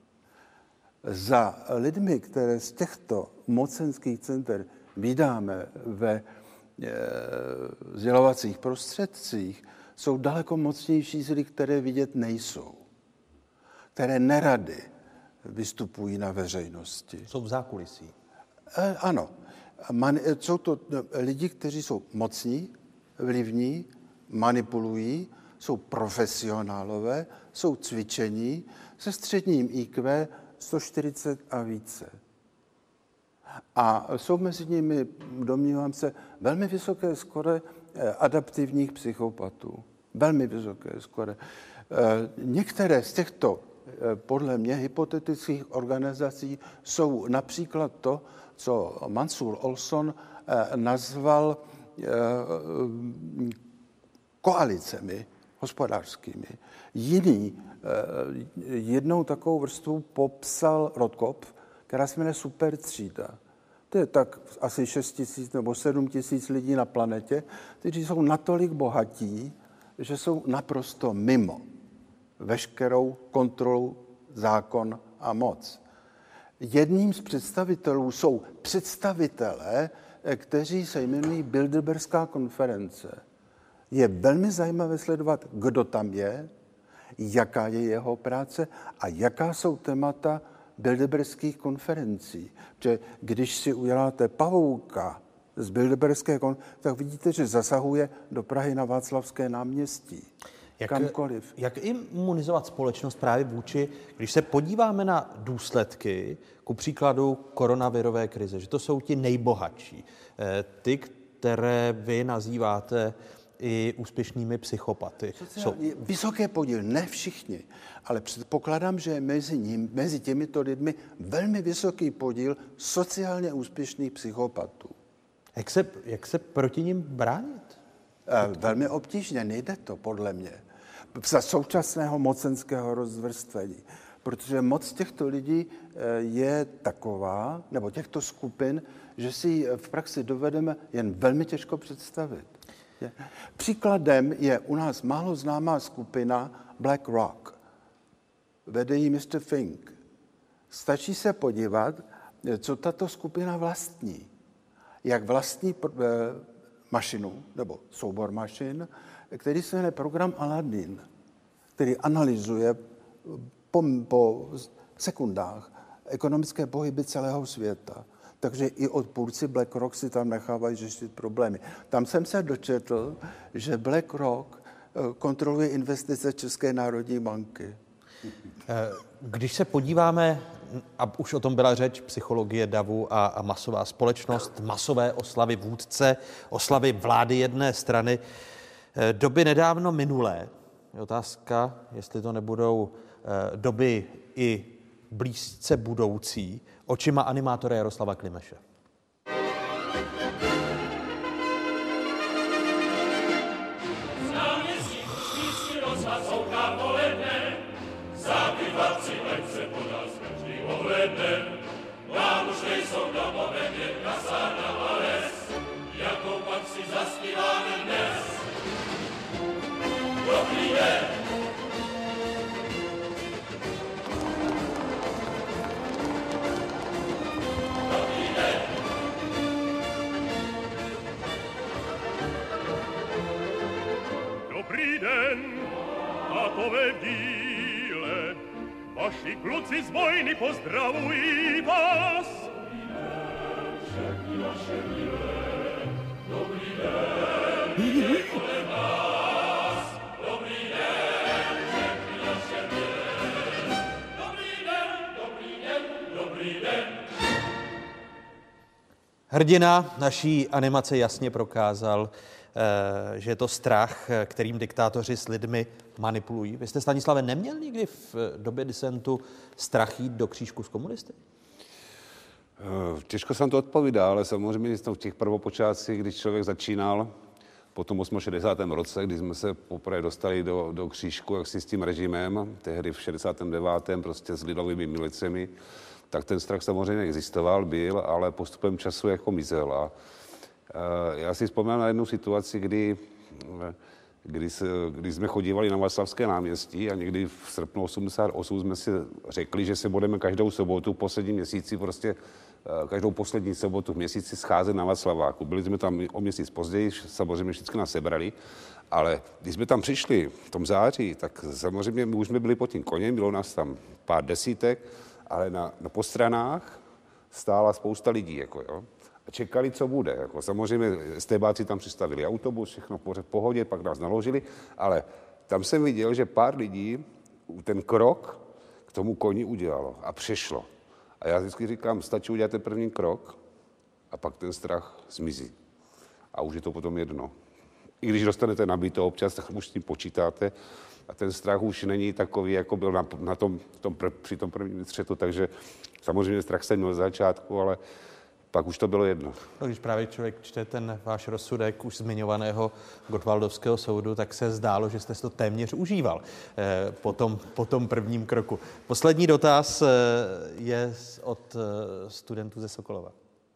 Za lidmi, které z těchto mocenských center vydáme ve sdělovacích prostředcích, jsou daleko mocnější síly, které vidět nejsou, které nerady vystupují na veřejnosti. Jsou v zákulisí. E, ano. Man, jsou to lidi, kteří jsou mocní, vlivní, manipulují, jsou profesionálové, jsou cvičení se středním í kvé sto čtyřicet a více. A jsou mezi nimi, domnívám se, velmi vysoké skore adaptivních psychopatů. Velmi vysoké skore. Některé z těchto, podle mě, hypotetických organizací jsou například to, co Mansur Olson nazval koalicemi hospodářskými. Jiný jednou takovou vrstvu popsal Rothkopf, která se jmenuje supertřída. To je tak asi šest tisíc nebo sedm tisíc lidí na planetě, kteří jsou natolik bohatí, že jsou naprosto mimo veškerou kontrolu, zákon a moc. Jedním z představitelů jsou představitelé, kteří se jmenují Bilderbergská konference. Je velmi zajímavé sledovat, kdo tam je, jaká je jeho práce a jaká jsou témata bilderberských konferencí. Že když si uděláte pavouka z bilderberské konference, tak vidíte, že zasahuje do Prahy na Václavské náměstí. Jak, kamkoliv. Jak imunizovat společnost právě vůči, když se podíváme na důsledky, ku příkladu koronavirové krize, že to jsou ti nejbohatší, ty, které vy nazýváte i úspěšnými psychopaty. Jsou... Vysoké podíl, ne všichni, ale předpokládám, že mezi ním, mezi těmito lidmi velmi vysoký podíl sociálně úspěšných psychopatů. Jak se, jak se proti nim bránit? Velmi obtížně, nejde to, podle mě. Za současného mocenského rozvrstvení. Protože moc těchto lidí je taková, nebo těchto skupin, že si ji v praxi dovedeme jen velmi těžko představit. Příkladem je u nás málo známá skupina Black Rock. Vede ji mister Fink. Stačí se podívat, co tato skupina vlastní. Jak vlastní mašinu, nebo soubor mašin, který se jmenuje program Aladdin, který analyzuje po, po sekundách ekonomické pohyby celého světa. Takže i odpůrci BlackRock si tam nechávají řešit problémy. Tam jsem se dočetl, že BlackRock kontroluje investice České národní banky. Když se podíváme, a už o tom byla řeč, psychologie davu a, a masová společnost, masové oslavy vůdce, oslavy vlády jedné strany, doby nedávno minulé, je otázka, jestli to nebudou doby i blízce budoucí, očima animátora Jaroslava Klimeše. Vaši kluci z vojny pozdravují vás. Všechny naše milé, dobrý den, je kolem nás. Dobrý den, všechny naše milé. Dobrý den, dobrý den, dobrý den. Hrdina naší animace jasně prokázal, že je to strach, kterým diktátoři s lidmi manipulují. Vy jste, Stanislave, neměl nikdy v době disentu strach jít do křížku s komunisty? Těžko jsem to odpovídal, ale samozřejmě v těch prvopočátcích, když člověk začínal po tom šedesátém osmém roce, kdy jsme se poprvé dostali do, do křížku jaksi s tím režimem, tehdy v šedesátém devátém prostě s lidovými milicemi, tak ten strach samozřejmě existoval, byl, ale postupem času jako mizel. A já si vzpomínám na jednu situaci, kdy, kdy, se, kdy jsme chodívali na Václavské náměstí a někdy v srpnu osmdesát osm jsme si řekli, že se budeme každou sobotu v posledním měsíci, prostě každou poslední sobotu v měsíci scházet na Václaváku. Byli jsme tam o měsíc později, samozřejmě všichni nás sebrali, ale když jsme tam přišli v tom září, tak samozřejmě my už jsme byli pod tím koněm, bylo nás tam pár desítek, ale na, na postranách stála spousta lidí, jako jo. A čekali, co bude. Jako, samozřejmě stébáci tam přistavili autobus, všechno v pohodě, pak nás naložili, ale tam jsem viděl, že pár lidí ten krok k tomu koni udělalo a přešlo. A já vždycky říkám, stačí udělat ten první krok a pak ten strach zmizí. A už je to potom jedno. I když dostanete nabito občas, tak už s tím počítáte a ten strach už není takový, jako byl na, na tom, tom, při tom prvním střetu, takže samozřejmě strach se měl z začátku, ale pak už to bylo jedno. No, když právě člověk čte ten váš rozsudek už zmiňovaného Gottwaldovského soudu, tak se zdálo, že jste to téměř užíval eh, po, tom, po tom prvním kroku. Poslední dotaz eh, je od eh, studentů ze Sokolova.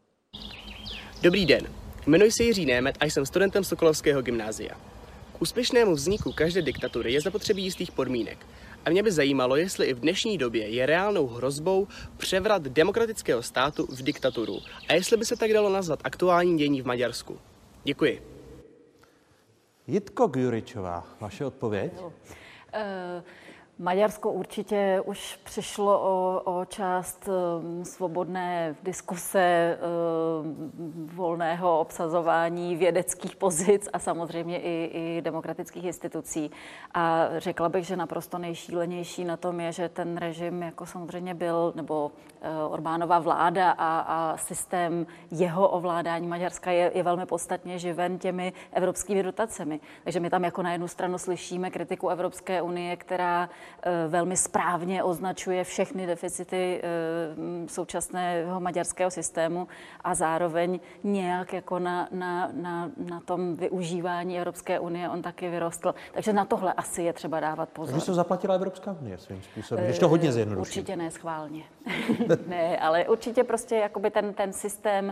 Dobrý den, jmenuji se Jiří Német a jsem studentem Sokolovského gymnázia. K úspěšnému vzniku každé diktatury je zapotřebí jistých podmínek. A mě by zajímalo, jestli i v dnešní době je reálnou hrozbou převrat demokratického státu v diktaturu. A jestli by se tak dalo nazvat aktuální dění v Maďarsku. Děkuji. Jitko Gjuričová, vaše odpověď? Uh, Maďarsko určitě už přišlo o, o část um, svobodné diskuse, um, volného obsazování vědeckých pozic a samozřejmě i, i demokratických institucí. A řekla bych, že naprosto nejšílenější na tom je, že ten režim jako samozřejmě byl, nebo uh, Orbánova vláda a, a systém jeho ovládání Maďarska je, je velmi podstatně živen těmi evropskými dotacemi. Takže my tam jako na jednu stranu slyšíme kritiku Evropské unie, která velmi správně označuje všechny deficity současného maďarského systému a zároveň nějak jako na, na, na, na tom využívání Evropské unie on taky vyrostl. Takže na tohle asi je třeba dávat pozor. Takže to zaplatila Evropská unie svým způsobem, když to hodně zjednoduší. Určitě ne schválně. Ne, ale určitě prostě jakoby ten, ten systém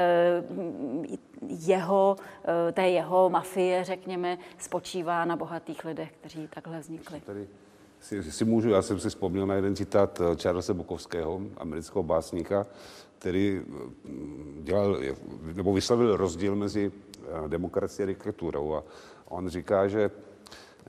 jeho, té jeho mafie, řekněme, spočívá na bohatých lidech, kteří takhle vznikli. Si, si můžu, já jsem si vzpomněl na jeden citát Charlesa Bukowského, amerického básníka, který dělal, nebo vyslovil rozdíl mezi demokracií a diktaturou. A on říká, že eh,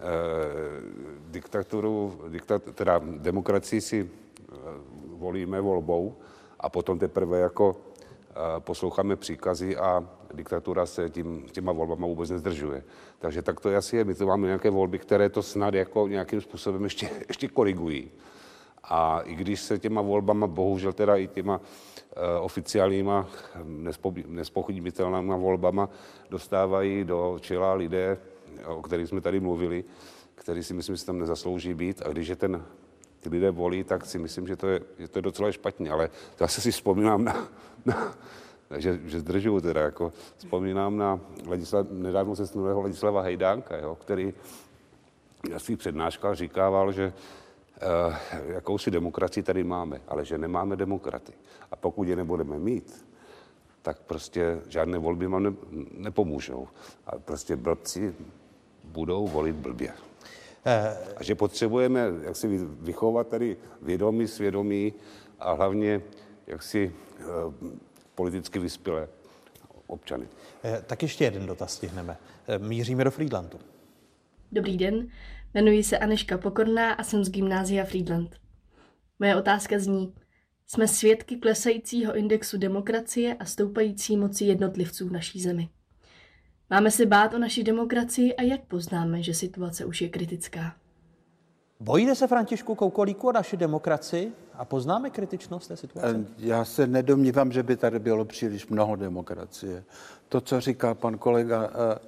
diktaturu, diktat, teda demokracii si volíme volbou a potom teprve jako eh, posloucháme příkazy a diktatura se tím, těma volbama vůbec nezdržuje. Takže tak to asi je. My tu máme nějaké volby, které to snad jako nějakým způsobem ještě, ještě korigují. A i když se těma volbama, bohužel teda i těma uh, oficiálníma, nespochybnitelnýma volbama dostávají do čela lidé, o kterých jsme tady mluvili, kteří si myslím, že tam nezaslouží být. A když je ten, ty lidé volí, tak si myslím, že to je, že to je docela špatně. Ale zase si vzpomínám na... na Takže že zdržuju teda, jako vzpomínám na Ladislav, nedávno zesnulého Ladislava Hejdánka, jo, který na svých přednáškách říkával, že uh, jakousi demokracii tady máme, ale že nemáme demokraty. A pokud je nebudeme mít, tak prostě žádné volby vám ne, nepomůžou. A prostě blbci budou volit blbě. A že potřebujeme jak si vychovat tady vědomí, svědomí a hlavně jak si uh, politicky vyspělé občany. Tak ještě jeden dotaz stihneme. Míříme do Frýdlantu. Dobrý den, jmenuji se Anežka Pokorná a jsem z gymnázia Frýdlant. Moje otázka zní, jsme svědky klesajícího indexu demokracie a stoupající moci jednotlivců v naší zemi. Máme se bát o naši demokracii a jak poznáme, že situace už je kritická? Bojíte se, Františku Koukolíku, o naši demokracii a poznáme kritičnost té situace? Já se nedomnívám, že by tady bylo příliš mnoho demokracie. To, co říká pan kolega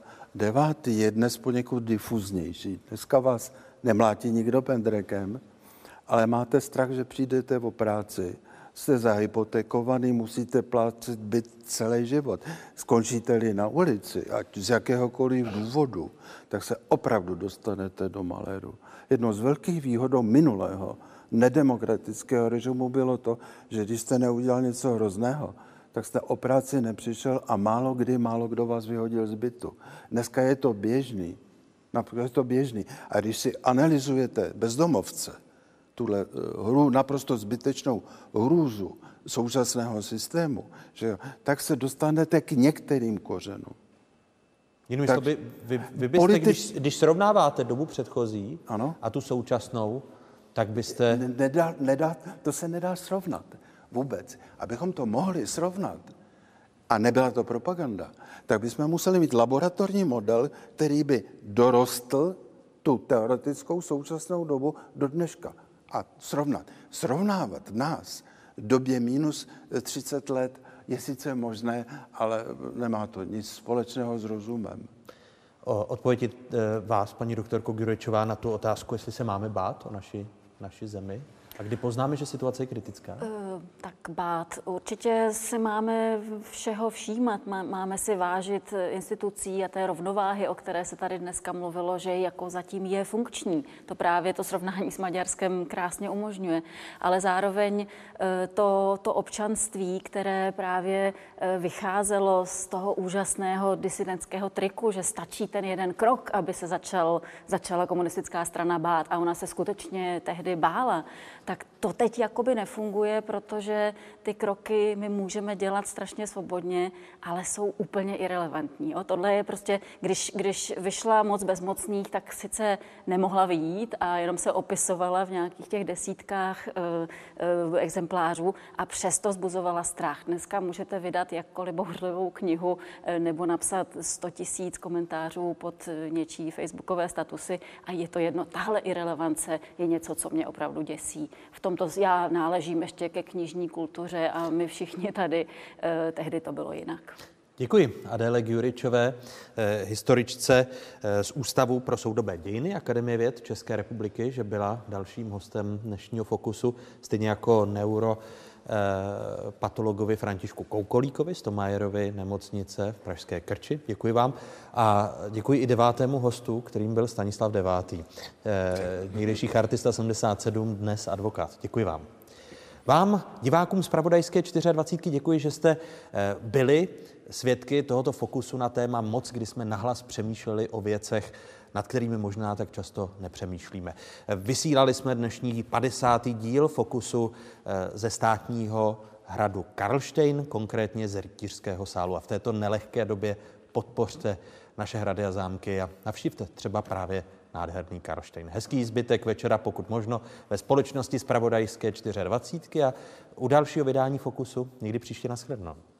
Devátý, je dnes poněkud difuznější. Dneska vás nemlátí nikdo pendrekem, ale máte strach, že přijdete o práci, jste zahypotekovaný, musíte plácet byt celý život. Skončíte-li na ulici, ať z jakéhokoliv důvodu, tak se opravdu dostanete do maléru. Jednou z velkých výhodou minulého nedemokratického režimu bylo to, že když jste neudělal něco hrozného, tak jste o práci nepřišel a málo kdy, málo kdo vás vyhodil z bytu. Dneska je to běžný. Je to běžný. A když si analyzujete bezdomovce, tuhle hru, naprosto zbytečnou hrůzu současného systému, že, tak se dostanete k některým kořenům. Jinými slovy, vy, vy byste, politi... když, když srovnáváte dobu předchozí ano? a tu současnou, tak byste... Nedá, nedá, to se nedá srovnat vůbec. Abychom to mohli srovnat, a nebyla to propaganda, tak bychom museli mít laboratorní model, který by dorostl tu teoretickou současnou dobu do dneška. A srovnat. Srovnávat nás v době minus třicet let je sice možné, ale nemá to nic společného s rozumem. Odpověď vás, paní doktorko Gjurečová, na tu otázku, jestli se máme bát o naši, naši zemi? A kdy poznáme, že situace je kritická? Uh, tak bát. Určitě si máme všeho všímat. Máme si vážit institucí a té rovnováhy, o které se tady dneska mluvilo, že jako zatím je funkční. To právě to srovnání s Maďarskem krásně umožňuje. Ale zároveň uh, to, to občanství, které právě uh, vycházelo z toho úžasného disidentského triku, že stačí ten jeden krok, aby se začal, začala komunistická strana bát. A ona se skutečně tehdy bála. tak to teď jakoby nefunguje, protože ty kroky my můžeme dělat strašně svobodně, ale jsou úplně irelevantní. Jo? Tohle je prostě, když, když vyšla Moc bezmocných, tak sice nemohla vyjít a jenom se opisovala v nějakých těch desítkách uh, uh, exemplářů a přesto zbuzovala strach. Dneska můžete vydat jakkoliv bouřlivou knihu uh, nebo napsat sto tisíc komentářů pod něčí facebookové statusy a je to jedno. Tahle irelevance je něco, co mě opravdu děsí. V tomto já náležím ještě ke knižní kultuře a my všichni tady, uh, tehdy to bylo jinak. Děkuji Adéle Gjuričové, eh, historičce eh, z Ústavu pro soudobé dějiny Akademie věd České republiky, že byla dalším hostem dnešního Fokusu, stejně jako neuro eh, patologovi Františku Koukolíkovi z Thomayerovy nemocnice v pražské Krči. Děkuji vám a děkuji i devátému hostu, kterým byl Stanislav Devátý, eh, někdejší chartista sedmdesát sedm, dnes advokát. Děkuji vám. Vám, divákům z Zpravodajské dvacítky čtyři, děkuji, že jste byli svědky tohoto Fokusu na téma moc, kdy jsme nahlas přemýšleli o věcech, nad kterými možná tak často nepřemýšlíme. Vysílali jsme dnešní padesátý díl Fokusu ze státního hradu Karlštejn, konkrétně z rytířského sálu. A v této nelehké době podpořte naše hrady a zámky a navštívte třeba právě nádherný Karlštejn. Hezký zbytek večera, pokud možno, ve společnosti Zpravodajské dvacítky čtyři a u dalšího vydání Fokusu někdy příště. Nashledanou.